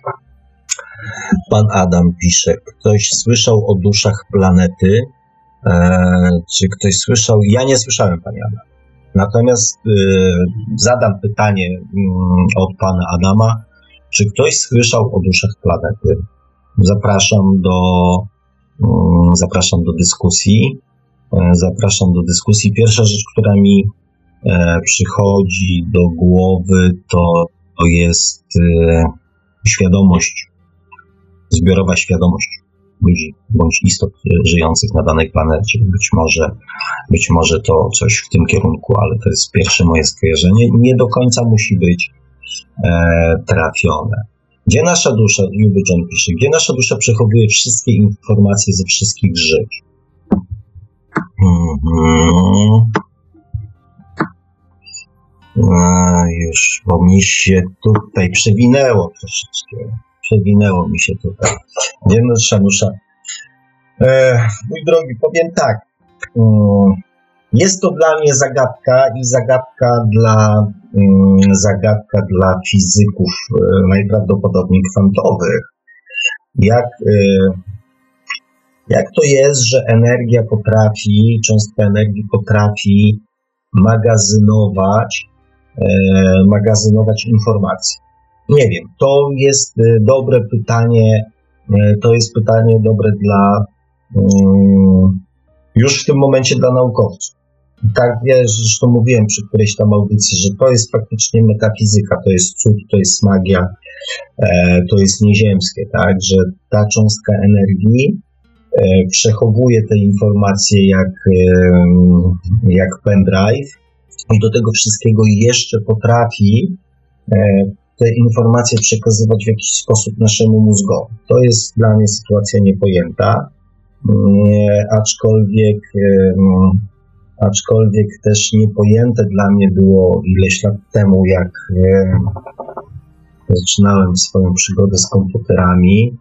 Pan Adam pisze, ktoś słyszał o duszach planety? Eee, czy ktoś słyszał? Ja nie słyszałem, Panie Adam. Natomiast e, zadam pytanie m, od Pana Adama, czy ktoś słyszał o duszach planety? Zapraszam do, m, zapraszam do dyskusji. E, zapraszam do dyskusji. Pierwsza rzecz, która mi e, przychodzi do głowy, to, to jest e, świadomość, zbiorowa świadomość ludzi bądź istot żyjących na danej planecie. Być może, być może to coś w tym kierunku, ale to jest pierwsze moje skojarzenie. Nie do końca musi być e, trafione. Gdzie nasza dusza, Juby John pisze, gdzie nasza dusza przechowuje wszystkie informacje ze wszystkich żyć? Mm-hmm. A, już, bo mi się tutaj przewinęło troszeczkę. Przewinęło mi się tutaj. Gdzie nasza dusza? E, mój drogi, powiem tak. Um, jest to dla mnie zagadka i zagadka dla um, zagadka dla fizyków e, najprawdopodobniej kwantowych. Jak, e, jak to jest, że energia potrafi, cząstka energii potrafi magazynować, e, magazynować informacje? Nie wiem, to jest dobre pytanie, to jest pytanie dobre dla, um, już w tym momencie dla naukowców. Tak, ja zresztą mówiłem przy którejś tam audycji, że to jest faktycznie metafizyka, to jest cud, to jest magia, e, to jest nieziemskie, tak, że ta cząstka energii e, przechowuje te informacje jak, e, jak pendrive i do tego wszystkiego jeszcze potrafi e, te informacje przekazywać w jakiś sposób naszemu mózgowi. To jest dla mnie sytuacja niepojęta, e, aczkolwiek, e, aczkolwiek też niepojęte dla mnie było ileś lat temu, jak e, zaczynałem swoją przygodę z komputerami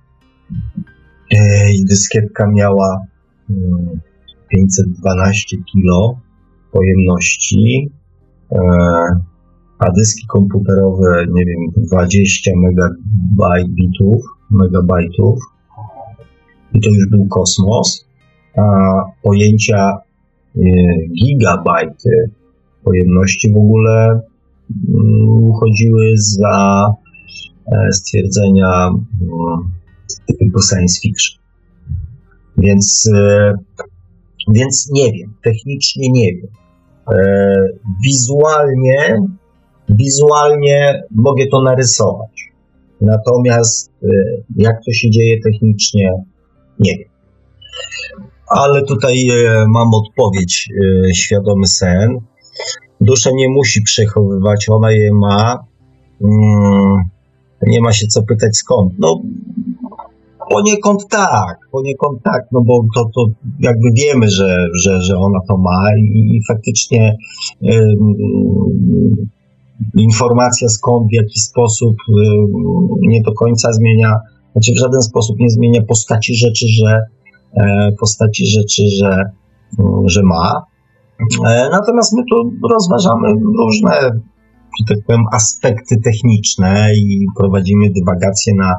e, i dyskietka miała e, pięćset dwanaście kilo pojemności, e, a dyski komputerowe, nie wiem, dwadzieścia megabitów, megabajtów i to już był kosmos, a pojęcia y, gigabajty pojemności w ogóle y, uchodziły za y, stwierdzenia y, typu science fiction. Więc, y, więc nie wiem, technicznie nie wiem. Y, wizualnie Wizualnie mogę to narysować, natomiast jak to się dzieje technicznie, nie wiem. Ale tutaj mam odpowiedź, świadomy sen. Dusza nie musi przechowywać, ona je ma. Nie ma się co pytać skąd. No poniekąd tak, poniekąd tak, no bo to, to jakby wiemy, że, że, że ona to ma i, i faktycznie yy, informacja skąd, w jaki sposób nie do końca zmienia, znaczy w żaden sposób nie zmienia postaci rzeczy, że postaci rzeczy, że, że ma. Natomiast my tu rozważamy różne, że tak powiem, aspekty techniczne i prowadzimy dywagacje na,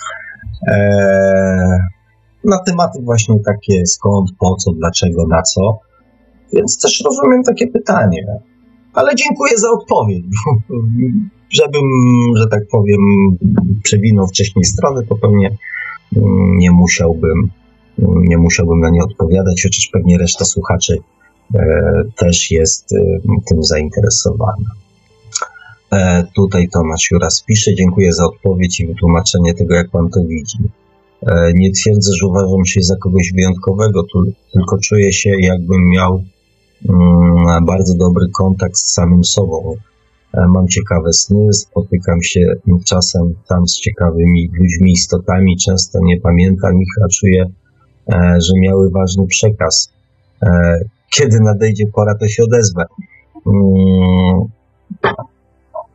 na tematy właśnie takie skąd, po co, dlaczego, na co. Więc też rozumiem takie pytanie. Ale dziękuję za odpowiedź. Żebym, że tak powiem, przewinął wcześniej strony, to pewnie nie musiałbym, nie musiałbym na nie odpowiadać, chociaż pewnie reszta słuchaczy e, też jest e, tym zainteresowana. E, tutaj Tomasz Juras pisze, dziękuję za odpowiedź i wytłumaczenie tego, jak pan to widzi. E, nie twierdzę, że uważam się za kogoś wyjątkowego, tu, tylko czuję się, jakbym miał bardzo dobry kontakt z samym sobą. Mam ciekawe sny, spotykam się czasem tam z ciekawymi ludźmi, istotami, często nie pamiętam ich, a czuję, że miały ważny przekaz. Kiedy nadejdzie pora, to się odezwę.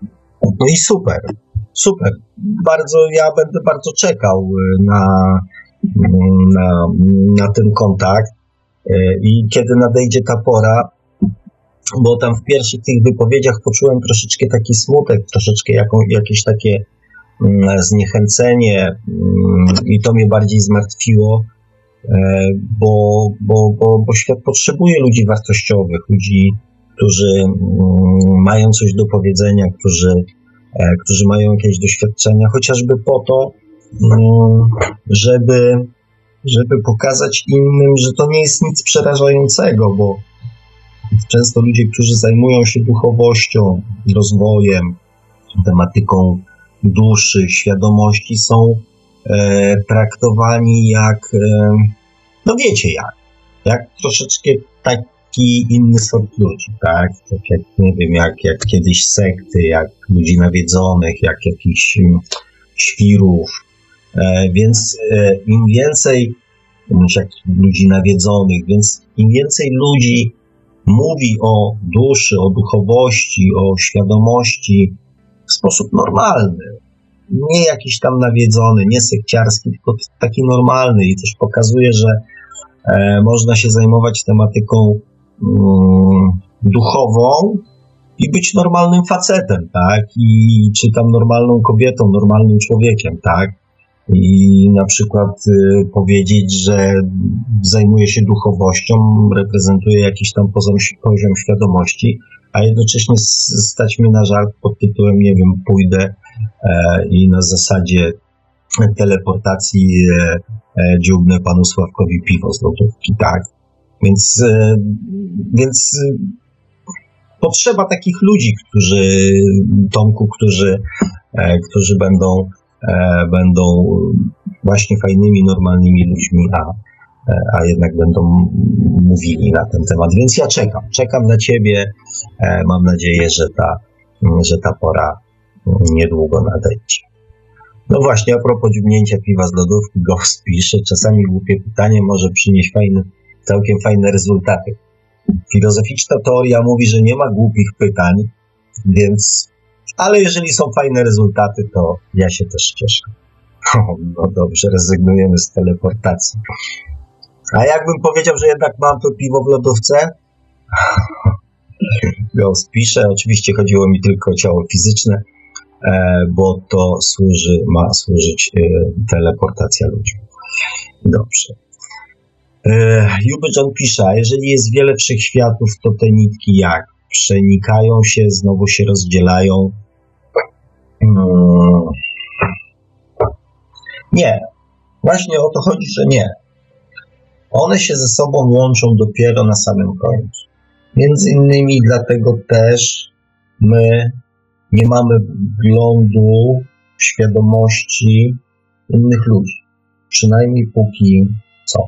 No i super, super. Bardzo, ja będę bardzo czekał na, na, na ten kontakt. I kiedy nadejdzie ta pora, bo tam w pierwszych tych wypowiedziach poczułem troszeczkę taki smutek, troszeczkę jaką, jakieś takie zniechęcenie i to mnie bardziej zmartwiło, bo, bo, bo, bo świat potrzebuje ludzi wartościowych, ludzi, którzy mają coś do powiedzenia, którzy, którzy mają jakieś doświadczenia, chociażby po to, żeby, żeby pokazać innym, że to nie jest nic przerażającego, bo często ludzie, którzy zajmują się duchowością, rozwojem, tematyką duszy, świadomości, są e, traktowani jak, e, no wiecie jak, jak troszeczkę taki inny sort ludzi, tak? Tak jak, nie wiem, jak, jak kiedyś sekty, jak ludzi nawiedzonych, jak jakichś świrów, e, więc e, im więcej jak ludzi nawiedzonych, więc im więcej ludzi mówi o duszy, o duchowości, o świadomości w sposób normalny, nie jakiś tam nawiedzony, nie sekciarski, tylko taki normalny i też pokazuje, że e, można się zajmować tematyką mm, duchową i być normalnym facetem, tak? I czy tam normalną kobietą, normalnym człowiekiem, tak? I na przykład y, powiedzieć, że zajmuje się duchowością, reprezentuje jakiś tam poziom, poziom świadomości, a jednocześnie stać mnie na żart pod tytułem, nie wiem, pójdę e, i na zasadzie teleportacji e, e, dziubnę panu Sławkowi piwo z lodówki, tak? Więc, e, więc e, potrzeba takich ludzi, którzy, Tomku, którzy, e, którzy będą E, będą właśnie fajnymi, normalnymi ludźmi, a, a jednak będą mówili na ten temat. Więc ja czekam, czekam na ciebie. E, mam nadzieję, że ta, że ta pora niedługo nadejdzie. No właśnie, a propos dziubnięcia piwa z lodówki, Ghost pisze, czasami głupie pytanie może przynieść fajne, całkiem fajne rezultaty. Filozoficzna teoria mówi, że nie ma głupich pytań, więc ale jeżeli są fajne rezultaty, to ja się też cieszę. O, no dobrze, rezygnujemy z teleportacji. A jakbym powiedział, że jednak mam to piwo w lodówce? Ja spiszę, oczywiście chodziło mi tylko o ciało fizyczne, bo to służy, ma służyć teleportacja ludzi. Dobrze. Juby John pisze, a jeżeli jest wiele wszechświatów, to te nitki jak? Przenikają się, znowu się rozdzielają. Hmm. Nie. Właśnie o to chodzi, że nie. One się ze sobą łączą dopiero na samym końcu. Między innymi dlatego też my nie mamy wglądu w świadomości innych ludzi. Przynajmniej póki co.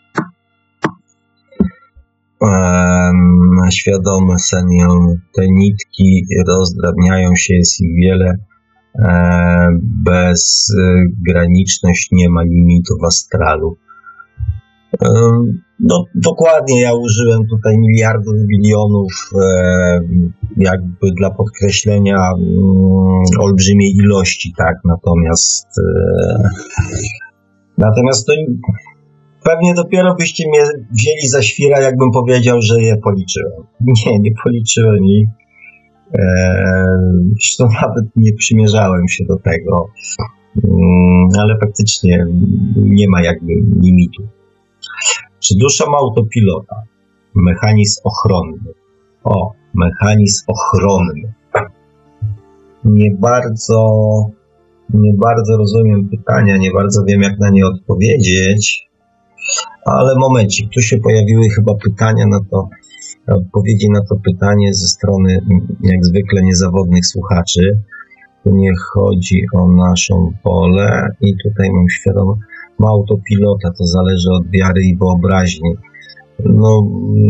Um, świadomy senior, te nitki rozdrabniają się, jest ich wiele. E, bezgraniczność, nie ma limitu w astralu. E, no dokładnie, ja użyłem tutaj miliardów, bilionów e, jakby dla podkreślenia mm, olbrzymiej ilości, tak, natomiast e, natomiast to pewnie dopiero byście mnie wzięli za świra, jakbym powiedział, że je policzyłem. Nie, nie policzyłem ich. Zresztą nawet nie przymierzałem się do tego. Ale faktycznie nie ma jakby limitu. Czy dusza ma autopilota? Mechanizm ochronny. O, mechanizm ochronny. Nie bardzo, nie bardzo rozumiem pytania, nie bardzo wiem, jak na nie odpowiedzieć. Ale momencik, tu się pojawiły chyba pytania na to, odpowiedzi na to pytanie ze strony jak zwykle niezawodnych słuchaczy. Tu nie chodzi o naszą wolę i tutaj mam świadomość, ma autopilota, to zależy od wiary i wyobraźni. No,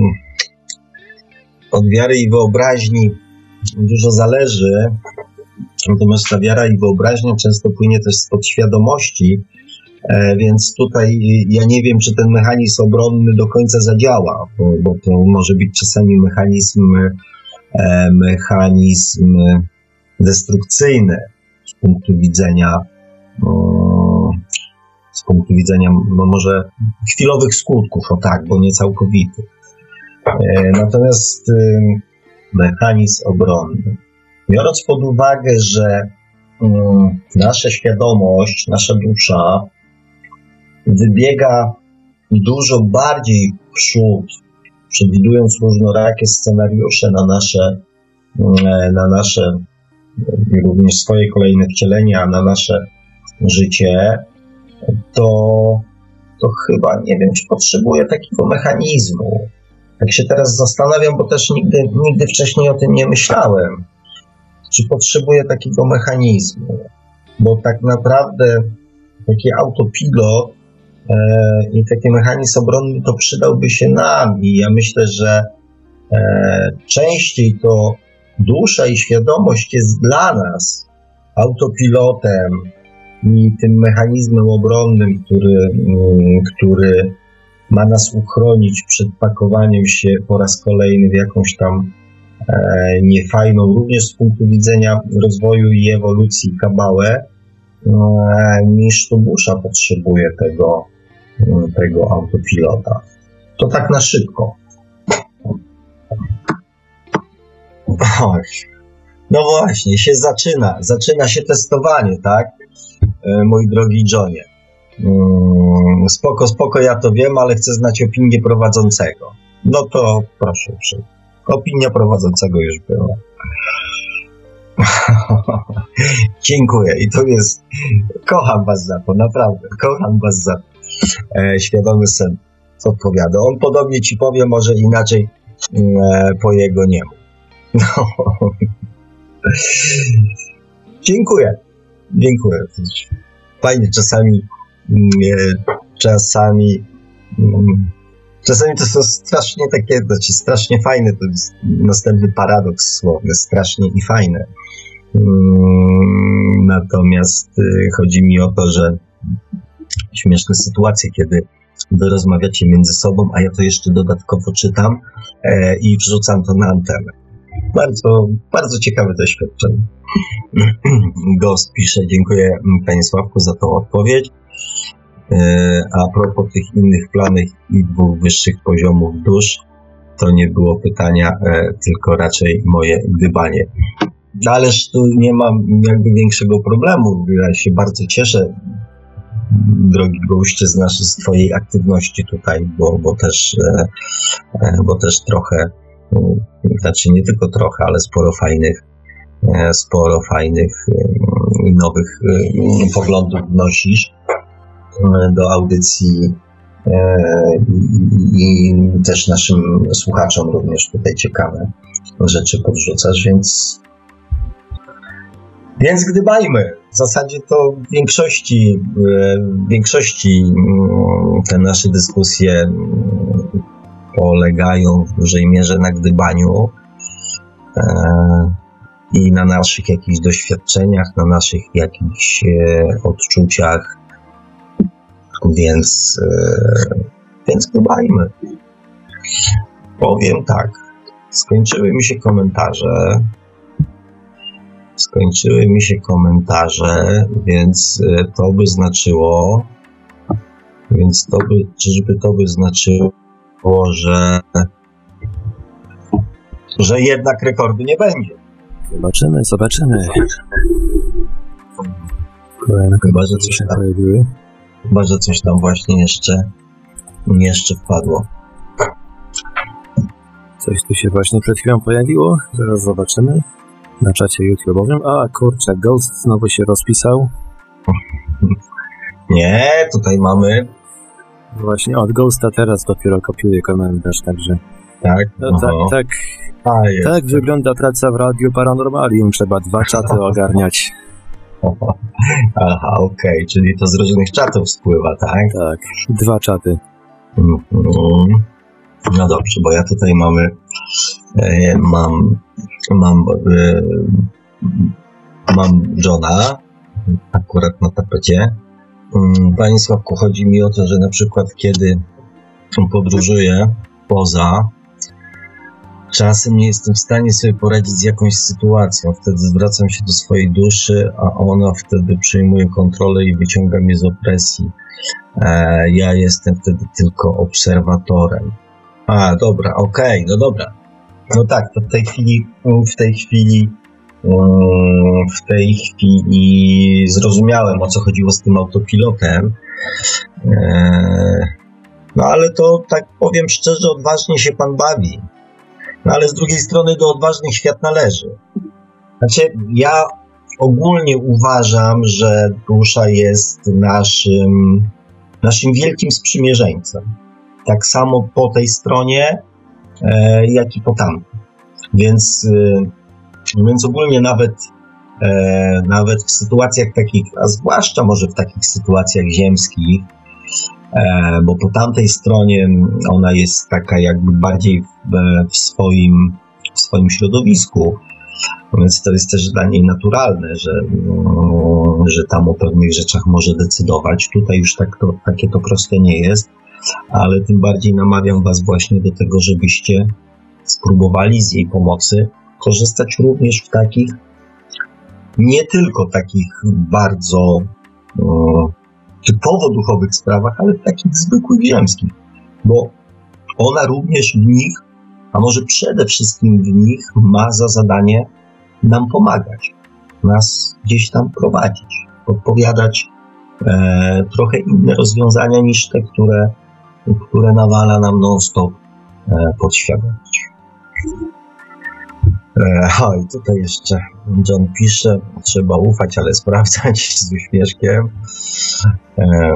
od wiary i wyobraźni dużo zależy, natomiast ta wiara i wyobraźnia często płynie też z podświadomości, więc tutaj ja nie wiem, czy ten mechanizm obronny do końca zadziała, bo, bo to może być czasami mechanizm, mechanizm destrukcyjny z punktu widzenia, z punktu widzenia no może chwilowych skutków, o tak, bo nie całkowitych. Natomiast mechanizm obronny, biorąc pod uwagę, że nasza świadomość, nasza dusza wybiega dużo bardziej w przód, przewidując różnorakie scenariusze na nasze, na nasze również swoje kolejne wcielenia, na nasze życie, to, to chyba nie wiem, czy potrzebuję takiego mechanizmu. Tak się teraz zastanawiam, bo też nigdy, nigdy wcześniej o tym nie myślałem. Czy potrzebuję takiego mechanizmu? Bo tak naprawdę taki autopilot e, i taki mechanizm obronny to przydałby się nam. I ja myślę, że e, częściej to dusza i świadomość jest dla nas autopilotem i tym mechanizmem obronnym, który, który ma nas uchronić przed pakowaniem się po raz kolejny w jakąś tam e, niefajną, również z punktu widzenia rozwoju i ewolucji kabałę, e, niż to dusza potrzebuje tego, tego autopilota. To tak na szybko. Oj. No właśnie, się zaczyna, zaczyna się testowanie, tak? E, mój drogi Johnie. Mm, spoko, spoko, ja to wiem, ale chcę znać opinię prowadzącego. No to proszę, proszę. Opinia prowadzącego już była. Dziękuję i to jest, kocham was za to, naprawdę, kocham was za to. E, świadomy sen odpowiada. On podobnie ci powie, może inaczej e, po jego niemu. No. Dziękuję. Dziękuję. Fajnie, czasami czasami czasami to są strasznie takie, znaczy strasznie fajne, to jest następny paradoks słowny, strasznie i fajne. Natomiast chodzi mi o to, że śmieszne sytuacje, kiedy wy rozmawiacie między sobą, a ja to jeszcze dodatkowo czytam e, i wrzucam to na antenę. Bardzo, bardzo ciekawe doświadczenie. Ghost pisze, dziękuję Panie Sławku za tą odpowiedź. E, a propos tych innych planych i dwóch wyższych poziomów dusz, to nie było pytania, e, tylko raczej moje gdybanie. Ależ tu nie mam jakby większego problemu. Ja się bardzo cieszę, drogi goście, z naszej, z twojej aktywności tutaj, bo, bo też, e, bo też trochę, znaczy nie tylko trochę, ale sporo fajnych, e, sporo fajnych e, nowych e, poglądów wnosisz e, do audycji e, i, i też naszym słuchaczom również tutaj ciekawe rzeczy podrzucasz, więc Więc gdybajmy. W zasadzie to w większości, w większości te nasze dyskusje polegają w dużej mierze na gdybaniu i na naszych jakichś doświadczeniach, na naszych jakichś odczuciach, więc, więc gdybajmy. Powiem tak, skończyły mi się komentarze. Skończyły mi się komentarze, więc to by znaczyło, więc to by, czyżby to by znaczyło, że, że jednak rekordu nie będzie. Zobaczymy, zobaczymy. Chyba, że coś tam, chyba, że coś tam właśnie jeszcze, jeszcze wpadło. Coś tu się właśnie przed chwilą pojawiło, zaraz zobaczymy. Na czacie YouTube'owym. A kurczę, Ghost znowu się rozpisał. Nie, tutaj mamy. Właśnie od Ghosta teraz dopiero kopiuję komentarz, także. Tak, no, tak, tak. A, tak wygląda praca w Radiu Paranormalium. Trzeba dwa czaty ogarniać. Aha, okej, okay. Czyli to z różnych czatów spływa, tak? Tak, dwa czaty. Mm-hmm. No dobrze, bo ja tutaj mamy, e, mam, mam, e, mam Johna, akurat na tapecie. Panie Sławku, chodzi mi o to, że na przykład kiedy podróżuję poza, czasem nie jestem w stanie sobie poradzić z jakąś sytuacją. Wtedy zwracam się do swojej duszy, a ona wtedy przejmuje kontrolę i wyciąga mnie z opresji. E, ja jestem wtedy tylko obserwatorem. A, dobra, okej, okay, no dobra. No tak, to w tej chwili, w tej chwili, w tej chwili zrozumiałem, o co chodziło z tym autopilotem. No ale to, tak powiem szczerze, odważnie się pan bawi. No ale z drugiej strony do odważnych świat należy. Znaczy, ja ogólnie uważam, że dusza jest naszym, naszym wielkim sprzymierzeńcem. Tak samo po tej stronie, e, jak i po tamtej. Więc, e, więc ogólnie nawet, e, nawet w sytuacjach takich, a zwłaszcza może w takich sytuacjach ziemskich, e, bo po tamtej stronie ona jest taka jakby bardziej w, w, swoim, w swoim środowisku, więc to jest też dla niej naturalne, że, że tam o pewnych rzeczach może decydować. Tutaj już tak to, takie to proste nie jest, ale tym bardziej namawiam was właśnie do tego, żebyście spróbowali z jej pomocy korzystać również w takich, nie tylko takich bardzo no, typowo duchowych sprawach, ale w takich zwykłych ziemskich, bo ona również w nich, a może przede wszystkim w nich ma za zadanie nam pomagać, nas gdzieś tam prowadzić, podpowiadać e, trochę inne rozwiązania niż te, które, które nawala nam non-stop e, podświadomość. E, o, i tutaj jeszcze John pisze, trzeba ufać, ale sprawdzać z uśmieszkiem. E,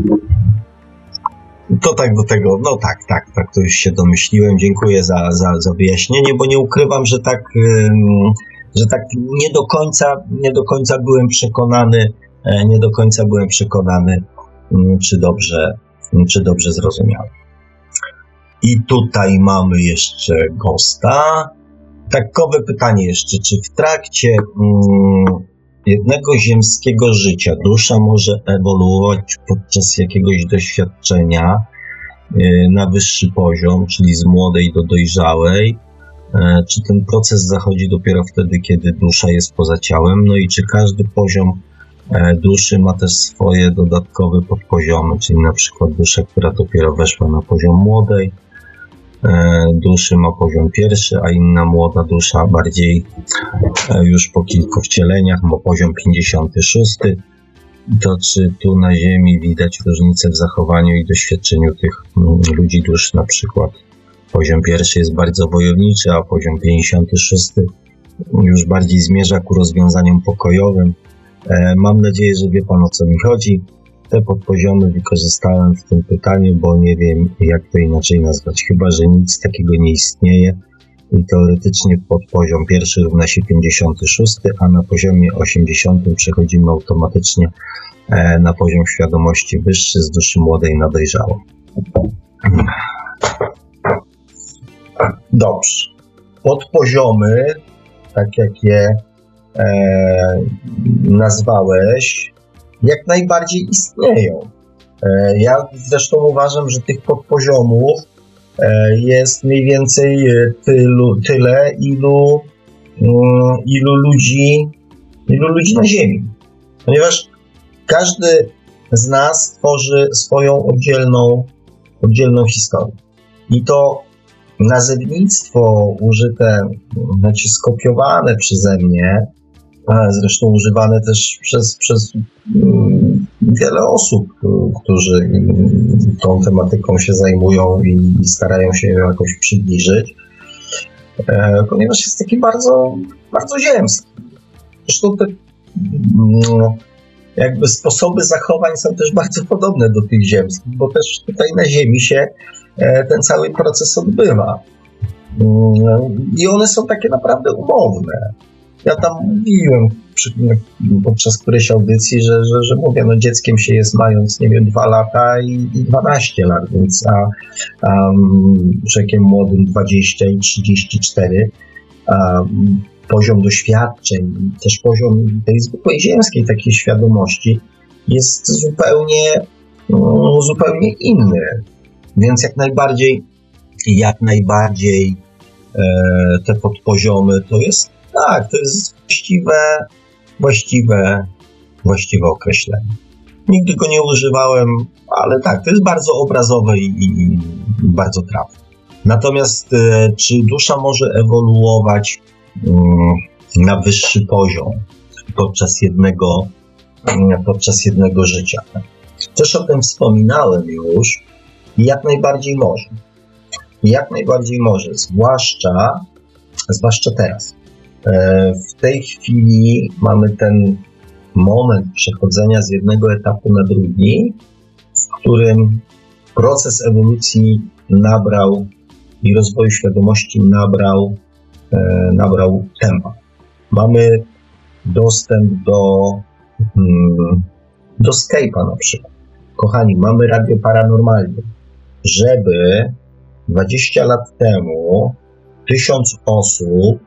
To tak do tego, no tak, tak, tak, to już się domyśliłem. Dziękuję za, za, za wyjaśnienie, bo nie ukrywam, że tak, że tak nie do końca, nie do końca byłem przekonany, nie do końca byłem przekonany, czy dobrze, czy dobrze zrozumiałem. I tutaj mamy jeszcze gosta. Takowe pytanie jeszcze, czy w trakcie mm, jednego ziemskiego życia dusza może ewoluować podczas jakiegoś doświadczenia y, na wyższy poziom, czyli z młodej do dojrzałej? Y, czy ten proces zachodzi dopiero wtedy, kiedy dusza jest poza ciałem? No i czy każdy poziom y, duszy ma też swoje dodatkowe podpoziomy, czyli na przykład dusza, która dopiero weszła na poziom młodej duszy ma poziom pierwszy, a inna młoda dusza bardziej już po kilku wcieleniach ma poziom pięćdziesiąty szósty. To czy tu na Ziemi widać różnicę w zachowaniu i doświadczeniu tych ludzi dusz? Na przykład poziom pierwszy jest bardzo wojowniczy, a poziom pięćdziesiąty szósty już bardziej zmierza ku rozwiązaniom pokojowym. Mam nadzieję, że wie pan, o co mi chodzi. Te podpoziomy wykorzystałem w tym pytaniu, bo nie wiem, jak to inaczej nazwać. Chyba że nic takiego nie istnieje i teoretycznie podpoziom pierwszy równa się pięćdziesiąty szósty, a na poziomie osiemdziesiątym przechodzimy automatycznie na poziom świadomości wyższy z duszy młodej na dojrzałą. Dobrze. Podpoziomy, tak jak je e, nazwałeś, jak najbardziej istnieją. Ja zresztą uważam, że tych podpoziomów jest mniej więcej tylu, tyle, ilu, ilu ludzi, ilu ludzi na Ziemi. Ponieważ każdy z nas tworzy swoją oddzielną, oddzielną historię. I to nazewnictwo użyte, znaczy skopiowane przeze mnie, zresztą używane też przez, przez wiele osób, którzy tą tematyką się zajmują i starają się ją jakoś przybliżyć, ponieważ jest taki bardzo, bardzo ziemski. Zresztą te jakby sposoby zachowań są też bardzo podobne do tych ziemskich, bo też tutaj na Ziemi się ten cały proces odbywa. I one są takie naprawdę umowne. Ja tam mówiłem przy, podczas którejś audycji, że, że, że mówię, no dzieckiem się jest mając, nie wiem, dwa lata i, i dwanaście lat, więc a, a człowiekiem młodym dwadzieścia i trzydzieści cztery. A, poziom doświadczeń, też poziom tej zwykłej ziemskiej takiej świadomości jest zupełnie, no, zupełnie inny. Więc jak najbardziej, jak najbardziej e, te podpoziomy to jest tak, to jest właściwe, właściwe, właściwe określenie. Nigdy go nie używałem, ale tak, to jest bardzo obrazowe i, i bardzo trafne. Natomiast e, czy dusza może ewoluować um, na wyższy poziom podczas jednego, um, podczas jednego życia? Też o tym wspominałem już i jak najbardziej może. I jak najbardziej może, zwłaszcza, zwłaszcza teraz. E, w tej chwili mamy ten moment przechodzenia z jednego etapu na drugi, w którym proces ewolucji nabrał i rozwoju świadomości nabrał, e, nabrał tempa. Mamy dostęp do, hmm, do Skype'a na przykład. Kochani, mamy radio paranormalne. Żeby dwadzieścia lat temu tysiąc osób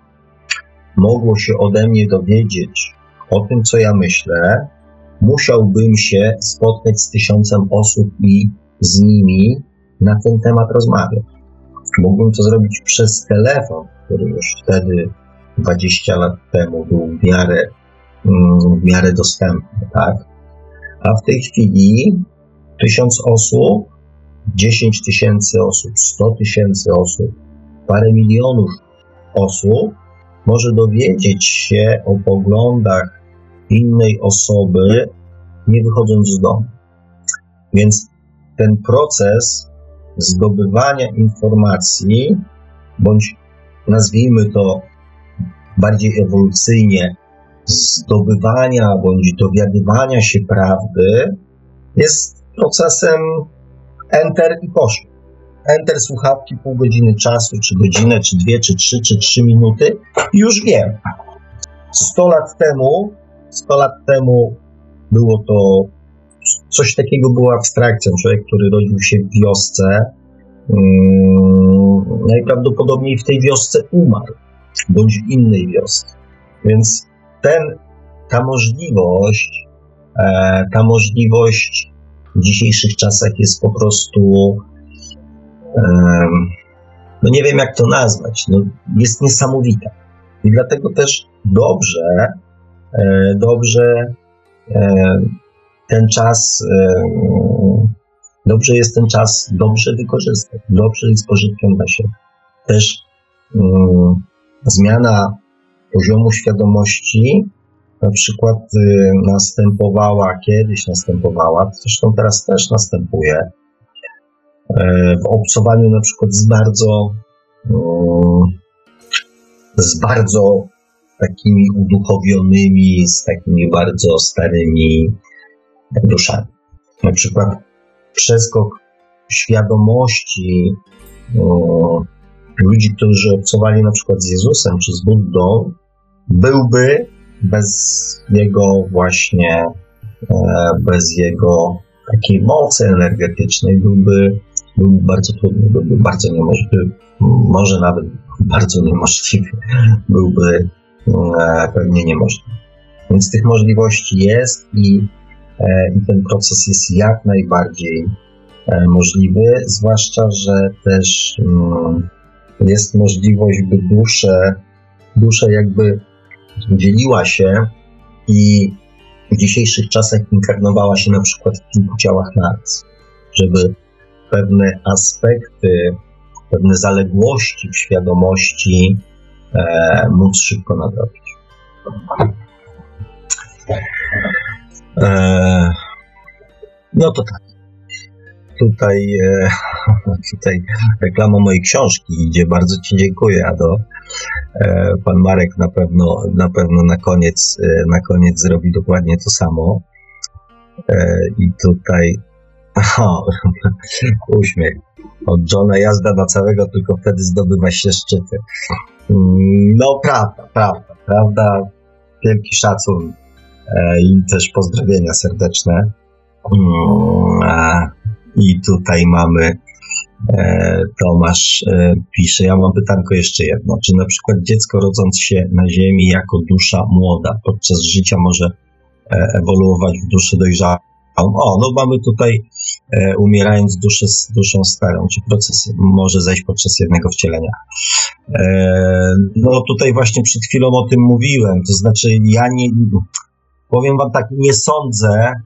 mogło się ode mnie dowiedzieć o tym, co ja myślę, musiałbym się spotkać z tysiącem osób i z nimi na ten temat rozmawiać. Mógłbym to zrobić przez telefon, który już wtedy dwadzieścia lat temu był w miarę, w miarę dostępny, tak? A w tej chwili tysiąc osób, dziesięć tysięcy osób, sto tysięcy osób, parę milionów osób może dowiedzieć się o poglądach innej osoby, nie wychodząc z domu. Więc ten proces zdobywania informacji, bądź nazwijmy to bardziej ewolucyjnie, zdobywania bądź dowiadywania się prawdy, jest procesem enter i poszło. Enter, słuchawki, pół godziny czasu, czy godzinę, czy dwie, czy trzy, czy trzy minuty, już wiem. Sto lat temu, sto lat temu było to coś takiego, było abstrakcją. Człowiek, który rodził się w wiosce, hmm, najprawdopodobniej w tej wiosce umarł, bądź w innej wiosce. Więc ten, ta możliwość, e, ta możliwość w dzisiejszych czasach jest po prostu, e, no nie wiem jak to nazwać, no jest niesamowita. I dlatego też dobrze, e, dobrze e, ten czas, e, dobrze jest ten czas dobrze wykorzystać, dobrze i z pożytkiem dla siebie. Też mm, zmiana poziomu świadomości na przykład y, następowała, kiedyś następowała, zresztą teraz też następuje, y, w obcowaniu na przykład z bardzo y, z bardzo takimi uduchowionymi, z takimi bardzo starymi duszami. Na przykład przeskok świadomości y, ludzi, którzy obcowali na przykład z Jezusem czy z Buddą, byłby bez jego właśnie, bez jego takiej mocy energetycznej, byłby, byłby bardzo trudny, byłby bardzo niemożliwy, może nawet bardzo niemożliwy, byłby pewnie niemożliwy. Więc tych możliwości jest i, i ten proces jest jak najbardziej możliwy, zwłaszcza, że też jest możliwość, by duszę, duszę jakby dzieliła się i w dzisiejszych czasach inkarnowała się na przykład w kilku ciałach naraz, żeby pewne aspekty, pewne zaległości w świadomości e, móc szybko nadrobić. E, no to tak. Tutaj, e, tutaj reklama mojej książki idzie, bardzo Ci dziękuję, Ado. E, pan Marek na pewno, na pewno na koniec, e, na koniec zrobi dokładnie to samo. E, I tutaj o, uśmiech. Od Johna jazda na całego, tylko wtedy zdobywa się szczyty. No prawda, prawda, prawda. Wielki szacun e, i też pozdrowienia serdeczne. E, I tutaj mamy e, Tomasz e, pisze, ja mam pytanko jeszcze jedno. Czy na przykład dziecko rodząc się na ziemi jako dusza młoda podczas życia może e, ewoluować w duszę dojrzałą? O, no mamy tutaj e, umierając duszę z duszą starą. Czy proces może zajść podczas jednego wcielenia? E, no tutaj właśnie przed chwilą o tym mówiłem. To znaczy ja nie, powiem wam tak, nie sądzę,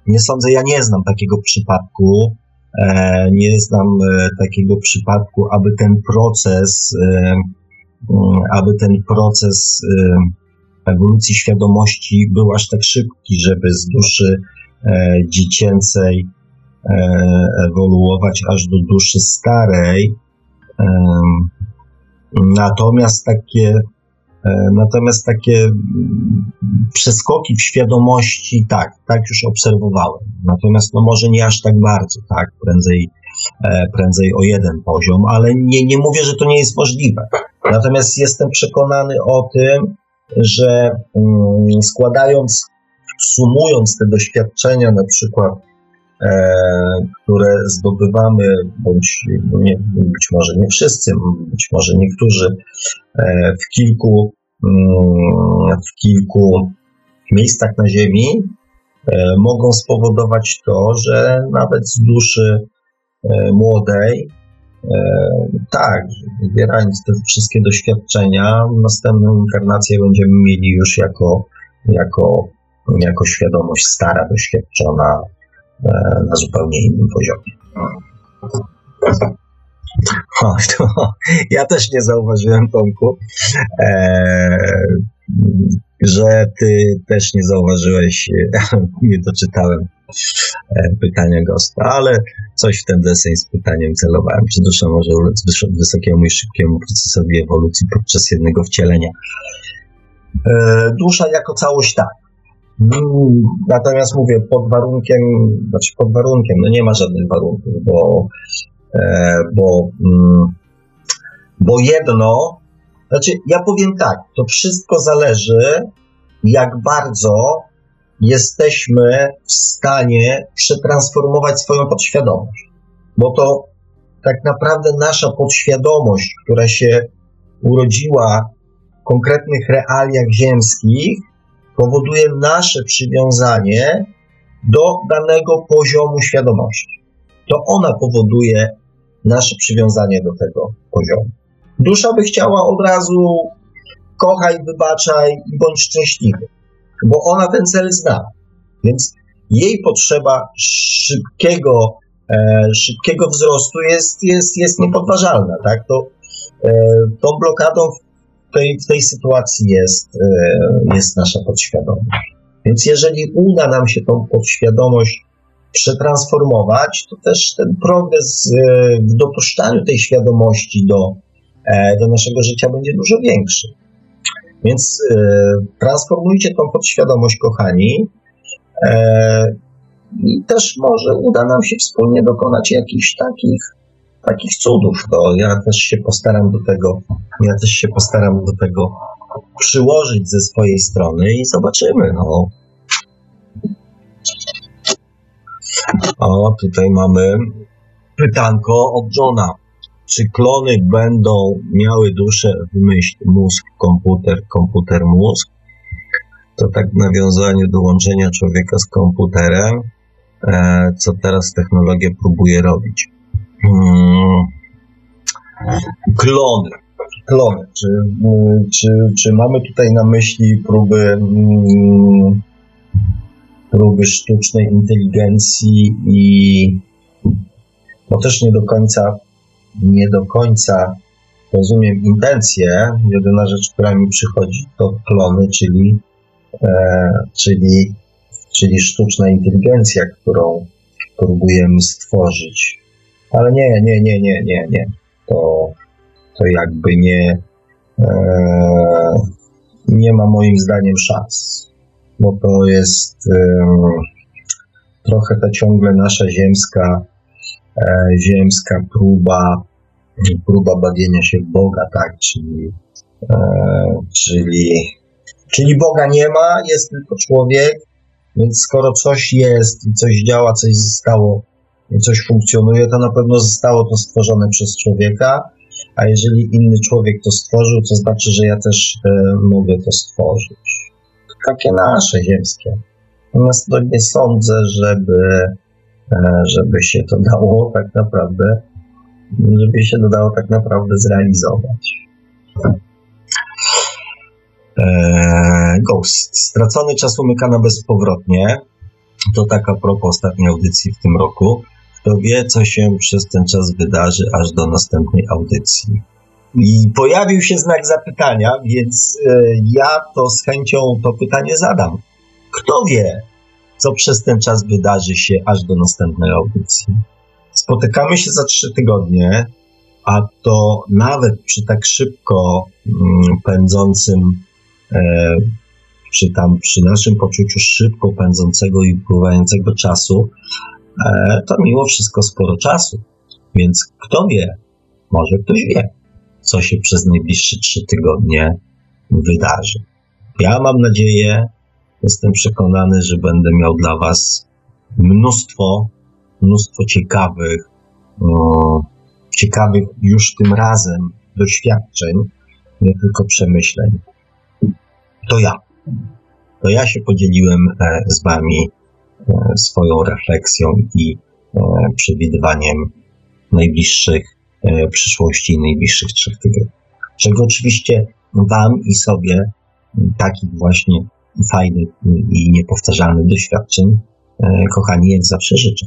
nie sądzę, ja nie znam takiego przypadku, e, nie znam e, takiego przypadku, aby ten proces, e, aby ten proces e, ewolucji świadomości był aż tak szybki, żeby z duszy e, dziecięcej e, ewoluować aż do duszy starej. E, natomiast takie e, natomiast takie przeskoki w świadomości, tak, tak już obserwowałem. Natomiast no może nie aż tak bardzo, tak, prędzej, e, prędzej o jeden poziom, ale nie, nie mówię, że to nie jest możliwe. Natomiast jestem przekonany o tym, że mm, składając, sumując te doświadczenia, na przykład, e, które zdobywamy, bądź nie, być może nie wszyscy, być może niektórzy, e, w kilku, mm, w kilku miejscach na Ziemi, e, mogą spowodować to, że nawet z duszy e, młodej, tak, wybierając te wszystkie doświadczenia, następną inkarnację będziemy mieli już jako, jako, jako świadomość stara, doświadczona na zupełnie innym poziomie. O, to ja też nie zauważyłem, Tomku, e, że ty też nie zauważyłeś, nie doczytałem pytania gosta, ale coś w ten deseń z pytaniem celowałem. Czy dusza może ulec wysokiemu i szybkiemu procesowi ewolucji podczas jednego wcielenia? E, dusza jako całość tak. Natomiast mówię, pod warunkiem, znaczy pod warunkiem, no nie ma żadnych warunków, bo, e, bo, mm, bo jedno, znaczy ja powiem tak, to wszystko zależy, jak bardzo jesteśmy w stanie przetransformować swoją podświadomość. Bo to tak naprawdę nasza podświadomość, która się urodziła w konkretnych realiach ziemskich, powoduje nasze przywiązanie do danego poziomu świadomości. To ona powoduje nasze przywiązanie do tego poziomu. Dusza by chciała od razu kochaj, wybaczaj i bądź szczęśliwy, bo ona ten cel zna. Więc jej potrzeba szybkiego, e, szybkiego wzrostu jest, jest, jest niepodważalna. Tak? To, e, tą blokadą w tej, w tej sytuacji jest, e, jest nasza podświadomość. Więc jeżeli uda nam się tą podświadomość przetransformować, to też ten progres e, w dopuszczaniu tej świadomości do, e, do naszego życia będzie dużo większy. Więc e, transformujcie tą podświadomość, kochani, e, i też może uda nam się wspólnie dokonać jakichś takich, takich cudów. To ja też się postaram do tego, ja też się postaram do tego przyłożyć ze swojej strony i zobaczymy. No. O, tutaj mamy pytanko od Johna. Czy klony będą miały duszę w myśl mózg, komputer, komputer, mózg? To tak w nawiązaniu do łączenia człowieka z komputerem, e, co teraz technologia próbuje robić. Hmm. Klony. Klony. Czy, czy, czy mamy tutaj na myśli próby, mm, próby sztucznej inteligencji i no też nie do końca nie do końca rozumiem intencje. Jedyna rzecz, która mi przychodzi, to klony, czyli, e, czyli, czyli sztuczna inteligencja, którą próbujemy stworzyć. Ale nie, nie, nie, nie, nie, nie. To, to jakby nie, e, nie ma moim zdaniem szans. Bo to jest e, trochę ta ciągle nasza ziemska ziemska próba, próba bawienia się w Boga, tak, czyli, e, czyli, czyli Boga nie ma, jest tylko człowiek, więc skoro coś jest, coś działa, coś zostało, coś funkcjonuje, to na pewno zostało to stworzone przez człowieka, a jeżeli inny człowiek to stworzył, to znaczy, że ja też e, mogę to stworzyć. Takie nasze ziemskie. Natomiast to nie sądzę, żeby żeby się to dało tak naprawdę, żeby się to dało tak naprawdę zrealizować. Eee, Ghost. Stracony czas umyka na bezpowrotnie. To taka propos ostatniej audycji w tym roku. Kto wie, co się przez ten czas wydarzy, aż do następnej audycji. I pojawił się znak zapytania, więc y, ja to z chęcią to pytanie zadam. Kto wie, co przez ten czas wydarzy się aż do następnej audycji? Spotykamy się za trzy tygodnie, a to nawet przy tak szybko mm, pędzącym, e, czy tam przy naszym poczuciu szybko pędzącego i upływającego czasu, e, to mimo wszystko sporo czasu. Więc kto wie, może ktoś wie, co się przez najbliższe trzy tygodnie wydarzy. Ja mam nadzieję, jestem przekonany, że będę miał dla Was mnóstwo, mnóstwo ciekawych, o, ciekawych już tym razem doświadczeń, nie tylko przemyśleń. To ja. To ja się podzieliłem e, z Wami e, swoją refleksją i e, przewidywaniem najbliższych e, przyszłości i najbliższych trzech tygodni. Czego oczywiście Wam i sobie takich właśnie fajnych i niepowtarzalnych doświadczeń, e, kochani, jak zawsze życzę.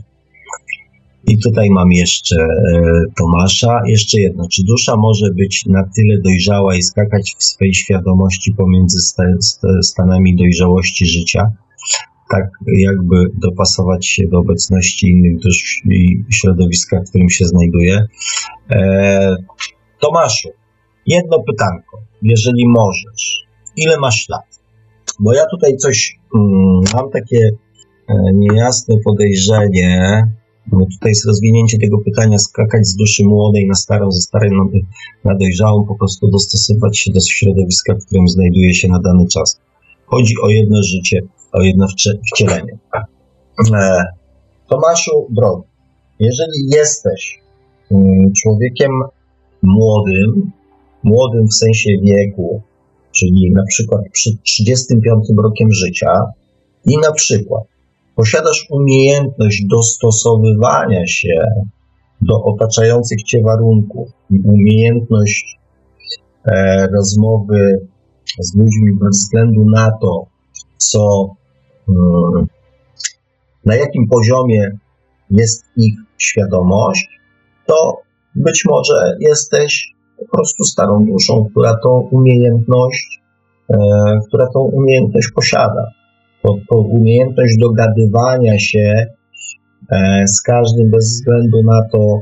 I tutaj mam jeszcze e, Tomasza. Jeszcze jedno. Czy dusza może być na tyle dojrzała i skakać w swej świadomości pomiędzy sta, sta, stanami dojrzałości życia, tak jakby dopasować się do obecności innych dusz i środowiska, w którym się znajduje? E, Tomaszu, jedno pytanko, jeżeli możesz. Ile masz lat? Bo ja tutaj coś mm, mam takie e, niejasne podejrzenie. No tutaj jest rozwinięcie tego pytania, skakać z duszy młodej na starą, ze starej na, na dojrzałą, po prostu dostosować się do środowiska, w którym znajduje się na dany czas. Chodzi o jedno życie, o jedno wcielenie. E, Tomaszu, drogi, jeżeli jesteś mm, człowiekiem młodym, młodym w sensie wieku, czyli na przykład przed trzydziestym piątym rokiem życia i na przykład posiadasz umiejętność dostosowywania się do otaczających cię warunków i umiejętność e, rozmowy z ludźmi bez względu na to, co, mm, na jakim poziomie jest ich świadomość, to być może jesteś po prostu starą duszą, która tą umiejętność, e, która tą umiejętność posiada. To, to umiejętność dogadywania się e, z każdym bez względu na to,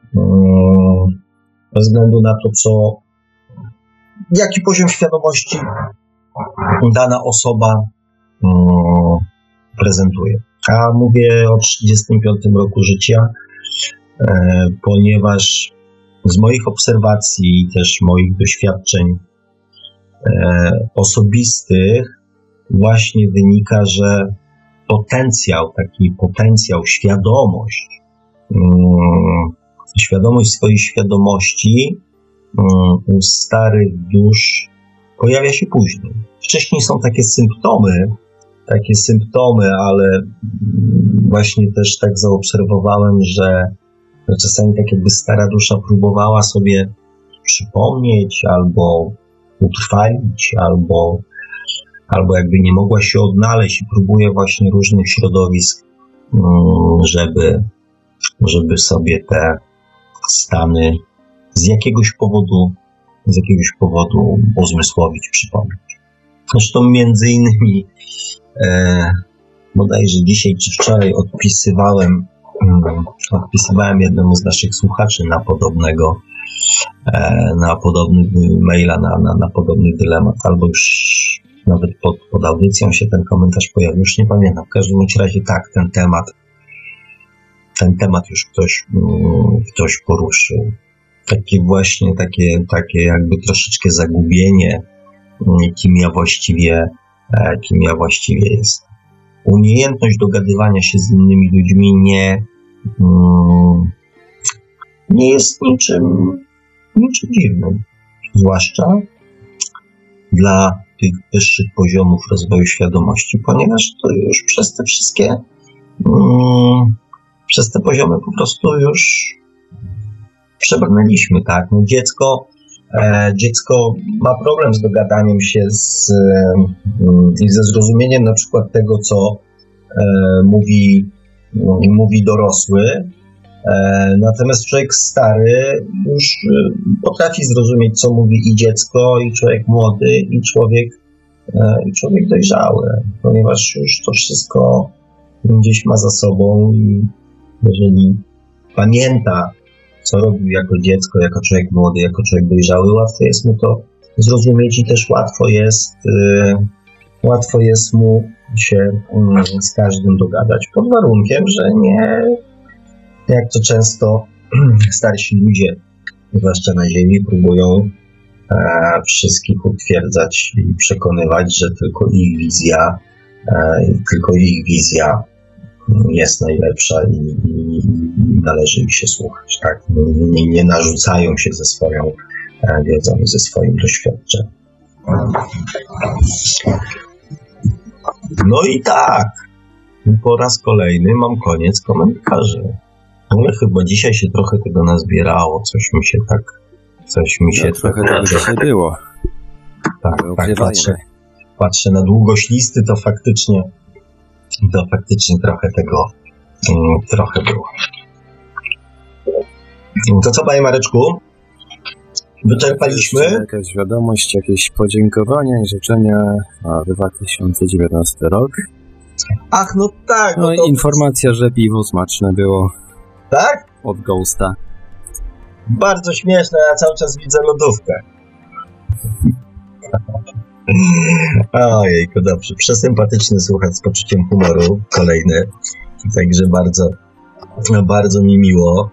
e, bez względu na to, co, jaki poziom świadomości dana osoba e, prezentuje. A mówię o trzydziestym piątym roku życia, e, ponieważ z moich obserwacji i też moich doświadczeń e, osobistych właśnie wynika, że potencjał, taki potencjał, świadomość, um, świadomość swojej świadomości um, u starych dusz pojawia się później. Wcześniej są takie symptomy, takie symptomy, ale właśnie też tak zaobserwowałem, że, że czasami tak jakby stara dusza próbowała sobie przypomnieć albo utrwalić, albo albo jakby nie mogła się odnaleźć i próbuje właśnie różnych środowisk, żeby, żeby sobie te stany z jakiegoś powodu, z jakiegoś powodu uzmysłowić, przypomnieć. Zresztą między innymi e, bodajże dzisiaj czy wczoraj odpisywałem, um, odpisywałem jednemu z naszych słuchaczy na podobnego, e, na podobny maila, na, na, na podobny dylemat, albo już nawet pod, pod audycją się ten komentarz pojawił, już nie pamiętam. W każdym razie tak, ten temat, ten temat już ktoś, um, ktoś poruszył. Takie właśnie, takie, takie jakby troszeczkę zagubienie, um, kim ja właściwie, e, kim ja właściwie jestem. Umiejętność dogadywania się z innymi ludźmi nie, um, nie jest niczym, niczym dziwnym. Zwłaszcza dla tych wyższych poziomów rozwoju świadomości, ponieważ to już przez te wszystkie, um, przez te poziomy po prostu już przebrnęliśmy, tak? No dziecko, e, dziecko ma problem z dogadaniem się z, e, i ze zrozumieniem na przykład tego, co mówi, mówi dorosły. Natomiast człowiek stary już potrafi zrozumieć, co mówi i dziecko, i człowiek młody, i człowiek, i człowiek dojrzały, ponieważ już to wszystko gdzieś ma za sobą i jeżeli pamięta, co robił jako dziecko, jako człowiek młody, jako człowiek dojrzały, łatwo jest mu to zrozumieć i też łatwo jest, yy, łatwo jest mu się yy, z każdym dogadać, pod warunkiem, że nie, jak to często starsi ludzie, zwłaszcza na ziemi, próbują e, wszystkich utwierdzać i przekonywać, że tylko ich wizja, e, tylko ich wizja jest najlepsza i, i, i należy ich się słuchać. Tak? Nie, nie narzucają się ze swoją e, wiedzą i ze swoim doświadczeniem. No i tak, po raz kolejny mam koniec komentarzy. Ale chyba dzisiaj się trochę tego nazbierało, coś mi się tak, coś mi się ja trochę tego dzisiaj było. Tak, tak patrzę, patrzę na długość listy, to faktycznie, to faktycznie trochę tego, um, trochę było. To co, panie Mareczku? Wyczerpaliśmy? Jakaś wiadomość, jakieś podziękowania i życzenia na dwa tysiące dziewiętnasty rok. Ach, no tak. No, no to... i informacja, że piwo smaczne było. Tak? Od Ghosta. Bardzo śmieszne, ja cały czas widzę lodówkę. Ojejku, dobrze. Przesympatyczny słuchacz z poczuciem humoru. Kolejny. Także bardzo, bardzo mi miło.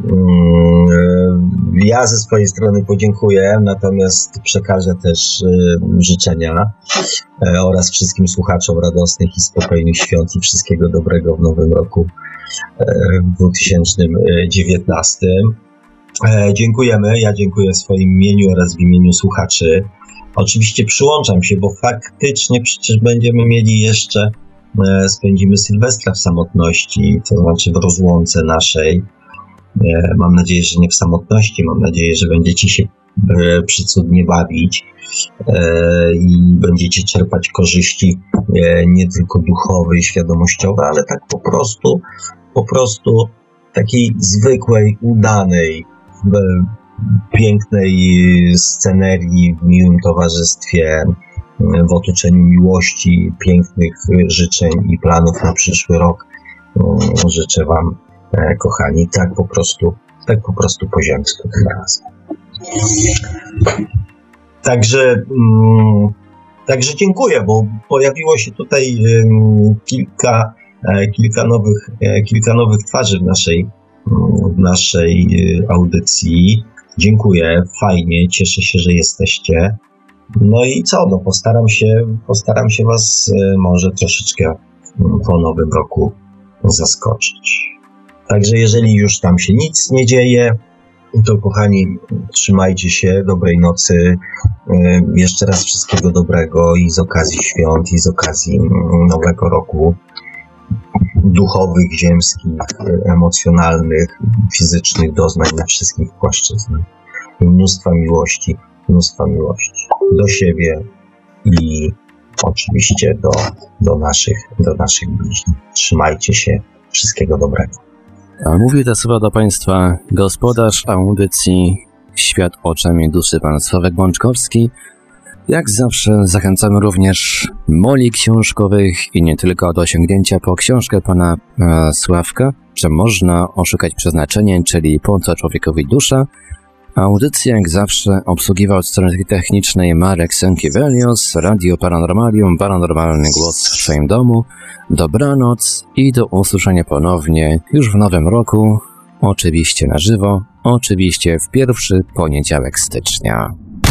Ja ze swojej strony podziękuję, natomiast przekażę też życzenia oraz wszystkim słuchaczom radosnych i spokojnych świąt i wszystkiego dobrego w nowym roku w dwa tysiące dziewiętnastym. Dziękujemy, ja dziękuję w swoim imieniu oraz w imieniu słuchaczy. Oczywiście przyłączam się, bo faktycznie przecież będziemy mieli jeszcze, spędzimy Sylwestra w samotności, to znaczy w rozłące naszej. Mam nadzieję, że nie w samotności, mam nadzieję, że będziecie się przycudnie bawić i będziecie czerpać korzyści nie tylko duchowe i świadomościowe, ale tak po prostu, po prostu takiej zwykłej, udanej, pięknej scenerii, w miłym towarzystwie, w otoczeniu miłości, pięknych życzeń i planów na przyszły rok. Życzę wam, kochani, tak po prostu, tak po prostu po ziemsku tym razem. Także, mm, także dziękuję, bo pojawiło się tutaj um, kilka, e, kilka nowych, e, kilka nowych twarzy w naszej, w naszej audycji. Dziękuję, fajnie, cieszę się, że jesteście. No i co, no postaram się, postaram się was e, może troszeczkę po nowym roku zaskoczyć. Także jeżeli już tam się nic nie dzieje, to kochani, trzymajcie się, dobrej nocy, jeszcze raz wszystkiego dobrego i z okazji świąt, i z okazji nowego roku, duchowych, ziemskich, emocjonalnych, fizycznych doznań na wszystkich płaszczyznach. I mnóstwa miłości, mnóstwa miłości do siebie i oczywiście do, do naszych, do naszych bliźnich. Trzymajcie się, wszystkiego dobrego. A mówię te słowa do Państwa gospodarz audycji Świat oczami duszy, pan Sławek Bączkowski. Jak zawsze zachęcamy również moli książkowych i nie tylko do sięgnięcia po książkę pana e, Sławka, że można oszukać przeznaczenie, czyli po co człowiekowi dusza. Audycję jak zawsze obsługiwał od strony technicznej Marek Sękiewelios, Radio Paranormalium, paranormalny głos w Twoim domu. Dobranoc i do usłyszenia ponownie już w nowym roku, oczywiście na żywo, oczywiście w pierwszy poniedziałek stycznia.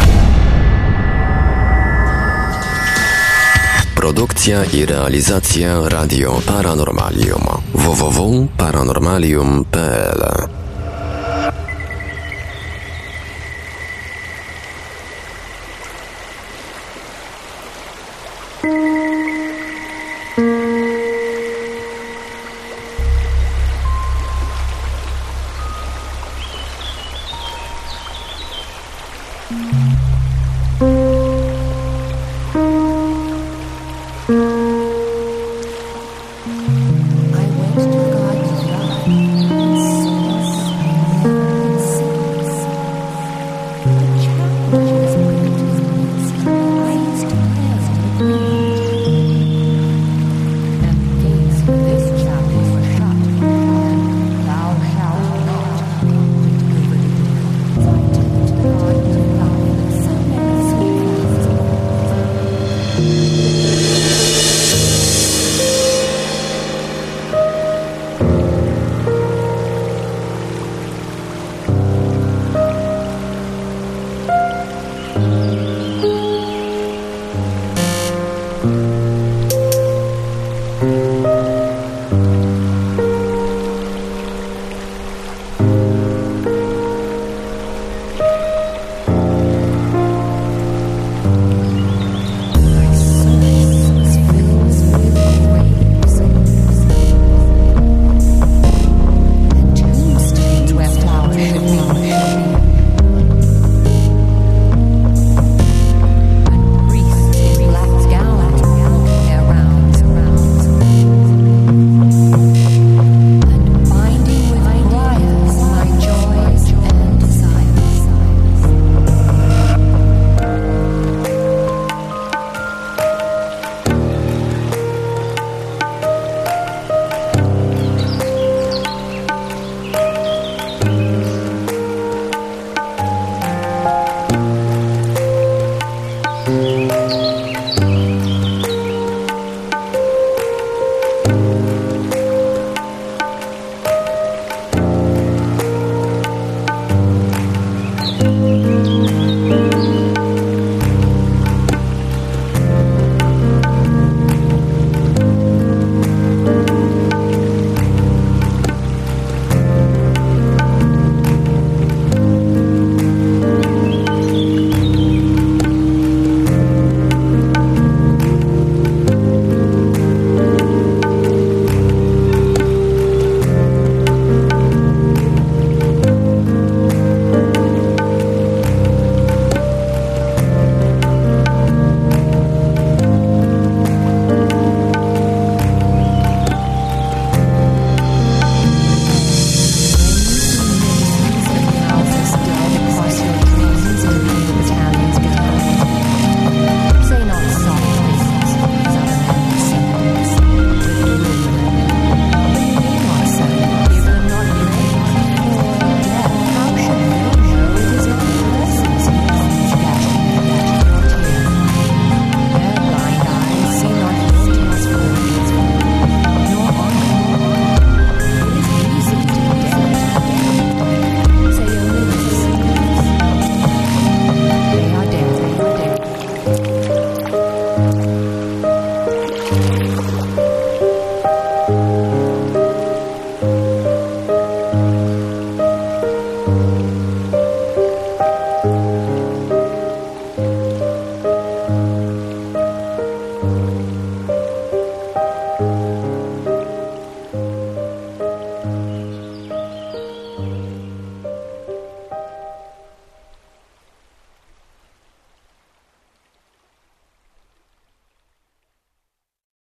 Produkcja i realizacja Radio Paranormalium. w w w kropka paranormalium kropka p l